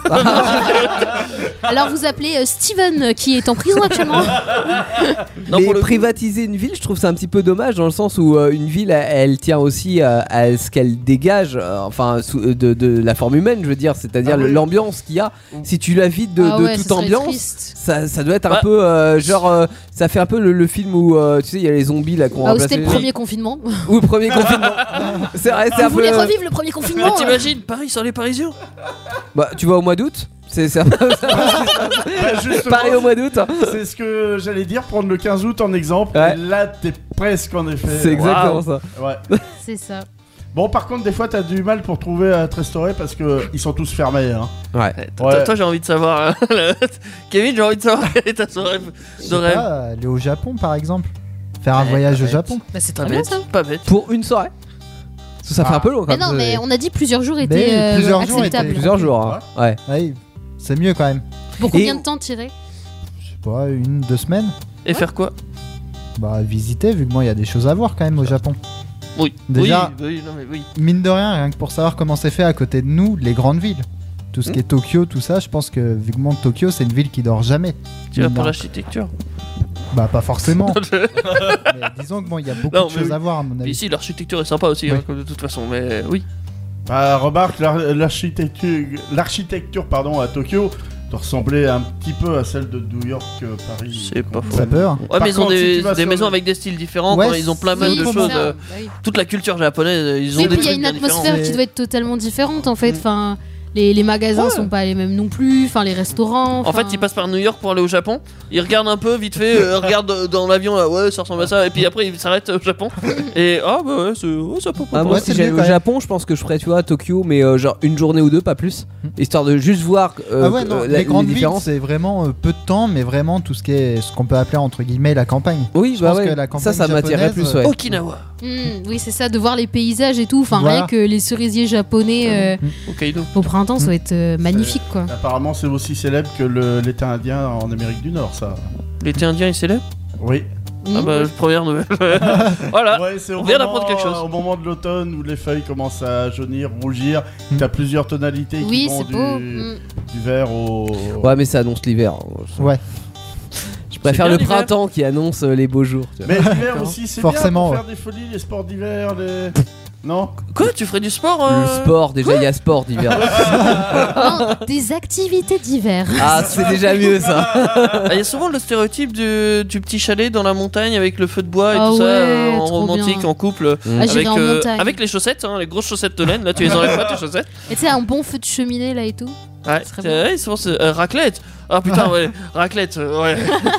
Alors vous appelez Steven qui est en prison actuellement. Non, Mais pour le coup- privatiser une ville, je trouve ça un petit peu dommage dans le sens où une ville, elle tient aussi à ce qu'elle dégage, de la forme humaine, je veux dire, c'est-à-dire Ah oui. l'ambiance qu'il y a. Si tu la vides de, Ah de ouais, toute ça serait ambiance, triste. ça doit être un Bah. peu ça fait un peu le film où tu sais il y a les zombies là qu'on Ah, c'était le premier confinement. Ou le premier confinement. C'est vrai, c'est un Vous peu. voulez revivre le premier confinement T'imagines Paris sans les Parisiens? Bah, tu vas au mois d'août. C'est un peu ça. Bah, justement, Paris au mois d'août. Hein. c'est ce que j'allais dire, prendre le 15 août en exemple. Ouais. Et là, t'es presque en effet. C'est exactement Waouh. ça. Ouais. C'est ça. Bon, par contre, des fois, t'as du mal pour trouver à te restaurer parce que ils sont tous fermés. Hein. Ouais. Toi, j'ai envie de savoir. Kevin, j'ai envie de savoir quelle est ta soirée Je de sais rêve. pas, aller au Japon par exemple. Faire un voyage au Japon. Bah, c'est Pas très bien bête, ça. pas bête. Pour une soirée. Ça fait un peu long quand Mais même. non, mais on a dit plusieurs jours Mais étaient plusieurs jours acceptables. étaient- Plusieurs jours. Hein. Ouais. Ouais, c'est mieux quand même. Pour combien Et- de temps tirer Je sais pas, 1-2 semaines. Et faire quoi? Bah visiter, vu que moi il y a des choses à voir quand même au Japon. Oui. Déjà- Oui, non, mais oui. Mine de rien que pour savoir comment c'est fait à côté de nous, les grandes villes. Tout ce qui est Tokyo, tout ça, je pense que vu que moi Tokyo c'est une ville qui dort jamais. Tu vas Mine pour de- l'architecture. Bah pas forcément. Mais disons que bon, il y a beaucoup Non, de mais choses oui. à voir à mon Puis avis. ici, l'architecture est sympa aussi, Oui. hein, comme de toute façon. Mais oui. Bah, remarque, l'architecture pardon, à Tokyo doit ressembler un petit peu à celle de New York, Paris. C'est pas faux. Ça peut. Hein. Ouais, Par mais ils ont contre, si des, tu vas des sur maisons le- avec des styles différents. Ouais, quand ils ont plein c'est même de autrement. choses. ça. Bah oui. Toute la culture japonaise, ils ont Oui, des puis il y a trucs une bien différents. atmosphère qui C'est- doit être totalement différente en fait. Enfin, les magasins Ouais. sont pas les mêmes non plus. Enfin, les restaurants. En fait, ils passent par New York pour aller au Japon. Ils regardent un peu, vite fait, regardent dans l'avion là, ouais, ça ressemble à ça. Et puis après, ils s'arrêtent au Japon. Et ah, bah ouais, ça peut Ah, pas. moi, Ouais, si c'est j'allais mieux, au quand même. Japon, je pense que je ferais, tu vois, Tokyo, mais genre une journée ou deux, pas plus. Histoire de juste voir Ah ouais, non, les grandes villes, différences. c'est vraiment peu de temps, mais vraiment tout ce qui est ce qu'on peut appeler entre guillemets la campagne. Oui, Je bah pense ouais. que la campagne Ça m'attirait japonaise, plus, ouais. Okinawa, Oui, c'est ça, de voir les paysages et tout. Enfin, Voilà. rien que les cerisiers japonais Hokkaido. au printemps, ça va être magnifique quoi. Apparemment, c'est aussi célèbre que l'été indien en Amérique du Nord, ça. L'été indien, il célèbre. Oui. Ah bah, première nouvelle. Voilà. Ouais, c'est on vient d'apprendre quelque chose. Au moment de l'automne où les feuilles commencent à jaunir, rougir, t'as plusieurs tonalités qui Oui, vont c'est beau. du vert au. Ouais, mais ça annonce l'hiver. Ouais. Je préfère bien le l'hiver. printemps qui annonce les beaux jours. tu vois. Mais l'hiver aussi, c'est Forcément, bien pour faire des folies, les sports d'hiver, les. Non. Quoi, tu ferais du sport Le sport, déjà il y a sport d'hiver. Non, des activités d'hiver. Ah, c'est déjà mieux ça. Ah, il y a souvent le stéréotype du petit chalet dans la montagne avec le feu de bois et Ah tout ça, ouais, en trop romantique, bien. en couple. Ah, j'irai en montagne. avec les chaussettes, hein, les grosses chaussettes de laine. Là, tu les enlèves pas, tes chaussettes. Et tu sais, un bon feu de cheminée là et tout. Ouais, serait ouais, souvent c'est raclette. Ah putain, ouais, raclette, ouais.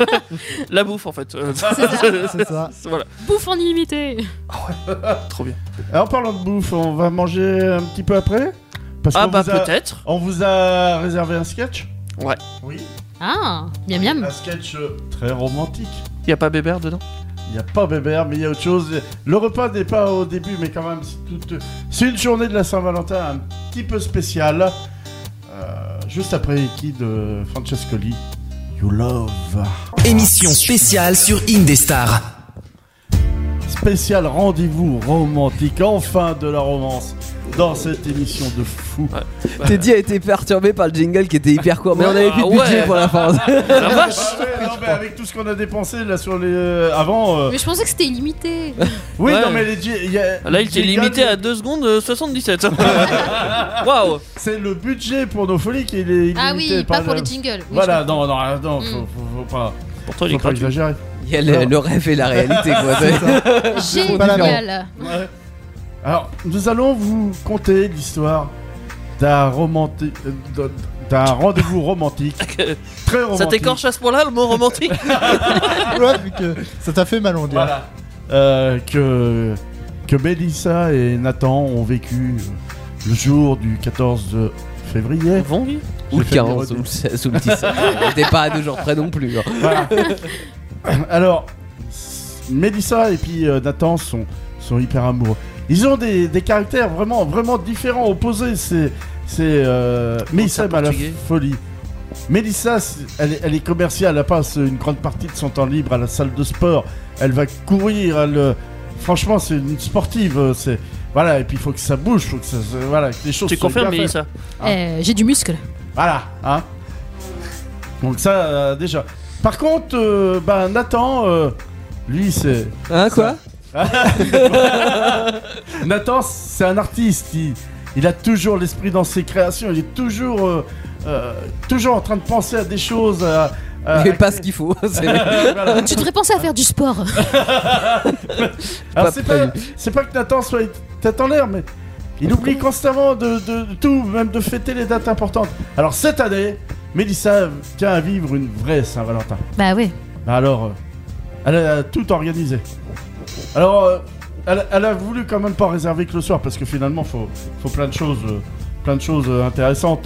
La bouffe en fait. C'est ça. Voilà, Bouffe en illimité. trop bien. Alors, parlant de bouffe, on va manger un petit peu après. Parce Ah qu'on bah vous a- peut-être. On vous a réservé un sketch. Ouais. Oui. Ah, miam miam. Un sketch très romantique. Y a pas Bébert dedans. Il n'y a pas Bébert, mais il y a autre chose. Le repas n'est pas au début, mais quand même, c'est une journée de la Saint-Valentin un petit peu spéciale. Juste après qui de Francescoli, You Love. Émission spéciale sur Indestar. Spécial rendez-vous romantique, enfin de la romance dans cette émission de fou. Teddy a été perturbé par le jingle qui était hyper court, mais on avait plus de Ah budget ouais. pour la fin. La vache. Non, mais avec tout ce qu'on a dépensé là sur les avant. Mais je pensais que c'était illimité. Oui, Ouais. non mais il y a. Là, il t'est limité à 2 secondes 77. Waouh. C'est le budget pour nos folies qui est limité. Ah oui, pas par pour le- les jingles. Oui, Voilà, je comprends. non, Mm. faut pas, Pour toi, il est faut pas gratuit. exagérer. Il y a le rêve et la réalité quoi. Génial. Ouais. Alors, nous allons vous conter l'histoire d'un d'un rendez-vous romantique, très romantique. Ça t'écorche à ce point-là le mot romantique. Ouais, vu que ça t'a fait mal on dirait. Voilà. Que Mélissa et Nathan ont vécu le jour du 14 février. Bon, oui. Ou le J'ai fait des 15, ou retours. le 16, ou le 17. On était pas à 2 jours près non plus. hein. Voilà. Alors, Mélissa et puis Nathan sont hyper amoureux. Ils ont des caractères vraiment différents, opposés. Mais ils s'aiment à la portugais. folie. Mélissa, elle est commerciale, elle passe une grande partie de son temps libre à la salle de sport. Elle va courir, franchement, c'est une sportive. Voilà, et puis il faut que ça bouge, faut que ça, voilà, que les choses Tu soient confirmes, bien faites. Mélissa? J'ai du muscle. Voilà, hein. Donc ça, déjà. Par contre, Nathan, lui, c'est... Hein, quoi? Nathan, c'est un artiste. Il a toujours l'esprit dans ses créations. Il est toujours toujours en train de penser à des choses. Mais pas ce qu'il faut. Voilà. Tu devrais penser à faire du sport. Alors c'est pas que Nathan soit tête en l'air, mais il oublie constamment de tout, même de fêter les dates importantes. Alors cette année, Mélissa tient à vivre une vraie Saint-Valentin. Bah ouais. Alors, elle a tout organisé. Alors, elle a voulu quand même pas réserver que le soir, parce que finalement, faut plein de choses intéressantes.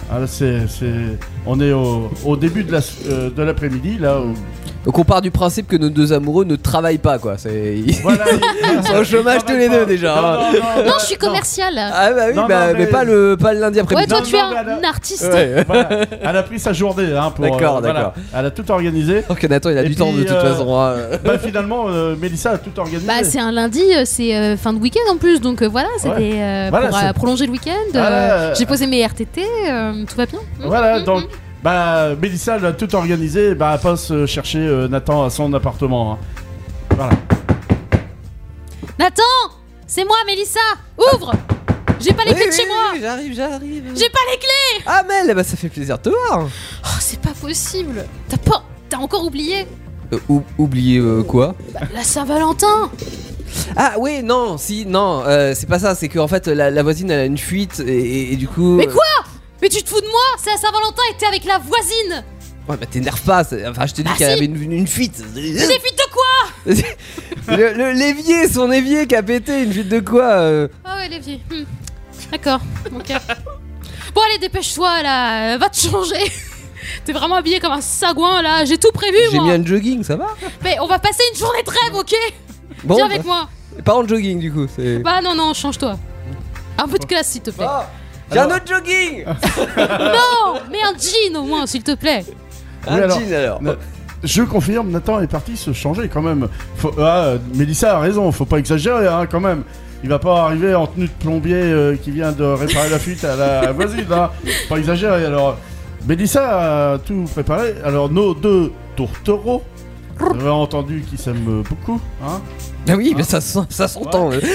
On est au début de l'après-midi, là. Donc on part du principe que nos deux amoureux ne travaillent pas, quoi. Voilà, Ils sont au chômage tous les deux déjà. Non, je suis commerciale. Ah bah oui, Non, mais pas le lundi Ouais, après-midi. toi Non, tu es non, mais elle a- un artiste. Ouais. Voilà. Elle a pris sa journée pour. D'accord, voilà. d'accord. Elle a tout organisé. Donc Nathan il a Et du temps de puis, toute façon. Hein. Bah, finalement, Mélissa a tout organisé. Bah c'est un lundi, c'est fin de week-end en plus, donc voilà, c'était Voilà, pour c'est- prolonger le week-end. Voilà. J'ai posé mes RTT, tout va bien. Voilà, donc. Bah, Mélissa elle a tout organisé, bah, elle passe chercher Nathan à son appartement. Hein. Voilà. Nathan, c'est moi, Mélissa. Ouvre. J'ai pas les clés de chez moi. J'arrive. J'ai pas les clés. Ah Mel, bah ça fait plaisir de te voir. Oh, c'est pas possible. T'as encore oublié Oubliez quoi? la Saint-Valentin. Ah oui, non, c'est pas ça, c'est qu'en fait la voisine elle a une fuite et du coup... Mais quoi? Mais tu te fous de moi? C'est la Saint-Valentin et t'es avec la voisine. Ouais bah t'énerve pas, enfin je te dis Bah qu'elle si. avait une fuite. Mais des fuites de quoi? L'évier, son évier qui a pété, une fuite de quoi Ah ouais, l'évier. D'accord. Ok. Bon allez, dépêche-toi là. Va te changer. T'es vraiment habillé comme un sagouin là. J'ai tout prévu J'ai moi. mis un jogging, ça va? Mais on va passer une journée de rêve, ok? Bon, Viens avec moi. Pas en jogging du coup, c'est... Bah non, change-toi. Un peu de classe s'il te plaît. J'ai un autre jogging. Non, mais un jean au moins s'il te plaît. Oui, Un alors, jean alors. Je confirme, Nathan est parti se changer quand même. Mélissa a raison, faut pas exagérer hein, quand même. Il va pas arriver en tenue de plombier qui vient de réparer la fuite à la voisine. Hein. Pas exagérer. Alors, Mélissa a tout préparé. Alors, nos deux tourtereaux, vous avez entendu qu'ils s'aiment beaucoup. Hein. Ah oui, mais ça s'entend. Ouais.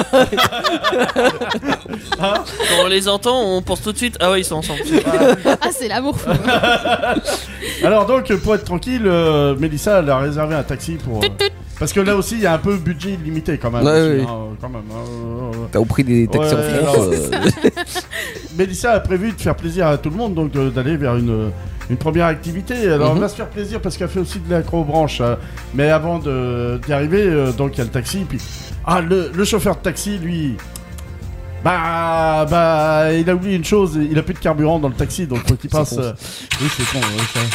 Quand on les entend, on pense tout de suite, ah ouais, ils sont ensemble. Ah, c'est l'amour fou. Alors donc, pour être tranquille, Mélissa elle a réservé un taxi pour... parce que là aussi, il y a un peu budget limité quand même. Ouais, aussi, oui. hein, quand même. T'as au prix des taxis Ouais, en France. alors, Mélissa a prévu de faire plaisir à tout le monde, donc d'aller vers une première activité. Alors on va se faire plaisir parce qu'elle fait aussi de l'acrobranche. Mais avant d'y arriver, donc il y a le taxi. Puis le chauffeur de taxi, lui, bah, il a oublié une chose. Il a plus de carburant dans le taxi, donc faut qu'il passe. con, Oui, c'est con. Oui, ça.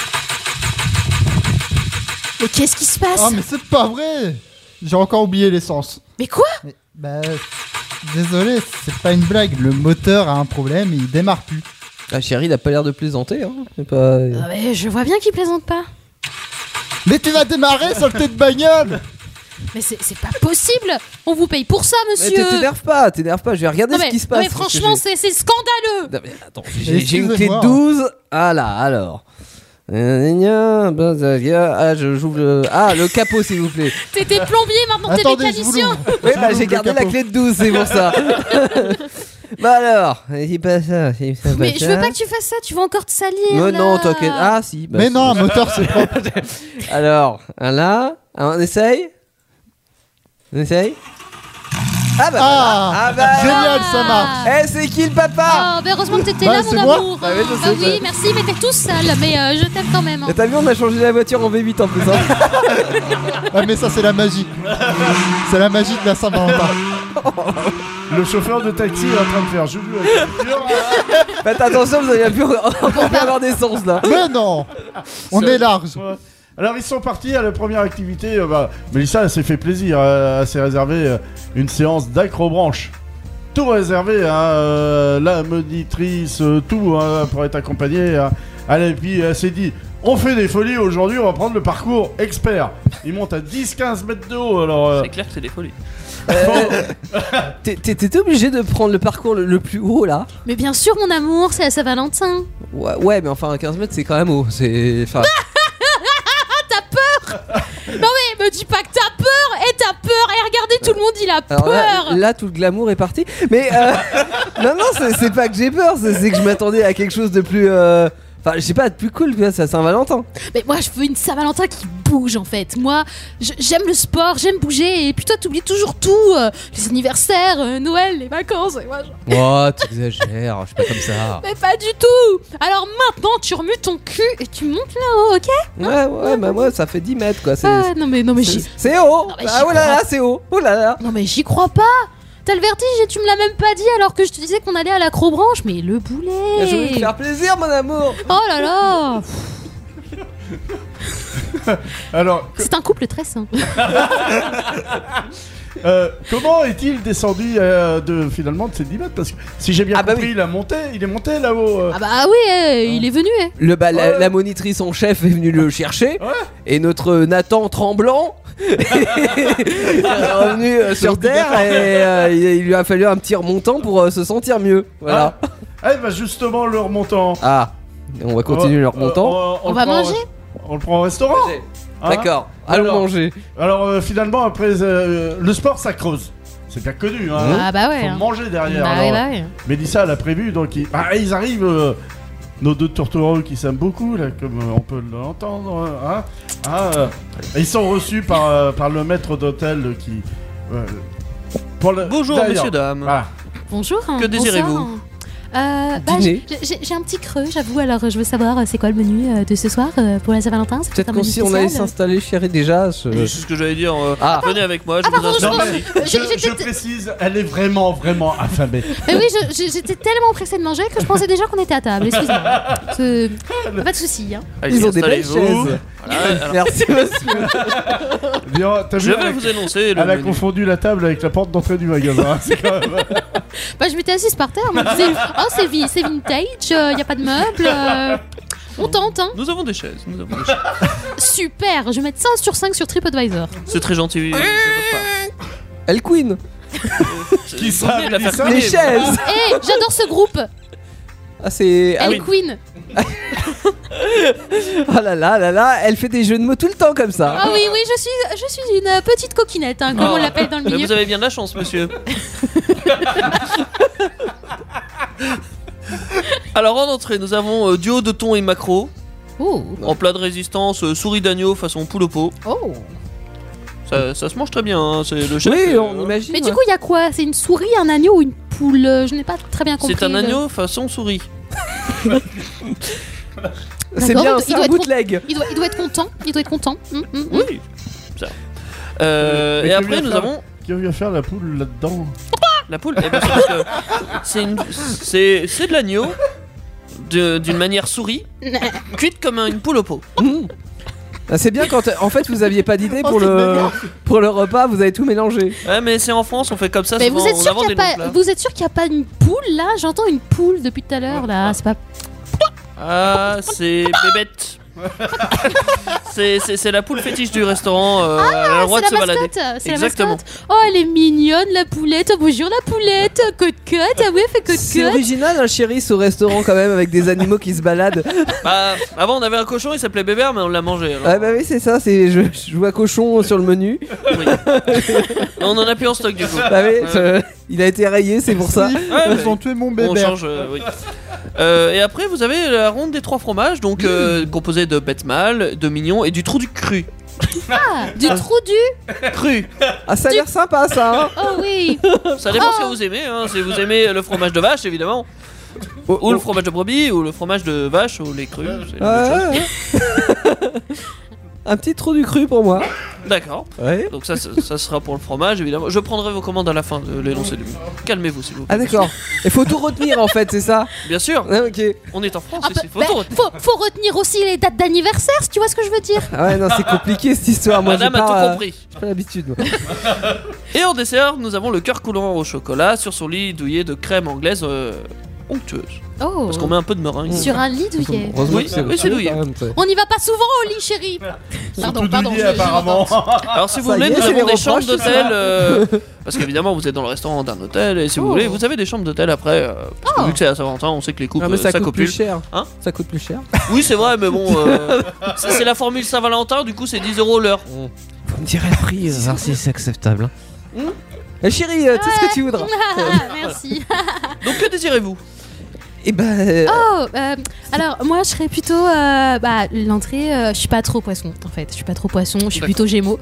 Mais qu'est-ce qui se passe? Ah mais c'est pas vrai. J'ai encore oublié l'essence. Mais quoi? Bah désolé, c'est pas une blague. Le moteur a un problème et il démarre plus. Ah chérie, il a pas l'air de plaisanter. Hein. C'est pas... Ah mais je vois bien qu'il plaisante pas. Mais tu vas démarrer, saleté de bagnole. Mais c'est pas possible. On vous paye pour ça, Mais monsieur. t'énerve pas, je vais regarder Non ce mais, qui se non, passe. mais franchement, c'est scandaleux. Non mais attends, j'ai une clé de Excusez-moi. 12. Ah là, alors. Ah, j'ouvre le... Ah, le capot s'il vous plaît. T'étais plombier, maintenant t'es Attendez, je vous mécanicien. l'ouvre. Oui, Je bah vous j'ai ouvre gardé le la capot. clé de 12, c'est pour ça. Bah alors, c'est pas ça, c'est ça. Mais je veux pas que tu fasses ça, tu vas encore te salir. Non, là. non, t'inquiète. Ah si. Bah, Mais si. non, un moteur c'est propre. Alors, un là, on essaye. On essaye. Ah bah Ah, voilà. Ah bah génial, ça marche. Eh, c'est qui le papa? Oh, bah heureusement que t'étais Bah, là, c'est mon moi. amour. Bah oui, je sais, oui, ouais. merci, mais t'es tous sales. Mais je t'aime quand même. hein. Et t'as vu, on a changé la voiture en V8 en plus. Hein. Ah mais ça c'est la magie. C'est la magie de la Saint-Valentin. Le chauffeur de taxi est en train de faire Juju avec la voiture. Faites attention, vous allez encore plus avoir d'essence là. Mais non, on est large. Ouais. Alors ils sont partis à la première activité. Mélissa elle s'est fait plaisir. Elle s'est réservé une séance d'acrobranche. Tout réservé, hein, la monitrice, tout hein, pour être accompagné. Hein. Et puis elle s'est dit, on fait des folies aujourd'hui, on va prendre le parcours expert. Il monte à 10-15 mètres de haut. Alors, C'est clair que c'est des folies. T'étais obligé de prendre le parcours le plus haut là. Mais bien sûr, mon amour, c'est la Saint-Valentin. Ouais, mais enfin 15 mètres c'est quand même haut. C'est. Enfin. Non mais me dis pas que t'as peur. Et t'as peur. Et regardez, tout le monde il il a Alors peur. là, tout le glamour est parti. Mais non, c'est pas que j'ai peur, c'est que je m'attendais à quelque chose de plus. Enfin, je sais pas, de plus cool, tu vois, c'est à Saint-Valentin. Mais moi, je veux une Saint-Valentin qui bouge en fait. Moi, j'aime le sport, j'aime bouger. Et puis toi, t'oublies toujours tout. Les anniversaires, Noël, les vacances. Et moi, Oh, t'exagères, je suis pas comme ça. Mais pas du tout. Alors maintenant, tu remues ton cul et tu montes là-haut, ok? Ouais, bah moi, ça fait 10 mètres, quoi. Non mais j'y... C'est haut. Non, mais Ah, j'y oh là là, crois- c'est haut. Oh là là. Non mais j'y crois pas. T'as le vertige et tu me l'as même pas dit alors que je te disais qu'on allait à l'acrobranche. Mais le Je voulais te boulet. faire plaisir, mon amour. Oh là là. Alors, C'est un couple très sain. comment est-il descendu finalement de ces 10 mètres? Parce que si j'ai bien Ah bah compris, oui. il est monté là-haut. Ah bah oui, il est venu. La monitrice en chef est venue le chercher. Ouais. Et notre Nathan tremblant est revenu sur terre. Et il lui a fallu un petit remontant pour se sentir mieux. Voilà. Ah, bah justement, le remontant. Ah, on va continuer le remontant. On va le prend- manger. On le prend au restaurant. Hein? D'accord, allons Alors, manger. Alors finalement, après, le sport, ça creuse. C'est bien connu. Hein. Ah bah ouais. Faut hein. manger derrière. Bah Alors, ouais, bah ouais. Mélissa l'a prévu, donc ils arrivent. Nos deux tourtereaux qui s'aiment beaucoup, là, comme on peut l'entendre. Ils sont reçus par le maître d'hôtel qui. Bonjour, d'ailleurs, messieurs, dames. Voilà. Bonjour. Que désirez-vous? bonsoir. Dîner. J'ai un petit creux, j'avoue. Alors, je veux savoir, c'est quoi le menu de ce soir pour la Saint-Valentin? C'est Peut-être un qu'on menu si on allait spécial s'installer, chérie, déjà. C'est ce que j'allais dire. Ah. Venez avec moi, je Ah, vous pardon, installe Non, mais ici. je précise, elle est vraiment affamée. Mais oui, j'étais tellement pressée de manger que je pensais déjà qu'on était à table. Excuse-moi. Pas de soucis. Hein. Allez, Ils ont des belles installez-vous. chaises. Voilà, alors, Merci, monsieur. Bien, t'as je vu, vais vous énoncer le elle a menu. confondu la table avec la porte d'entrée du magasin. C'est quand même... Bah, je m'étais assise par terre. On me disait, oh, c'est vintage, y a pas de meubles. On tente, hein. Nous avons des chaises. Super, je vais mettre 5 sur 5 sur TripAdvisor. C'est très gentil de votre part. Elle queen. Qui Vous venez de la ça, faire qui ça couiner. Les chaises. Eh, j'adore ce groupe. Ah, c'est. Ah, Elle Queen. oh là là, elle fait des jeux de mots tout le temps comme ça. Ah oui, je suis une petite coquinette, hein, comme on l'appelle dans le Mais milieu. vous avez bien de la chance, monsieur. Alors en entrée, nous avons duo de thon et maquereau. Oh. En plat de résistance, souris d'agneau façon poule au pot. Oh. Ça se mange très bien, hein, c'est le chef. Oui, on imagine. Mais du coup, il y a quoi? C'est une souris, un agneau ou une poule? Je n'ai pas très bien compris. C'est un agneau façon souris. C'est D'accord, bien, il c'est doit un être bootleg. Il doit être content. Il doit être content. Oui, ça. Mais Et que après, vient nous faire- avons Qui vient faire la poule là-dedans? la poule. Eh ben, c'est parce que c'est de l'agneau d'une manière souris, cuite comme une poule au pot. Ah, c'est bien quand en fait vous aviez pas d'idée Oh, pour c'est le repas, vous avez tout mélangé. Ouais, mais c'est en France, on fait comme ça. Mais souvent, vous êtes on sûr invente qu'il n'y a des noms de pas, plats. vous êtes sûr qu'il y a pas une poule là? J'entends une poule depuis tout à l'heure là. C'est pas. Ah, c'est bébête. c'est la poule fétiche du restaurant. Elle a le droit de C'est se la balader. mascotte. C'est la Exactement. mascotte. Oh, elle est mignonne la poulette. Oh, bonjour la poulette. Côte. Ah oui, elle fait C'est côte. original un chéri au restaurant quand même avec des animaux qui se baladent. Bah, avant, on avait un cochon, il s'appelait Bébert, mais on l'a mangé. alors. Ouais bah oui c'est ça, je vois cochon sur le menu. Oui. On en a plus en stock du coup. Bah oui, il a été rayé, c'est pour ça. Ouais, Ils mais ont tué mon on bébé. change, oui. Et après, vous avez la ronde des 3 fromages, donc composée de bête mâle, de mignon et du trou du cru. Ah, du trou du. Cru. Ah ça a l'air sympa ça. Hein. Oh oui. Ça dépend ce que vous aimez. Hein. Si vous aimez le fromage de vache, évidemment. Ou le fromage de brebis, ou le fromage de vache, ou les crus. C'est la même chose. Ouais. Un petit trou du cru pour moi. D'accord. Ouais. Donc ça sera pour le fromage, évidemment. Je prendrai vos commandes à la fin de l'énoncé du menu. Calmez-vous, s'il vous plaît. Ah d'accord. Il faut tout retenir en fait, c'est ça. Bien sûr. Ouais, ok. On est en France Ah, ici. bah, faut retenir aussi les dates d'anniversaire, si tu vois ce que je veux dire. Ah ouais non c'est compliqué cette histoire. Moi j'ai Madame a pas, tout compris. j'ai pas l'habitude. Moi. Et en dessert, nous avons le cœur coulant au chocolat sur son lit douillé de crème anglaise onctueuse. Oh. Parce qu'on met un peu de meringue. Sur un lit douillet. Heureusement Oui, que c'est oui, c'est douillet. quand même, tu sais. On n'y va pas souvent au lit, chérie. Pardon, Tout douillet, je apparemment. Alors si vous Ça y voulez, est, nous c'est avons les des chambres reproches, d'hôtel. Parce qu'évidemment, vous êtes dans le restaurant d'un hôtel. Et si vous Oh. voulez, vous avez des chambres d'hôtel après. Parce que Oh. vu que c'est à Saint-Valentin, on sait que les couples Ah mais ça coûte s'accopulent. plus cher. Hein Ça coûte plus cher. Oui, c'est vrai, mais bon. C'est la formule Saint-Valentin, du coup, c'est 10 € l'heure. Vous me direz le prix, voir si c'est acceptable. Chérie, tout ce que tu voudras. Merci. Donc que désirez-vous? Et ben. Oh, alors moi je serais plutôt l'entrée. Je suis pas trop poisson en fait. Je suis pas trop poisson. Je suis plutôt Gémeaux.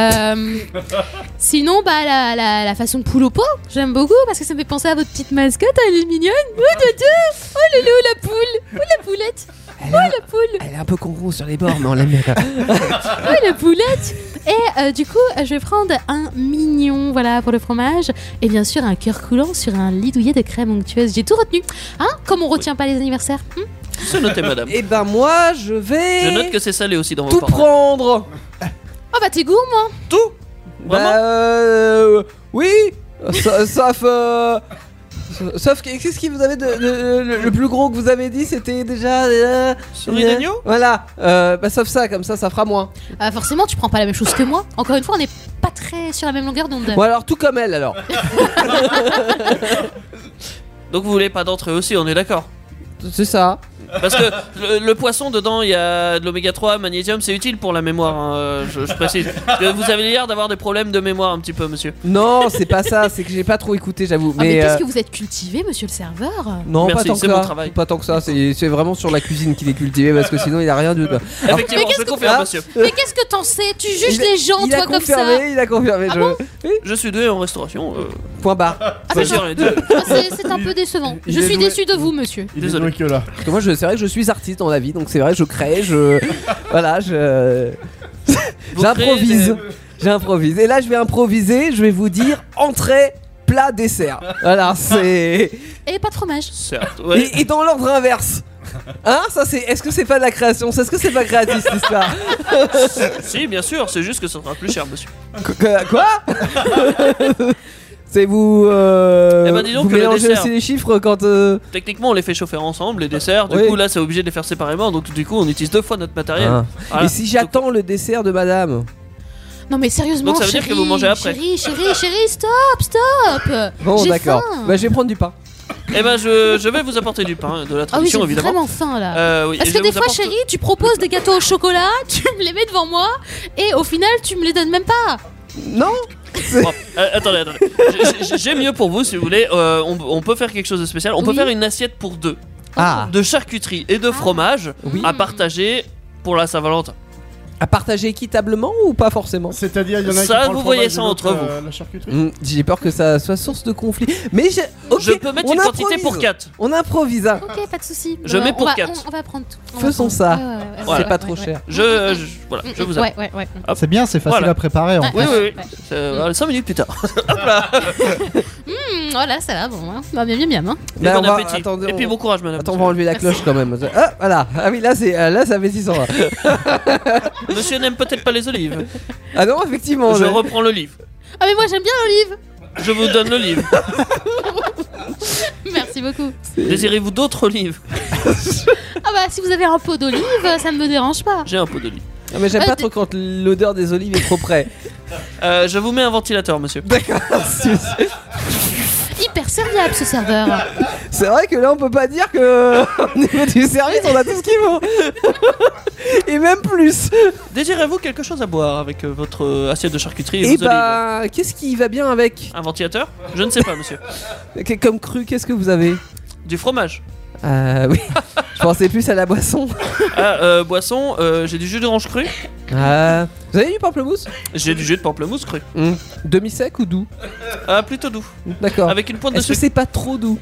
Sinon la façon poule au pot, j'aime beaucoup parce que ça me fait penser à votre petite mascotte. Elle est mignonne. Oh loulou, la poule. Oh la poulette. Oh la poule. Elle est un peu con sur les bords, mais on l'aime bien. Oh la poulette. Et du coup je vais prendre un mignon pour le fromage et bien sûr un cœur coulant sur un lit douillet de crème onctueuse. J'ai tout retenu. Hein? Comme on retient pas les anniversaires. C'est noté, madame. Et ben moi je vais. Je note que c'est salé aussi dans vos tout parents. prendre. Oh bah t'es gourmand. Tout. Vraiment Oui. Sauf qu'est-ce qui vous avez le plus gros que vous avez dit, c'était déjà souris d'agneau. Voilà. Sauf ça, comme ça fera moins. Forcément tu prends pas la même chose que moi. Encore une fois on n'est pas très sur la même longueur d'onde. Bon alors tout comme elle alors. Donc vous voulez pas d'entrée aussi, on est d'accord? C'est ça. Parce que le poisson dedans, il y a de l'oméga 3, magnésium, c'est utile pour la mémoire, hein, je précise. Parce que vous avez l'air d'avoir des problèmes de mémoire un petit peu, monsieur. Non, c'est pas ça, c'est que j'ai pas trop écouté, j'avoue. Mais qu'est-ce que vous êtes cultivé, monsieur le serveur? Non, merci, pas tant c'est que mon ça. travail. Pas tant que ça, c'est vraiment sur la cuisine qu'il est cultivé parce que sinon il a rien de. Effectivement, je confirme, monsieur. Mais qu'est-ce que t'en sais? Tu juges les gens, toi, comme ça? Il a confirmé. Je suis doué en restauration. Point barre. J'ai rien dit. C'est un peu décevant. Je suis déçu de vous, monsieur. Il est doué que là. Parce que moi, c'est vrai que je suis artiste dans la vie, donc c'est vrai, je crée, j'improvise. J'improvise. Et là, je vais improviser, je vais vous dire entrée, plat, dessert. Voilà, c'est. Et pas de fromage. Certes, ouais. Et dans l'ordre inverse. Hein, ça c'est. Est-ce que c'est pas de la création? Est-ce que c'est pas créatif cette histoire? Si, bien sûr, c'est juste que ça sera plus cher, monsieur. Quoi? C'est vous. dis donc vous que le mélangez dessert- aussi les chiffres quand. Techniquement, on les fait chauffer ensemble, les desserts. Du Oui. coup, là, c'est obligé de les faire séparément. Donc, du coup, on utilise 2 fois notre matériel. Ah. Voilà. Et si j'attends le dessert de madame? Non mais sérieusement, Donc ça veut dire que vous mangez après. Chérie, stop. Bon, J'ai d'accord. faim. Bah, je vais prendre du pain. Eh ben, je vais vous apporter du pain, de la Ah oui, tradition, j'ai évidemment. vraiment faim là. Oui, Parce et que je des vous fois, apporte- chérie, tu proposes des gâteaux au chocolat, tu me les mets devant moi, et au final, tu me les donnes même pas. Non. Bon, attendez. J'ai mieux pour vous, si vous voulez. On peut faire quelque chose de spécial. On peut Oui. faire une assiette pour 2 Ah. de charcuterie et de fromage Oui. à partager pour la Saint-Valentin. À partager équitablement ou pas forcément? C'est-à-dire, il y en a Ça, qui prend vous le voyez fromage ça et l'autre, entre vous. La charcuterie. J'ai peur que ça soit source de conflit. Mais Je peux mettre une quantité pour 4. On improvise. Hein. Ok, pas de soucis. Je mets pour on va- 4. On va prendre tout. On va Faisons prendre- ça. Ouais, Voilà. C'est pas trop cher. Voilà, je vous aime. Ouais. C'est bien, c'est facile Voilà. à préparer en Oui, plus. oui. 5 minutes plus tard. Hop là. Voilà, ça va, bon. Hein. Bah, bien. Hein. Et Là, bon on va- appétit. attendez, Et puis on- bon courage, madame. Attends, on va enlever la cloche quand même. Ah, voilà. Ah oui, là c'est appétissant. Monsieur n'aime peut-être pas les olives. Ah non, effectivement. Je reprends l'olive. Ah, mais moi, j'aime bien l'olive. Je vous donne l'olive. Merci beaucoup. Désirez-vous d'autres olives? Ah, bah, si vous avez un pot d'olive, ça ne me dérange pas. J'ai un pot d'olive. Ah, mais j'aime pas trop quand l'odeur des olives est trop près. Je vous mets un ventilateur, monsieur. D'accord. Hyper serviable, ce serveur. C'est vrai que là on peut pas dire que au niveau du service on a tout ce qu'il faut. Et même plus. Désirez-vous quelque chose à boire avec votre assiette de charcuterie et Et vos olives? bah, qu'est-ce qui va bien avec? Un ventilateur? Je ne sais pas, monsieur. Comme cru, qu'est-ce que vous avez? Du fromage. Oui. Je pensais plus à la boisson. Boisson, j'ai du jus d'orange cru. Vous avez du pamplemousse? J'ai du jus de pamplemousse cru. Demi-sec ou doux? Plutôt doux. D'accord. Avec une pointe de Est-ce que sucre. c'est pas trop doux?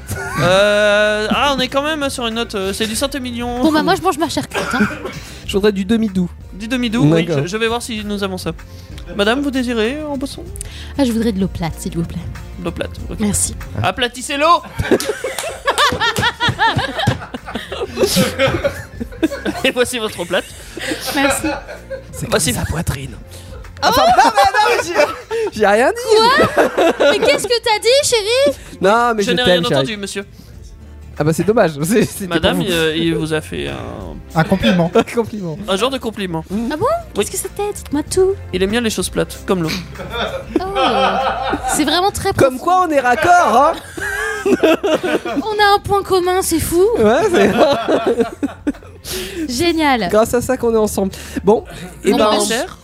On est quand même sur une note. C'est du Saint-Émilion. Bon, bah, moi, je mange ma charcuterie. Hein. Je voudrais du demi-doux. Du demi-doux, oui. D'accord. Je vais voir si nous avons ça. Madame, vous désirez en boisson? Ah, je voudrais de l'eau plate, s'il vous plaît. L'eau plate. ok. Merci. Aplatissez l'eau. Et voici votre eau plate. Merci. C'est Voici sa poitrine. Enfin, non, j'ai rien dit. Mais qu'est-ce que t'as dit, chérie? Non, mais Je je n'ai rien t'aime, chérie. entendu, monsieur. Ah bah c'est dommage. C'était Madame, pour vous. il vous a fait Un compliment. Un compliment. un genre de compliment. Ah bon? Qu'est-ce que c'était? Dites-moi tout. Il aime bien les choses plates, comme l'eau. Oh. C'est vraiment très Comme quoi on est raccord, hein. On a un point commun, c'est fou. Ouais, c'est Génial. grâce à ça qu'on est ensemble. Bon, et On ben mange. Dessert.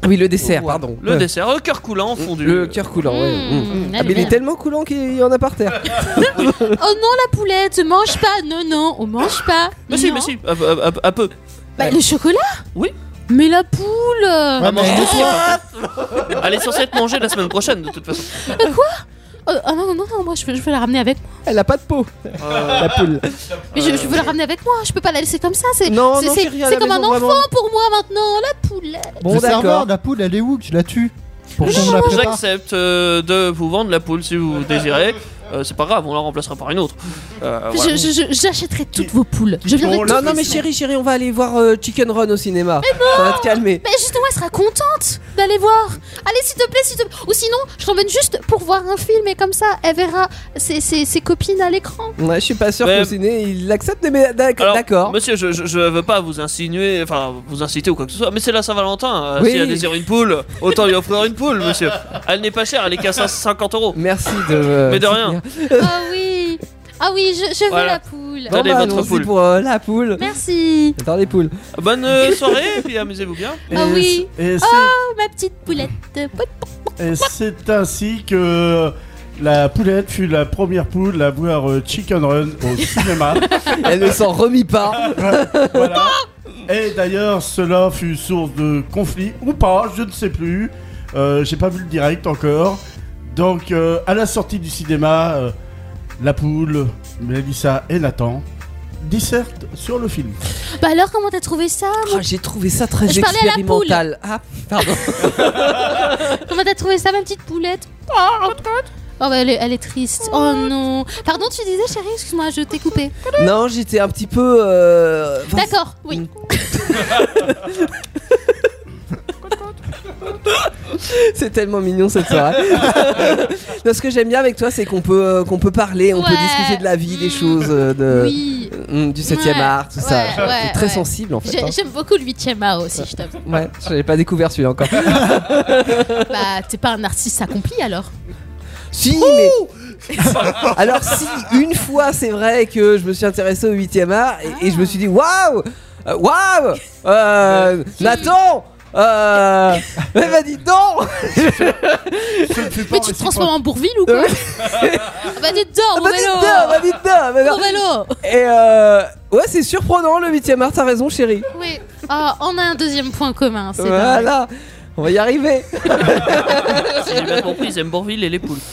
Ah oui, le dessert, Voilà. pardon. Le dessert, le cœur coulant fondu. Le cœur coulant, ouais. Ah, mais il est tellement coulant qu'il y en a par terre. Oh non, la poulette, mange pas. Non, on mange pas. Mais si, Non. mais si, un peu. Bah, le chocolat. Oui. Mais la poule. Elle mange deux fois. Elle est censée être mangée la semaine prochaine, de toute façon. Non, moi je veux la ramener avec moi. Elle a pas de peau, la poule. Mais je veux la ramener avec moi, je peux pas la laisser comme ça. Non, c'est chérie, à la comme un maison, enfant vraiment. pour moi maintenant, la poulette. Bon, le serveur, d'accord. la poule, elle est où que je la tue pour qu'on me la prépare. J'accepte de vous vendre la poule si vous désirez. C'est pas grave, on la remplacera par une autre. Voilà. J'achèterai toutes vos poules. Je viendrai Bon, toutes Non, non, les mais semaines. chérie, on va aller voir Chicken Run au cinéma. Ça va te calmer. Mais justement, elle sera contente d'aller voir. Allez, s'il te plaît. Ou sinon, je t'emmène juste pour voir un film et comme ça, elle verra ses copines à l'écran. Ouais, je suis pas sûr Mais- qu'au ciné il l'accepte, mais Alors, d'accord. monsieur, je veux pas vous insinuer, enfin vous inciter ou quoi que ce soit, mais c'est la Saint-Valentin. Oui. Si elle désire une poule, autant lui offrir une poule, monsieur. Elle n'est pas chère, elle est qu'à 50 €. Merci de. Mais de rien. Ah oui, je veux Voilà. la poule. Bon, Allez, votre allons-y poule. pour la poule. Merci. J'adore les poules. Bonne soirée et puis amusez-vous bien. Ah oui. Et Oh, ma petite poulette. c'est ainsi que la poulette fut la première poule à voir Chicken Run au cinéma. Elle ne s'en remit pas. Voilà. Et d'ailleurs, cela fut source de conflit ou pas, je ne sais plus. J'ai pas vu le direct encore. Donc, à la sortie du cinéma, la poule, Mélissa et Nathan dissertent sur le film. Bah alors, comment t'as trouvé ça Ah, j'ai trouvé ça très Je parlais à la poule. expérimental. Ah, pardon. Comment t'as trouvé ça, ma petite poulette? Oh, bah elle est triste. Oh non. Pardon, tu disais, chérie, excuse-moi, je t'ai coupé. Non, j'étais un petit peu. D'accord, oui. C'est tellement mignon cette soirée. Non, ce que j'aime bien avec toi, c'est qu'on peut parler, on peut Ouais. discuter de la vie, des choses, Oui. du 7ème Ouais. art, tout ça. Ouais, ouais, C'est très ouais. sensible en fait. hein. J'aime beaucoup le 8ème art aussi, je t'avoue. Ouais, j'avais pas découvert celui-là encore. Bah, t'es pas un artiste accompli alors. Si, mais. Alors, si, une fois, c'est vrai que je me suis intéressé au 8ème art et je me suis dit waouh! Waouh! Nathan! Mais bah dis donc! Mais tu te transformes en Bourville ou quoi? Bah, dis donc, mon vélo! Bah dis donc! Mon vélo! Et ouais, c'est surprenant le 8ème art, t'as raison, chérie. Oui. Ah, on a un deuxième point commun, c'est Voilà, on va y arriver. Si j'ai bien compris, ils aiment Bourville et les poules.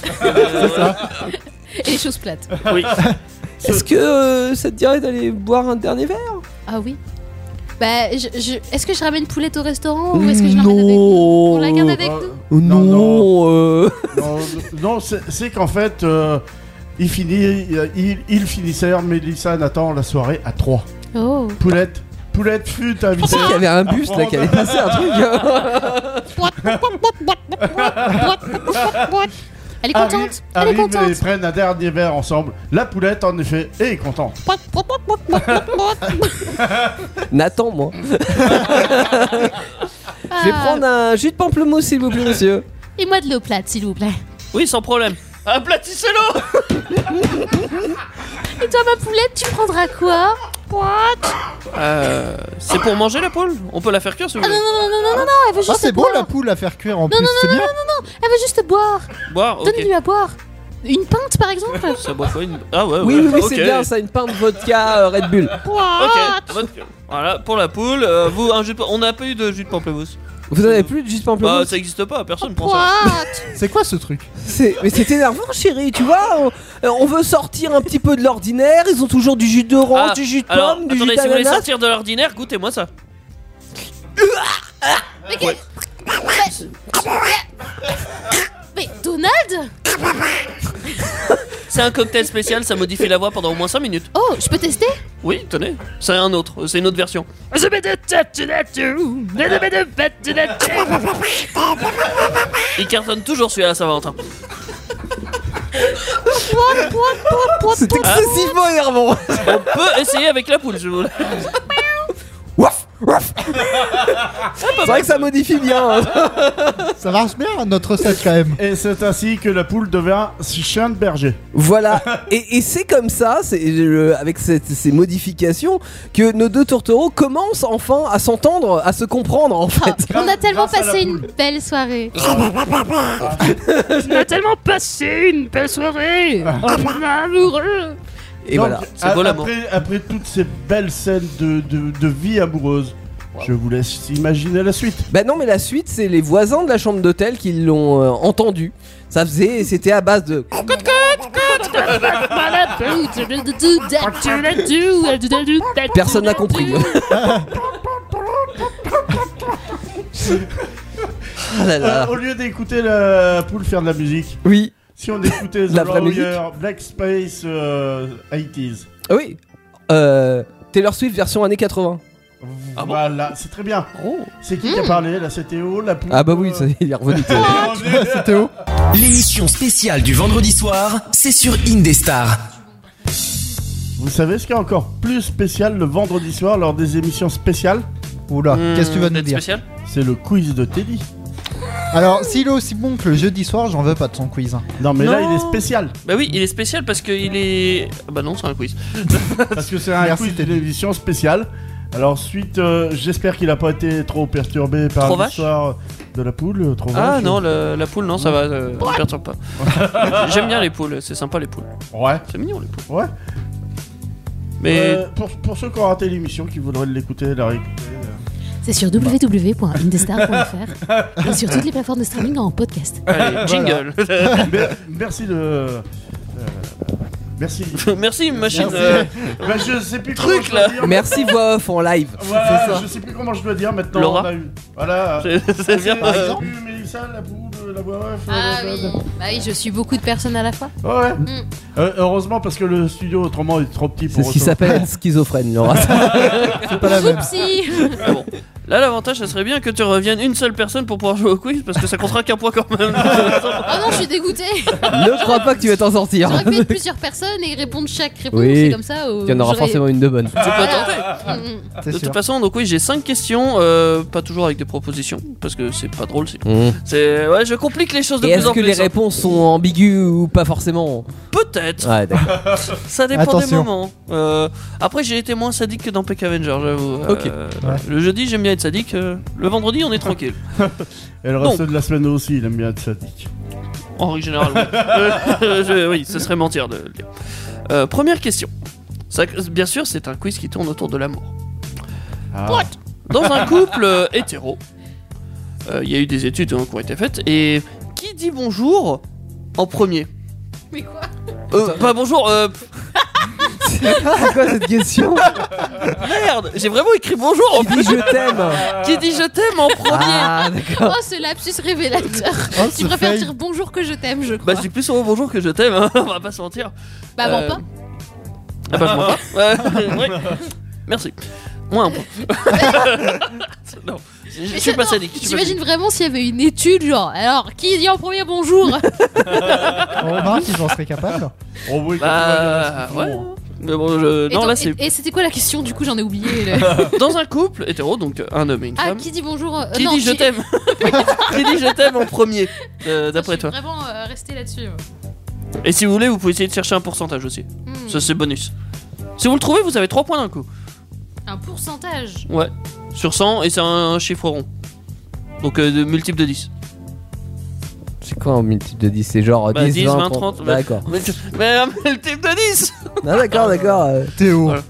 Et les choses plates. Oui. Est-ce que ça te dirait d'aller boire un dernier verre? Ah oui. Bah, est-ce que je ramène Poulette au restaurant ou est-ce que je l'emmène avec nous? On la garde avec nous? Non. Non, c'est qu'en fait, ils finissèrent, Mélissa et Nathan, la soirée à 3. Oh. Poulette fut invitée. Il y avait un bus là qui allait passer un truc. Elle est contente. Elle est Arrivent et contente. prennent un dernier verre ensemble. La poulette, en effet, est contente. Nathan, moi. Je vais prendre un jus de pamplemousse, s'il vous plaît, monsieur. Et moi de l'eau plate, s'il vous plaît. Oui, sans problème. Aplatissez-le! Et toi, ma poulette, tu prendras quoi? C'est pour manger la poule? On peut la faire cuire si vous Ah non, voulez. non, elle veut Ah, juste c'est bon boire. la poule à faire cuire en plus, c'est bien. Elle veut juste boire. Boire, ok. Donne-lui à boire. Une pinte, par exemple. Ça boit quoi une... Ah ouais, Oui, ouais, oui, oui, ok. c'est bien ça, une pinte de vodka Red Bull. Ok, vodka. Voilà, pour la poule, vous, un jus de... on n'a pas eu de jus de pamplemousse. Vous en avez plus de jus de Bah, pamplemousse? ça existe pas, personne prend ça. C'est quoi ce truc? Mais c'est énervant, chérie, tu vois. On veut sortir un petit peu de l'ordinaire. Ils ont toujours du jus d'orange, Ah, du jus de alors, pomme, du attendez, jus si vous voulez d'ananas. sortir de l'ordinaire, goûtez-moi ça. Mais Donald? C'est un cocktail spécial, ça modifie la voix pendant au moins 5 minutes. Oh, je peux tester? Oui, tenez, c'est un autre, c'est une autre version. Il cartonne toujours celui à la Saint-Valentin. C'est excessivement énervant. On peut essayer avec la poule, je vous. Ouf. C'est vrai que ça modifie bien. Ça marche bien notre recette quand même. Et c'est ainsi que la poule devient chien de berger. Voilà, et c'est comme ça, avec ces modifications, que nos deux tourtereaux commencent enfin à s'entendre, à se comprendre en fait. On a tellement Grâce à la passé une poule. belle soirée. On a tellement passé une belle soirée. Amoureux. Et Donc, voilà. C'est beau, l'amour. après toutes ces belles scènes de vie amoureuse, je vous laisse imaginer la suite. Bah non, mais la suite, c'est les voisins de la chambre d'hôtel qui l'ont entendu. C'était à base de. Personne n'a compris. Ah là là. Au lieu d'écouter la poule faire de la musique, Oui, si on écoutait The La vraie Lawyer, Black Space 80s. oui. Taylor Swift version années 80. Ah bon Voilà, c'est très bien. Oh. C'est qui a parlé là? C'était Théo, la poule. Ah bah oui, ça, il est revenu. C'est Théo. L'émission spéciale du vendredi soir, c'est sur Indestar. Vous savez ce qui est encore plus spécial le vendredi soir lors des émissions spéciales? Oula, qu'est-ce que tu vas nous d'être dire? spécial. C'est le quiz de Teddy. Alors, s'il est aussi bon que le jeudi soir, j'en veux pas de son quiz. Hein. Non mais là Non. il est spécial. Bah oui, il est spécial parce qu'il est. Ah bah non, c'est un quiz. Parce que c'est un Merci, quiz Teddy. d'émission spéciale. Alors suite, j'espère qu'il a pas été trop perturbé par Trop vache l'histoire de la poule. Trop Ah vache. non, la poule, non, ça va, ça perturbe pas. J'aime bien les poules, c'est sympa les poules. Ouais. C'est mignon les poules. Ouais. Mais Pour ceux qui ont raté l'émission, qui voudraient l'écouter, la réécouter. C'est sur www.indestar.fr et sur toutes les plateformes de streaming en podcast. allez, jingle. Merci de. Merci. Merci machine. Merci. Bah, je sais plus Truc, comment je dois là. dire. Merci voix off en live. Voilà, C'est ça. je sais plus comment je dois dire maintenant. Laura. on a eu- Voilà. C'est bien. Par exemple, Mélissa, la poule, la voix off. Ah oui. Bah oui, je suis beaucoup de personnes à la fois. Ouais. Mm. Heureusement parce que le studio autrement est trop petit pour. C'est ce qui recevoir. s'appelle être schizophrène, Laura. C'est pas la même. Oupsie. Ah bon. Là, l'avantage, ça serait bien que tu reviennes une seule personne pour pouvoir jouer au quiz parce que ça comptera qu'un point quand même. Oh non, je suis dégoûtée. Ne crois pas que tu vas t'en sortir. J'aurais pu être plusieurs personnes et répondre chaque réponse. Oui. C'est comme ça. Il y en aura forcément une de bonne. Tu peux tenter. C'est De sûr. toute façon, donc oui, j'ai 5 questions, pas toujours avec des propositions parce que c'est pas drôle. Ouais, je complique les choses de Et plus est-ce en que plus. les réponses sont ambiguës ou pas forcément? Peut-être. Ouais, d'accord. Ça dépend Attention. des moments. Après, j'ai été moins sadique que dans Peck Avenger, j'avoue. Ok. Le jeudi, j'aime bien être sadique. Le vendredi, on est tranquille. Et le reste de la semaine aussi, il aime bien être sadique. En règle générale, oui, ce serait mentir de le dire. Première question. Bien sûr, c'est un quiz qui tourne autour de l'amour. Ah. Dans un couple hétéro, il y a eu des études qui ont été faites. Et qui dit bonjour en premier? Mais quoi? Pas bonjour, C'est quoi cette question? merde, j'ai vraiment écrit bonjour en Qui dit je t'aime? Qui dit je t'aime en premier? Ah, d'accord. Oh, ce lapsus révélateur. Oh, Tu ce préfères fail. dire bonjour que je t'aime, je Bah, crois. je dis plus souvent bonjour que je t'aime, hein, on va pas se mentir. Bah, bon, pas. Ah bah, je mens pas. Ouais. Merci. Moins un point. Non, je suis pas sadique. je suis pas J'imagine vraiment s'il y avait une étude, genre, alors, qui dit en premier bonjour? On remarque qu'ils en seraient capables. Oh oui, Bah, ouais. Mais bon, non, là c'est. Et c'était quoi la question, du coup, j'en ai oublié. le- Dans un couple hétéro, donc un homme et une Ah, femme. qui dit bonjour? Qui non, dit je t'aime? Qui dit je t'aime en premier, d'après Je toi? suis vraiment resté là-dessus. Et si vous voulez, vous pouvez essayer de chercher un pourcentage aussi. Hmm. Ça, c'est bonus. Si vous le trouvez, vous avez 3 points d'un coup. Un pourcentage. Ouais. Sur 100, et c'est un chiffre rond. Donc, de multiple de 10. C'est quoi un multiple de 10? C'est genre Bah, 10, 20, 30. bah. D'accord. Mais un multiple de 10! Ah, d'accord, d'accord. Théo. Voilà.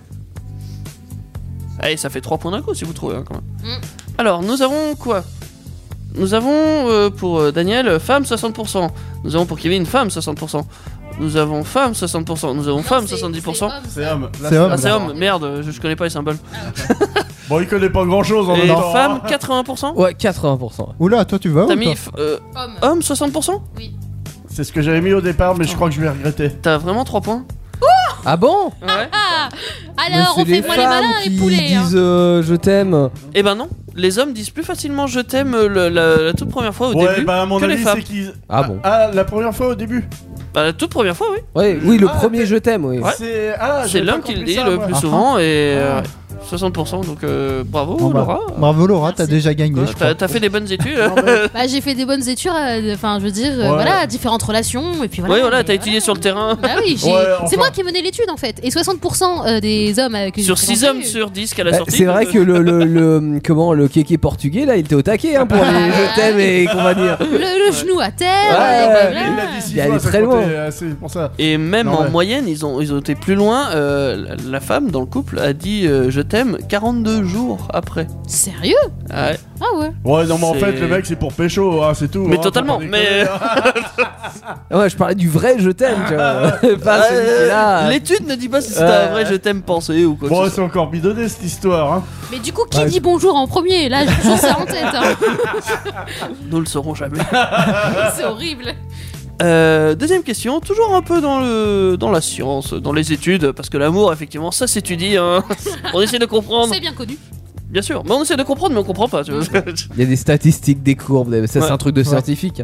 Allez, ça fait 3 points d'un coup si vous trouvez, hein, quand même. Mm. Alors, nous avons quoi? Nous avons pour Daniel, femme 60%. Nous avons pour Kevin, femme 60%. Nous avons femme 60%. Nous avons femme 70%. C'est homme. Là, C'est homme. Ah, c'est homme, merde, je connais pas les symboles. Bon, il connaît pas grand chose en Et même temps. femme hein. 80%. Ouais, 80%. Oula, toi tu vas où T'as toi mis Homme. homme 60%. C'est ce que j'avais mis au départ, mais je crois que je vais regretter. T'as vraiment 3 points. Ah bon? Ouais. Ah, Mais alors, c'est on fait moi les malins, qui les poulets. hein. disent je t'aime. Eh ben non, les hommes disent plus facilement je t'aime la toute première fois au Ouais, début bah à mon que les avis, femmes. c'est qu'ils. Ah bon. Ah, la première fois au début. Bah, la toute première fois, oui. Ouais, oui, le Ah, premier je t'aime, oui. Ouais. C'est C'est j'avais l'homme pas qui le compris dit ça, le moi. plus Ah. souvent et 60%, donc bravo Bon, bah, Laura. Bravo Laura, t'as Merci. déjà gagné. Quoi, je crois. T'as fait des bonnes études. Bah, j'ai fait des bonnes études, enfin, je veux dire, Ouais. voilà, différentes relations, et puis voilà. Oui, voilà, mais t'as étudié sur le terrain. Bah oui, Ouais, enfin. c'est moi qui ai mené l'étude en fait. Et 60% des hommes que j'ai Sur 6 présentés, hommes sur 10 qu'à la Bah, sortie. c'est vrai que le kéké portugais là, il était au taquet hein, pour les je t'aime et compagnie. le genou à terre, Ouais, et ouais, voilà. Il l'a dit 6 Il est allé fois, ça très loin. comptait, c'est pour ça. Et même Non, en ouais. moyenne, ils ont été plus loin. La femme dans le couple a dit je t'aime 42 jours après. Sérieux? Ouais. Ah ouais. Ouais, non, mais en C'est- fait, le mec, c'est pour pécho, hein, c'est tout. Mais hein, totalement, faut pas mais- déconner. Ouais, je parlais du vrai je t'aime, tu vois. Pas celui-là. L'étude ne dit pas si c'est un vrai je t'aime pensé ou quoi. Bon, que ce c'est soit. encore bidonné cette histoire, hein. Mais du coup, qui dit bonjour en premier? Là, j'ai toujours ça en tête. Hein. Nous le saurons jamais. C'est horrible. Deuxième question, toujours un peu dans la science, dans les études, parce que l'amour, effectivement, ça s'étudie. Hein. On essaie de comprendre, C'est bien connu. bien sûr, mais on essaie de comprendre, mais on comprend pas. Tu vois. Il y a des statistiques, des courbes, ça c'est Ouais. un truc de scientifique.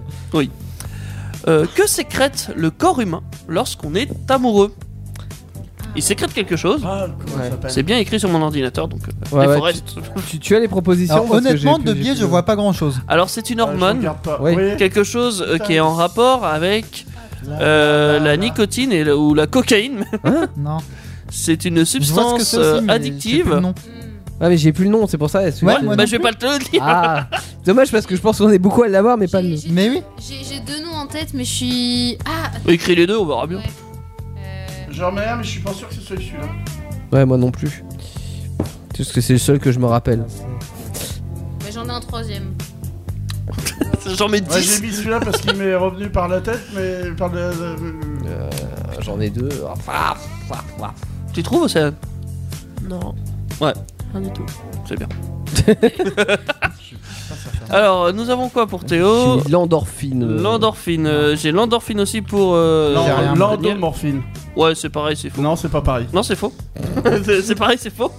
Que sécrète le corps humain lorsqu'on est amoureux? Il sécrète quelque chose. Ah, comment ça s'appelle? C'est bien écrit sur mon ordinateur, donc Ouais, les ouais, Forest. Tu as les propositions Alors, parce que honnêtement, j'ai de plus- biais, j'ai je plus- vois pas grand chose. Alors c'est une Ah, je hormone, regarde pas. Oui. quelque chose qui est en rapport avec la nicotine ou la cocaïne. Non. C'est une Je vois ce que substance c'est aussi, mais j'ai plus addictive. le nom. Ah mais j'ai plus le nom, c'est pour ça. Ouais, moi Bah non je vais pas te le dire. Ah, dommage parce que je pense qu'on est beaucoup à l'avoir mais pas le nom. Mais oui. J'ai deux noms en tête, mais je suis. Ah. Écris les deux, on verra bien. Ouais. J'en mets un, mais je suis pas sûr que ce soit celui-là. Ouais, moi non plus. Parce que c'est le seul que je me rappelle. Mais j'en ai un troisième. J'en mets Ouais, j'ai 10. mis celui-là parce qu'il m'est revenu par la tête, mais par le. J'en ai deux. Tu trouves, Océane? Non. Ouais. Rien du tout. C'est bien. Alors, nous avons quoi pour Théo? J'ai mis l'endorphine. L'endorphine. J'ai l'endorphine aussi pour. J'ai rien. L'endomorphine. Ouais, c'est pareil, c'est faux. Non, c'est pas pareil. Non, c'est faux. c'est pareil, c'est faux.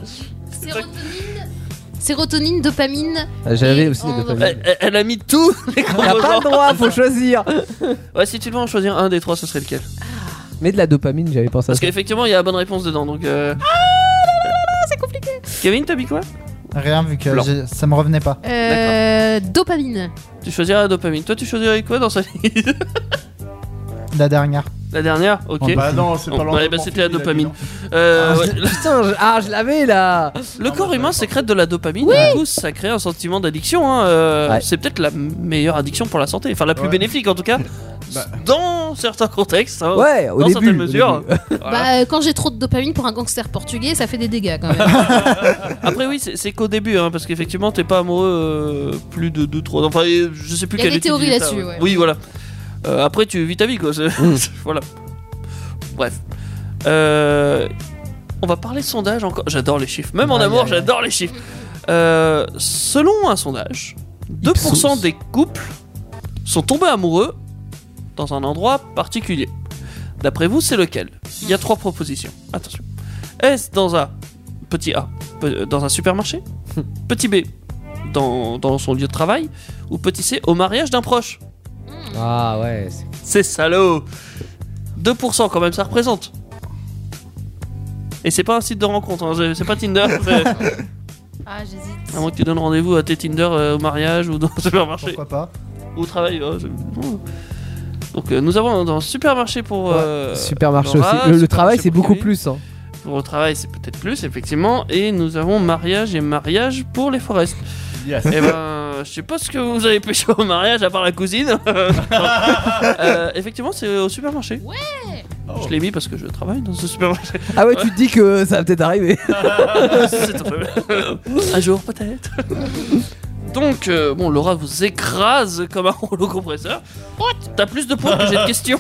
Sérotonine, dopamine. J'avais Et aussi les en- dopamines. Elle a mis tout les T'as pas composants. le droit, faut choisir. Ouais, si tu devais en choisir un des trois, ce serait lequel? Mais de la dopamine, j'avais pensé à Parce ça. qu'effectivement, il y a la bonne réponse dedans, donc. C'est compliqué. Kevin, t'as mis quoi? Rien vu que Blanc. ça me revenait pas. Dopamine. Tu choisirais la dopamine. Toi, tu choisirais quoi dans sa vie? La dernière. La dernière? Ok. Bah non, c'est pas Oh, ouais, l'endomorphine. bah, c'était la il a dit dopamine. non. Ouais, Putain, je l'avais là. le corps humain sécrète de la dopamine, du coup ça crée un sentiment d'addiction. Hein. Ouais. C'est peut-être la meilleure addiction pour la santé, enfin la plus Ouais. bénéfique en tout cas, Bah. dans certains contextes. Hein. Ouais, au Dans début. certaines au mesures. début. Voilà. Bah, quand j'ai trop de dopamine pour un gangster portugais, ça fait des dégâts quand même. Après oui, c'est qu'au début, hein, parce qu'effectivement t'es pas amoureux plus de 2-3 ans. Enfin, je sais plus Il y a quelle des étude théories dit ça, là-dessus, ouais. Oui, voilà. Après tu vis ta vie quoi. Voilà. Bref. On va parler de sondage encore. J'adore les chiffres. Même en Aïe, amour, aïe, j'adore les chiffres. Selon un sondage, 2% Ipsos. des couples sont tombés amoureux dans un endroit particulier. D'après vous, c'est lequel? Il y a 3 propositions. Attention. Est-ce dans un petit A, dans un supermarché? Petit B, dans son lieu de travail? Ou petit C, au mariage d'un proche? Ah ouais. C'est salaud. 2% quand même, ça représente. Et c'est pas un site de rencontre, hein, c'est pas Tinder. Ah, j'hésite. À moins que tu donnes rendez-vous à tes Tinder au mariage ou dans le supermarché. Pourquoi pas? Ou au travail. Non. Donc nous avons dans le supermarché pour... Supermarché Laura, aussi. Le supermarché travail, c'est pour beaucoup Kevin. plus. Hein. Pour le travail, c'est peut-être plus, effectivement. Et nous avons mariage et mariage pour les Forest. Yes. Eh ben, je sais pas ce que vous avez pêché au mariage, à part la cousine. Effectivement, c'est au supermarché. Ouais. Je l'ai mis parce que je travaille dans ce supermarché. Ah ouais, tu te dis que ça va peut-être arriver. C'est un jour peut-être. Donc, bon, Laura vous écrase comme un rouleau compresseur. T'as plus de points que j'ai de questions.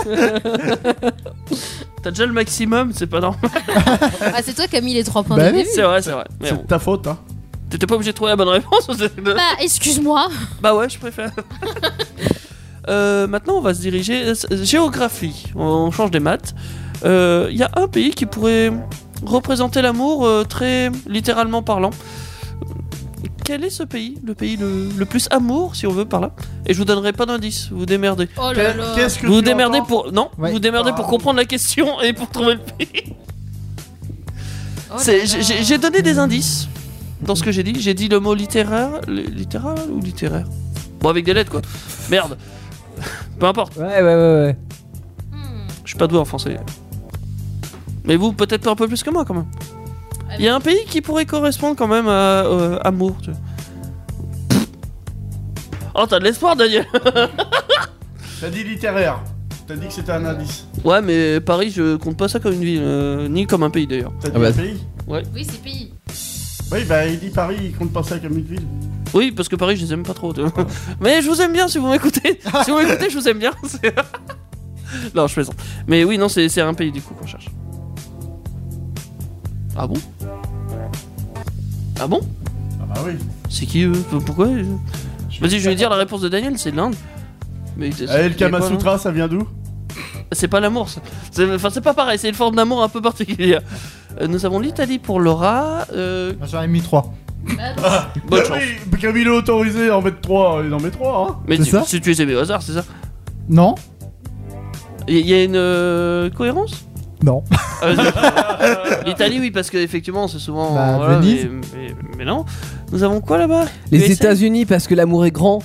T'as déjà le maximum, c'est pas normal. Ah, c'est toi qui as mis les 3 points Bah de oui. début. C'est vrai, c'est vrai. Mais C'est bon, de ta faute, hein. t'étais pas obligé de trouver la bonne réponse. Bah, excuse-moi. Bah ouais, je préfère. Maintenant, on va se diriger géographie. On change des maths. Il y a un pays qui pourrait représenter l'amour très littéralement parlant. Quel est ce pays? Le pays le plus amour, si on veut, par là. Et je vous donnerai pas d'indice. Vous démerdez. Oh là là. Qu'est-ce que Vous vous tu démerdez entends pour non. Ouais. Vous vous démerdez pour comprendre la question et pour trouver le pays. J'ai donné des indices dans ce que j'ai dit. J'ai dit le mot littéraire. Littéral ou littéraire? Bon, avec des lettres quoi. Merde. Peu importe. Ouais. Je suis pas doué en français. Mais vous, peut-être un peu plus que moi quand même. Il y a un pays qui pourrait correspondre quand même à amour. Tu vois. Oh, t'as de l'espoir, Daniel. T'as dit littéraire. T'as dit que c'était un indice. Ouais, mais Paris, je compte pas ça comme une ville, ni comme un pays d'ailleurs. T'as dit un pays? Oui, c'est pays. Oui, bah il dit Paris, il compte pas ça comme une ville. Oui, parce que Paris, je les aime pas trop. Tu vois. Mais je vous aime bien si vous m'écoutez. Si vous m'écoutez, je vous aime bien. Non, je plaisante. Mais oui, non, c'est un pays du coup qu'on cherche. Ah bon? Ah bon? Ah bah oui. C'est qui eux? Pourquoi? Vas-y, je vais dire la réponse de Daniel, c'est l'Inde. Mais le Kama Sutra, ça vient d'où? C'est pas l'amour, ça. C'est pas pareil, c'est une forme d'amour un peu particulière. Nous avons l'Italie pour Laura. J'en ai mis 3. Bonne chance. Oui, comme il est autorisé à en mettre 3, il en met 3, hein. Mais C'est ça si tu les aimais au hasard, c'est ça? Non. Il y a une cohérence? Non. L'Italie, oui, parce qu'effectivement, c'est souvent. Bah, voilà, Venise. mais non. Nous avons quoi là-bas? Les USA? États-Unis parce que l'amour est grand.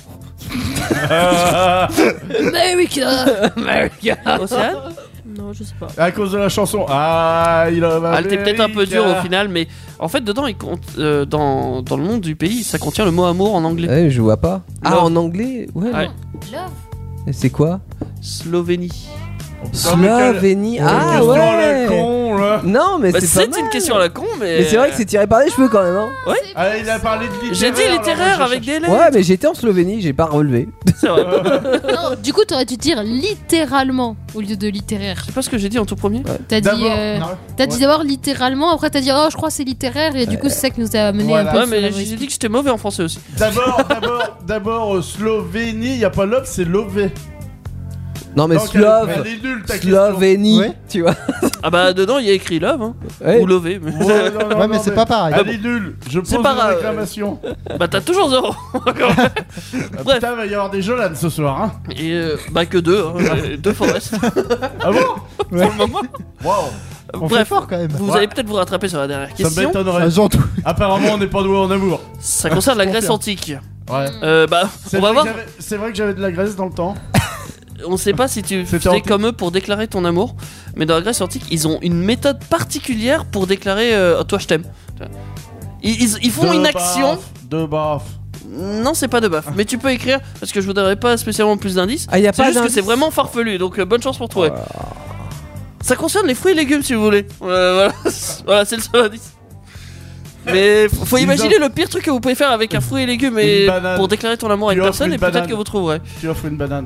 Océane? Non, je sais pas. À cause de la chanson. Ah, il a. Elle était peut-être un peu dure au final, mais en fait, dedans, il compte, dans le monde du pays, ça contient le mot amour en anglais. Ouais, je vois pas. Ah, Love. en anglais? Ouais. Ouais. Love. Et c'est quoi? Slovénie. Slovénie. Ah question à la ouais. con, là. Non, mais Bah, c'est pas c'est une mal. question à la con, mais. Mais c'est vrai que c'est tiré par les cheveux quand même. Hein. Ah, il a parlé de littéraire. J'ai dit littéraire alors, avec des lettres. Ouais, mais j'étais en Slovénie, j'ai pas relevé. C'est vrai. Non, du coup, t'aurais dû dire littéralement au lieu de littéraire. C'est pas ce que j'ai dit en tout premier. T'as dit, D'abord, non. t'as dit d'abord littéralement, après t'as dit oh je crois que c'est littéraire et du coup c'est ça qui nous a amené Voilà. un peu Ouais, sur la mais vraie j'ai dit que j'étais mauvais en français aussi. D'abord, Slovénie, y a pas l'op, c'est Lové. Non, mais Donc, Slove. elle est nulle ta question. Slovénie, Ouais. tu vois. Ah bah dedans il y a écrit love hein. Ouais. Ou lové. Mais... Ouais, non, Ouais, mais c'est pas pareil. Elle est nulle. Je pose pas une grave. réclamation. Bah t'as toujours 0. Bref. Putain, va y avoir des Jolan ce soir, hein. Et bah que 2, hein. 2 Forest Ah bon? pour le moment. Waouh. On fait Bref, fort quand même. vous Ouais. allez peut-être vous rattraper sur la dernière Ça question. m'étonnerait. Ah, genre tout. Apparemment, on n'est pas doué en amour. Ça concerne la Grèce antique. Ouais. Bah C'est on va vrai voir. que c'est vrai que j'avais de la graisse dans le temps. On sait pas si tu C'était faisais antique. comme eux pour déclarer ton amour, mais dans la Grèce antique, ils ont une méthode particulière pour déclarer toi je t'aime. Ils font une action. De baf. Non, c'est pas de baf, mais tu peux écrire parce que je vous donnerai pas spécialement plus d'indices. Ah, y a C'est pas juste que d'indice. c'est vraiment farfelu, donc bonne chance pour trouver. Ça concerne les fruits et légumes si vous voulez. Voilà, voilà c'est le seul indice. Mais faut imaginer le pire truc que vous pouvez faire avec un fruit et légumes et Une banane. pour déclarer ton amour à Tu une offres personne une et peut-être banane. que vous trouverez. Tu offres une banane.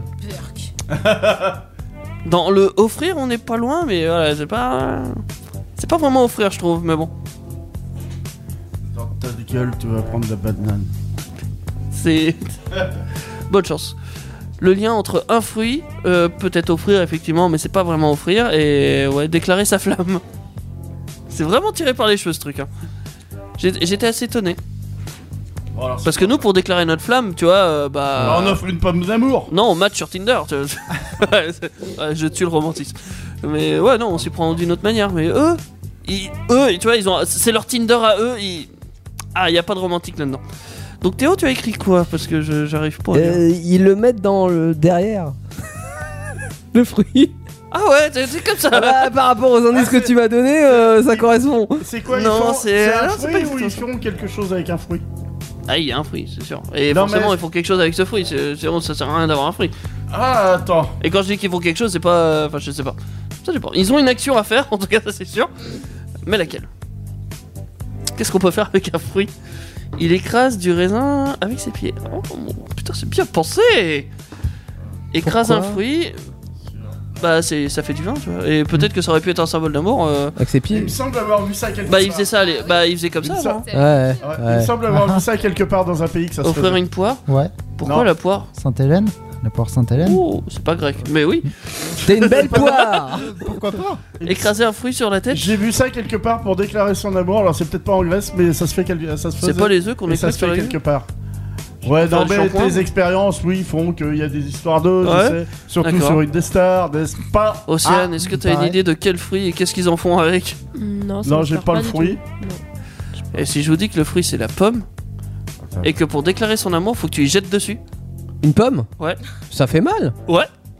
Dans le offrir, on n'est pas loin, mais voilà, c'est pas vraiment offrir, je trouve, mais bon, Dans ta gueule, tu vas prendre la banane. c'est bonne chance. Le lien entre un fruit, peut-être offrir effectivement, mais c'est pas vraiment offrir, et ouais, déclarer sa flamme. C'est vraiment tiré par les cheveux ce truc. Hein. J'étais assez étonné. Bon, alors, Parce que nous, pour déclarer notre flamme, tu vois, bah. on offre une pomme d'amour. Non, on match sur Tinder. Tu vois. Ouais, ouais, je tue le romantisme. Mais ouais, non, on s'y prend d'une autre manière. Mais eux, tu vois, c'est leur Tinder à eux. Ah, y a pas de romantique là-dedans. Donc Théo, tu as écrit quoi? Parce que j'arrive pas à lire. Ils le mettent dans le derrière. Le fruit. Ah ouais, c'est comme ça. Ah bah, par rapport aux indices que tu m'as donnés, ça correspond. C'est quoi Non, ils font c'est- un non, c'est fruit pas ou ils exactement font quelque chose avec un fruit? Ah, il y a un fruit, c'est sûr. Et Non, forcément, mais- il faut quelque chose avec ce fruit. Sinon, ça sert à rien d'avoir un fruit. Ah, attends. Et quand je dis qu'ils font quelque chose, c'est pas. Enfin, je sais pas. Ça dépend. Ils ont une action à faire, en tout cas, ça c'est sûr. Mais laquelle? Qu'est-ce qu'on peut faire avec un fruit? Il écrase du raisin avec ses pieds. Oh, putain, c'est bien pensé! Écrase Pourquoi un fruit. Bah, ça fait du vin, tu vois. Et peut-être que ça aurait pu être un symbole d'amour. Avec ses Il pieds. me semble avoir vu ça quelque Bah, part. il faisait ça, bah, il faisait comme ça, Ça- non? Ouais, Ouais, Il me ouais. semble avoir vu ça quelque part dans un pays que ça se Offrir faisait. une poire? Ouais. Pourquoi Non. la poire? Sainte-Hélène. La poire Sainte-Hélène. Oh, c'est pas grec. Mais oui. T'es une belle poire. Pourquoi pas? Écraser un fruit sur la tête? J'ai vu ça quelque part pour déclarer son amour. Alors c'est peut-être pas en Grèce, mais ça se fait ça se faisait. C'est pas les œufs qu'on Et ça écrase se sur fait la gueule? quelque part. Ouais, Faire non, le mais shampoing. tes expériences, oui, font qu'il y a des histoires d'eau, Ouais. je sais. Surtout D'accord. sur Indestar, n'est-ce pas? Océane, est-ce que t'as une pareil. idée de quel fruit et qu'est-ce qu'ils en font avec? Non, ça Non, me j'ai parle pas le du fruit. tout. Non. Et si je vous dis que le fruit c'est la pomme, et que pour déclarer son amour, faut que tu y jettes dessus. Une pomme? Ouais. Ça fait mal. Ouais.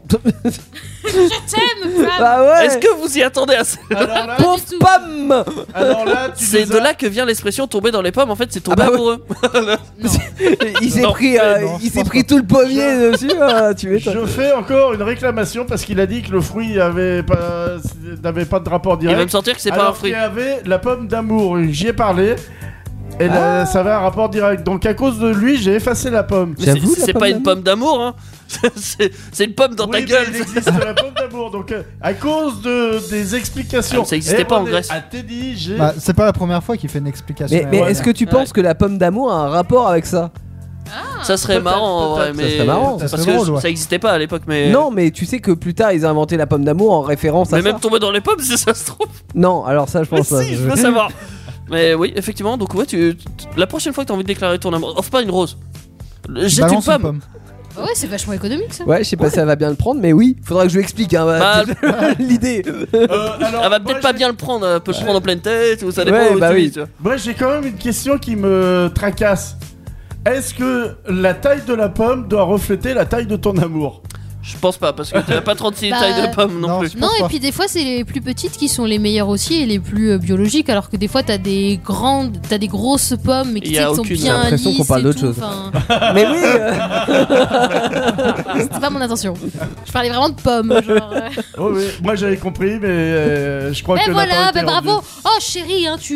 T'aimes, Bah ouais. Est-ce que vous y attendez à ça? Alors là, Pauvre pomme. alors là, tu C'est nous de as- là que vient l'expression tomber dans les pommes. En fait, c'est tomber Ah bah ouais. amoureux. Non. Il s'est Non, pris, mais non, il je s'est pense pris pas. tout le pommier dessus. Tu m'étonnes. Je fais encore une réclamation parce qu'il a dit que le fruit n'avait pas de rapport Il va me direct. sentir que c'est pas un Alors fruit. qu'il y avait la pomme d'amour, j'y ai parlé. Et là, ça avait un rapport direct. Donc à cause de lui, j'ai effacé la pomme. Mais J'avoue, c'est la pomme pas une d'amour. pomme d'amour, hein. C'est une pomme dans Oui, ta mais gueule. il existe la pomme d'amour. Donc à cause des explications. Ah, ça existait Et pas en on est- Grèce. À Teddy, j'ai. Bah, c'est pas la première fois qu'il fait une explication. Mais Ouais. est-ce que tu Ouais. penses que la pomme d'amour a un rapport avec ça? Ça serait Peut-être, marrant en vrai, peut-être. mais Ça serait marrant. Ça parce serait que drôle, ouais. ça existait pas à l'époque, mais Non, mais tu sais que plus tard ils ont inventé la pomme d'amour en référence à mais ça. même tomber dans les pommes, si ça se trouve. Non, alors ça je Mais pense pas. si, je veux savoir. Mais oui, effectivement. Donc ouais, la prochaine fois que t'as envie de déclarer ton amour, offre pas une rose. Jette une Balance pomme. Ouais, c'est vachement économique ça. Ouais, je sais pas si elle va bien le prendre, mais oui, faudra que je lui explique hein, Bah, l'idée. Alors, Elle va moi, peut-être pas j'ai- bien le prendre, elle peut le prendre en pleine tête ou ça dépend Ouais, où bah tu oui. vis, tu vois. Moi, j'ai quand même une question qui me tracasse. Est-ce que la taille de la pomme doit refléter la taille de ton amour? Je pense pas parce que t'as pas 36 Bah, tailles de pommes non non, plus. je Non, pense et pas. puis des fois, c'est les plus petites qui sont les meilleures aussi et les plus biologiques, alors que des fois, t'as des grosses pommes, mais qui, Il y tu sais, a qui sont aucune- bien J'ai l'impression qu'on lisses parle et d'autre tout, chose. enfin, Mais oui. c'était pas mon intention. Je parlais vraiment de pommes, genre. Oh, oui, moi j'avais compris, mais je crois Et que. voilà, la bah parole était bravo. rendue. Oh chérie, hein,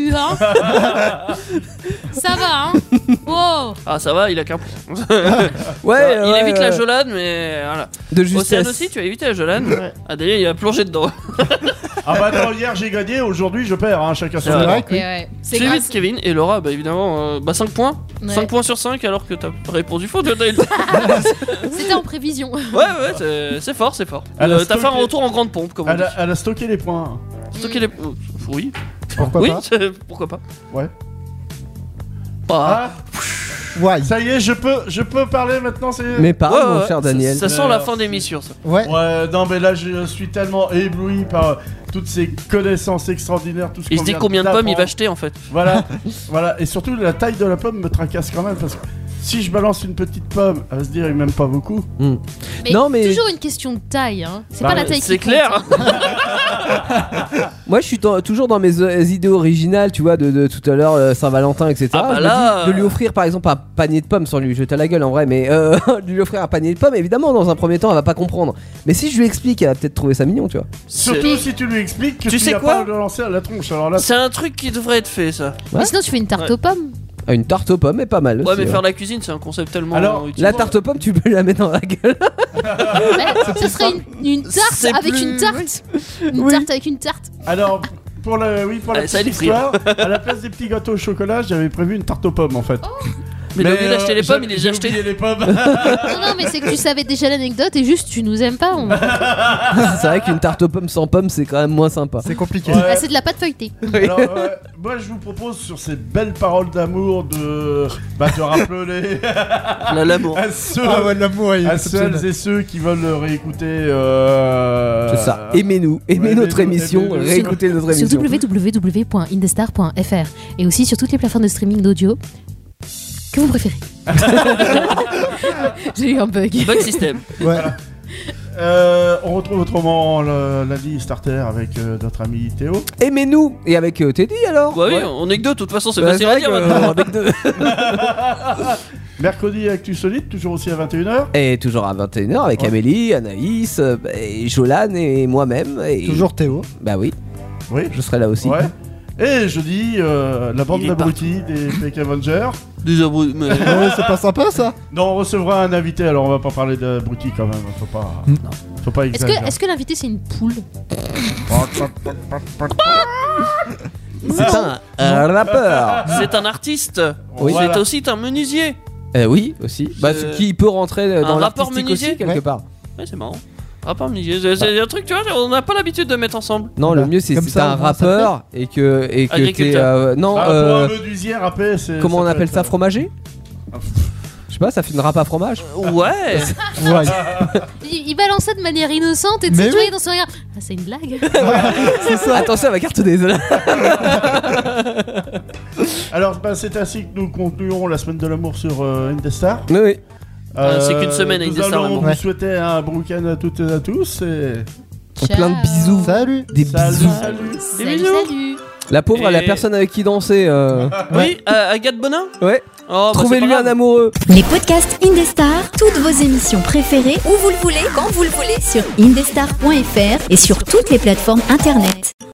ça va, hein. Wow. Ah ça va, il a qu'un point. Ouais, il ouais, évite ouais. la Jolane, mais voilà. De Océane justesse. aussi, tu as évité la Jolane. Adrien, il a plongé dedans. Ah bah attends, hier j'ai gagné, aujourd'hui je perds, hein, chacun son C'est tour. vrai que Et oui. ouais, c'est Suivi grâce. de Kevin et Laura, bah évidemment, 5 points. Ouais. 5 points sur 5 alors que t'as répondu faux. C'était en prévision. Ouais, c'est fort, c'est fort. Elle a T'as fait un stocké- retour en grande pompe, comme on dit. Elle a stocké les points. Stocker les. Oui, Pourquoi oui, pas pourquoi pas. Ouais. Ah. Ah, Ouais. ça y est, je peux parler maintenant, c'est. Mais parle, Ouais, mon ouais, cher Daniel. Ça sent la fin d'émission, ça. Ouais. Ouais, non mais là je suis tellement ébloui par toutes ces connaissances extraordinaires, tout ce Il qu'on se dit vient combien de pommes il va d'apprendre. acheter en fait. Voilà, voilà, et surtout la taille de la pomme me tracasse quand même parce que si je balance une petite pomme, elle va se dire il m'aime pas beaucoup. Hmm. Mais, Non, mais- toujours une question de taille, hein. C'est Bah, pas la taille C'est qui clair. compte, hein. Moi, je suis toujours dans mes idées originales, tu vois, de tout à l'heure, Saint-Valentin, etc. Ah bah Je me là, dis de lui offrir, par exemple, un panier de pommes, sans lui jeter à la gueule en vrai, mais de lui offrir un panier de pommes, évidemment, dans un premier temps, elle va pas comprendre. Mais si je lui explique, elle va peut-être trouver ça mignon, tu vois. Surtout si tu lui expliques que Tu sais n'as quoi pas de lancer à la tronche. Alors là, C'est un truc qui devrait être fait, ça. Mais sinon, tu fais une tarte Ouais. aux pommes. Ah, une tarte aux pommes est pas mal. Ouais, aussi, mais ouais. faire la cuisine, c'est un concept tellement. Alors, utile. La tarte aux pommes, tu peux la mettre dans la gueule. Ce serait une tarte C'est avec plus- une tarte. Une Oui. tarte avec une tarte. alors pour la Allez, ça, petite elle est histoire, à la place des petits gâteaux au chocolat, j'avais prévu une tarte aux pommes en fait. Mais il a oublié d'acheter les pommes, il les a j'ai achetées. oublié les pommes. Non, non, mais c'est que tu savais déjà l'anecdote et juste tu nous aimes pas. C'est vrai qu'une tarte aux pommes sans pommes, c'est quand même moins sympa. C'est compliqué. Ouais. Bah, c'est de la pâte feuilletée. Alors, moi je vous propose sur ces belles paroles d'amour de rappeler L'amour. à ceux, Ah ouais, l'amour est à exceptionnel. celles et ceux qui veulent réécouter. C'est ça. Aimez-nous, aimez ouais, notre aimez-nous, émission, aimez-nous. réécoutez notre Sur émission. www.indestar.fr et aussi sur toutes les plateformes de streaming d'audio que vous préférez. J'ai eu un bug. Bug system. Ouais. On retrouve autrement la vie starter avec notre ami Théo. Aimez-nous et avec Teddy alors. Bah oui, Ouais. on est que deux, de toute façon, c'est Bah, facile c'est à vrai dire que, maintenant. avec deux. Mercredi Actu Solide, toujours aussi à 21h. Et toujours à 21h avec Ouais. Amélie, Anaïs, et Jolan et moi-même. Et... Toujours Théo. Bah oui, Oui. je serai là aussi. Ouais. Et jeudi, la bande Il est d'abrutis des Fake Avengers. Des abrutis, mais- Ouais, c'est pas sympa ça. Non, on recevra un invité, alors on va pas parler d'abrutis quand même. Faut pas exagérer. Est-ce que l'invité c'est une poule? C'est un rappeur. C'est un artiste. Oui. C'est aussi un menuisier. Oui, aussi. Bah, C'est- ce qui peut rentrer dans Un rapport l'artistique menuisier aussi, quelque Ouais. part. Ouais, c'est marrant. Rapport menuisier. C'est un truc, tu vois, on n'a pas l'habitude de mettre ensemble. Non, le Bah, mieux c'est comme si ça, t'as un au moins, ça rappeur et que t'es. Agriculteur. Non, Bah, pour un menuisier, après, c'est. comment on peut appelle être, ça, fromager? Je sais pas, ça fait une râpe à fromage. Ouais. Ouais. Il balance ça de manière innocente et tu Mais sais, tu oui. voyais dans son regard. Ah, c'est une blague. C'est ça. Attention, elle va cartonner. Alors, bah, c'est ainsi que nous concluons la semaine de l'amour sur Indestar. Oui, oui. C'est qu'une semaine, Nous Indestar, allons l'amour. vous Ouais. souhaiter un bon week-end à toutes et à tous. Et... Plein de bisous. Salut. Des Salut, bisous. salut. Salut, bisous. salut. La pauvre, elle a Et- personne avec qui danser. Oui, Agathe Bonin. Ouais. Oh, bah, Trouvez-lui c'est pas un grave. amoureux. Les podcasts Indestar, toutes vos émissions préférées, où vous le voulez, quand vous le voulez, sur indestar.fr et sur toutes les plateformes internet.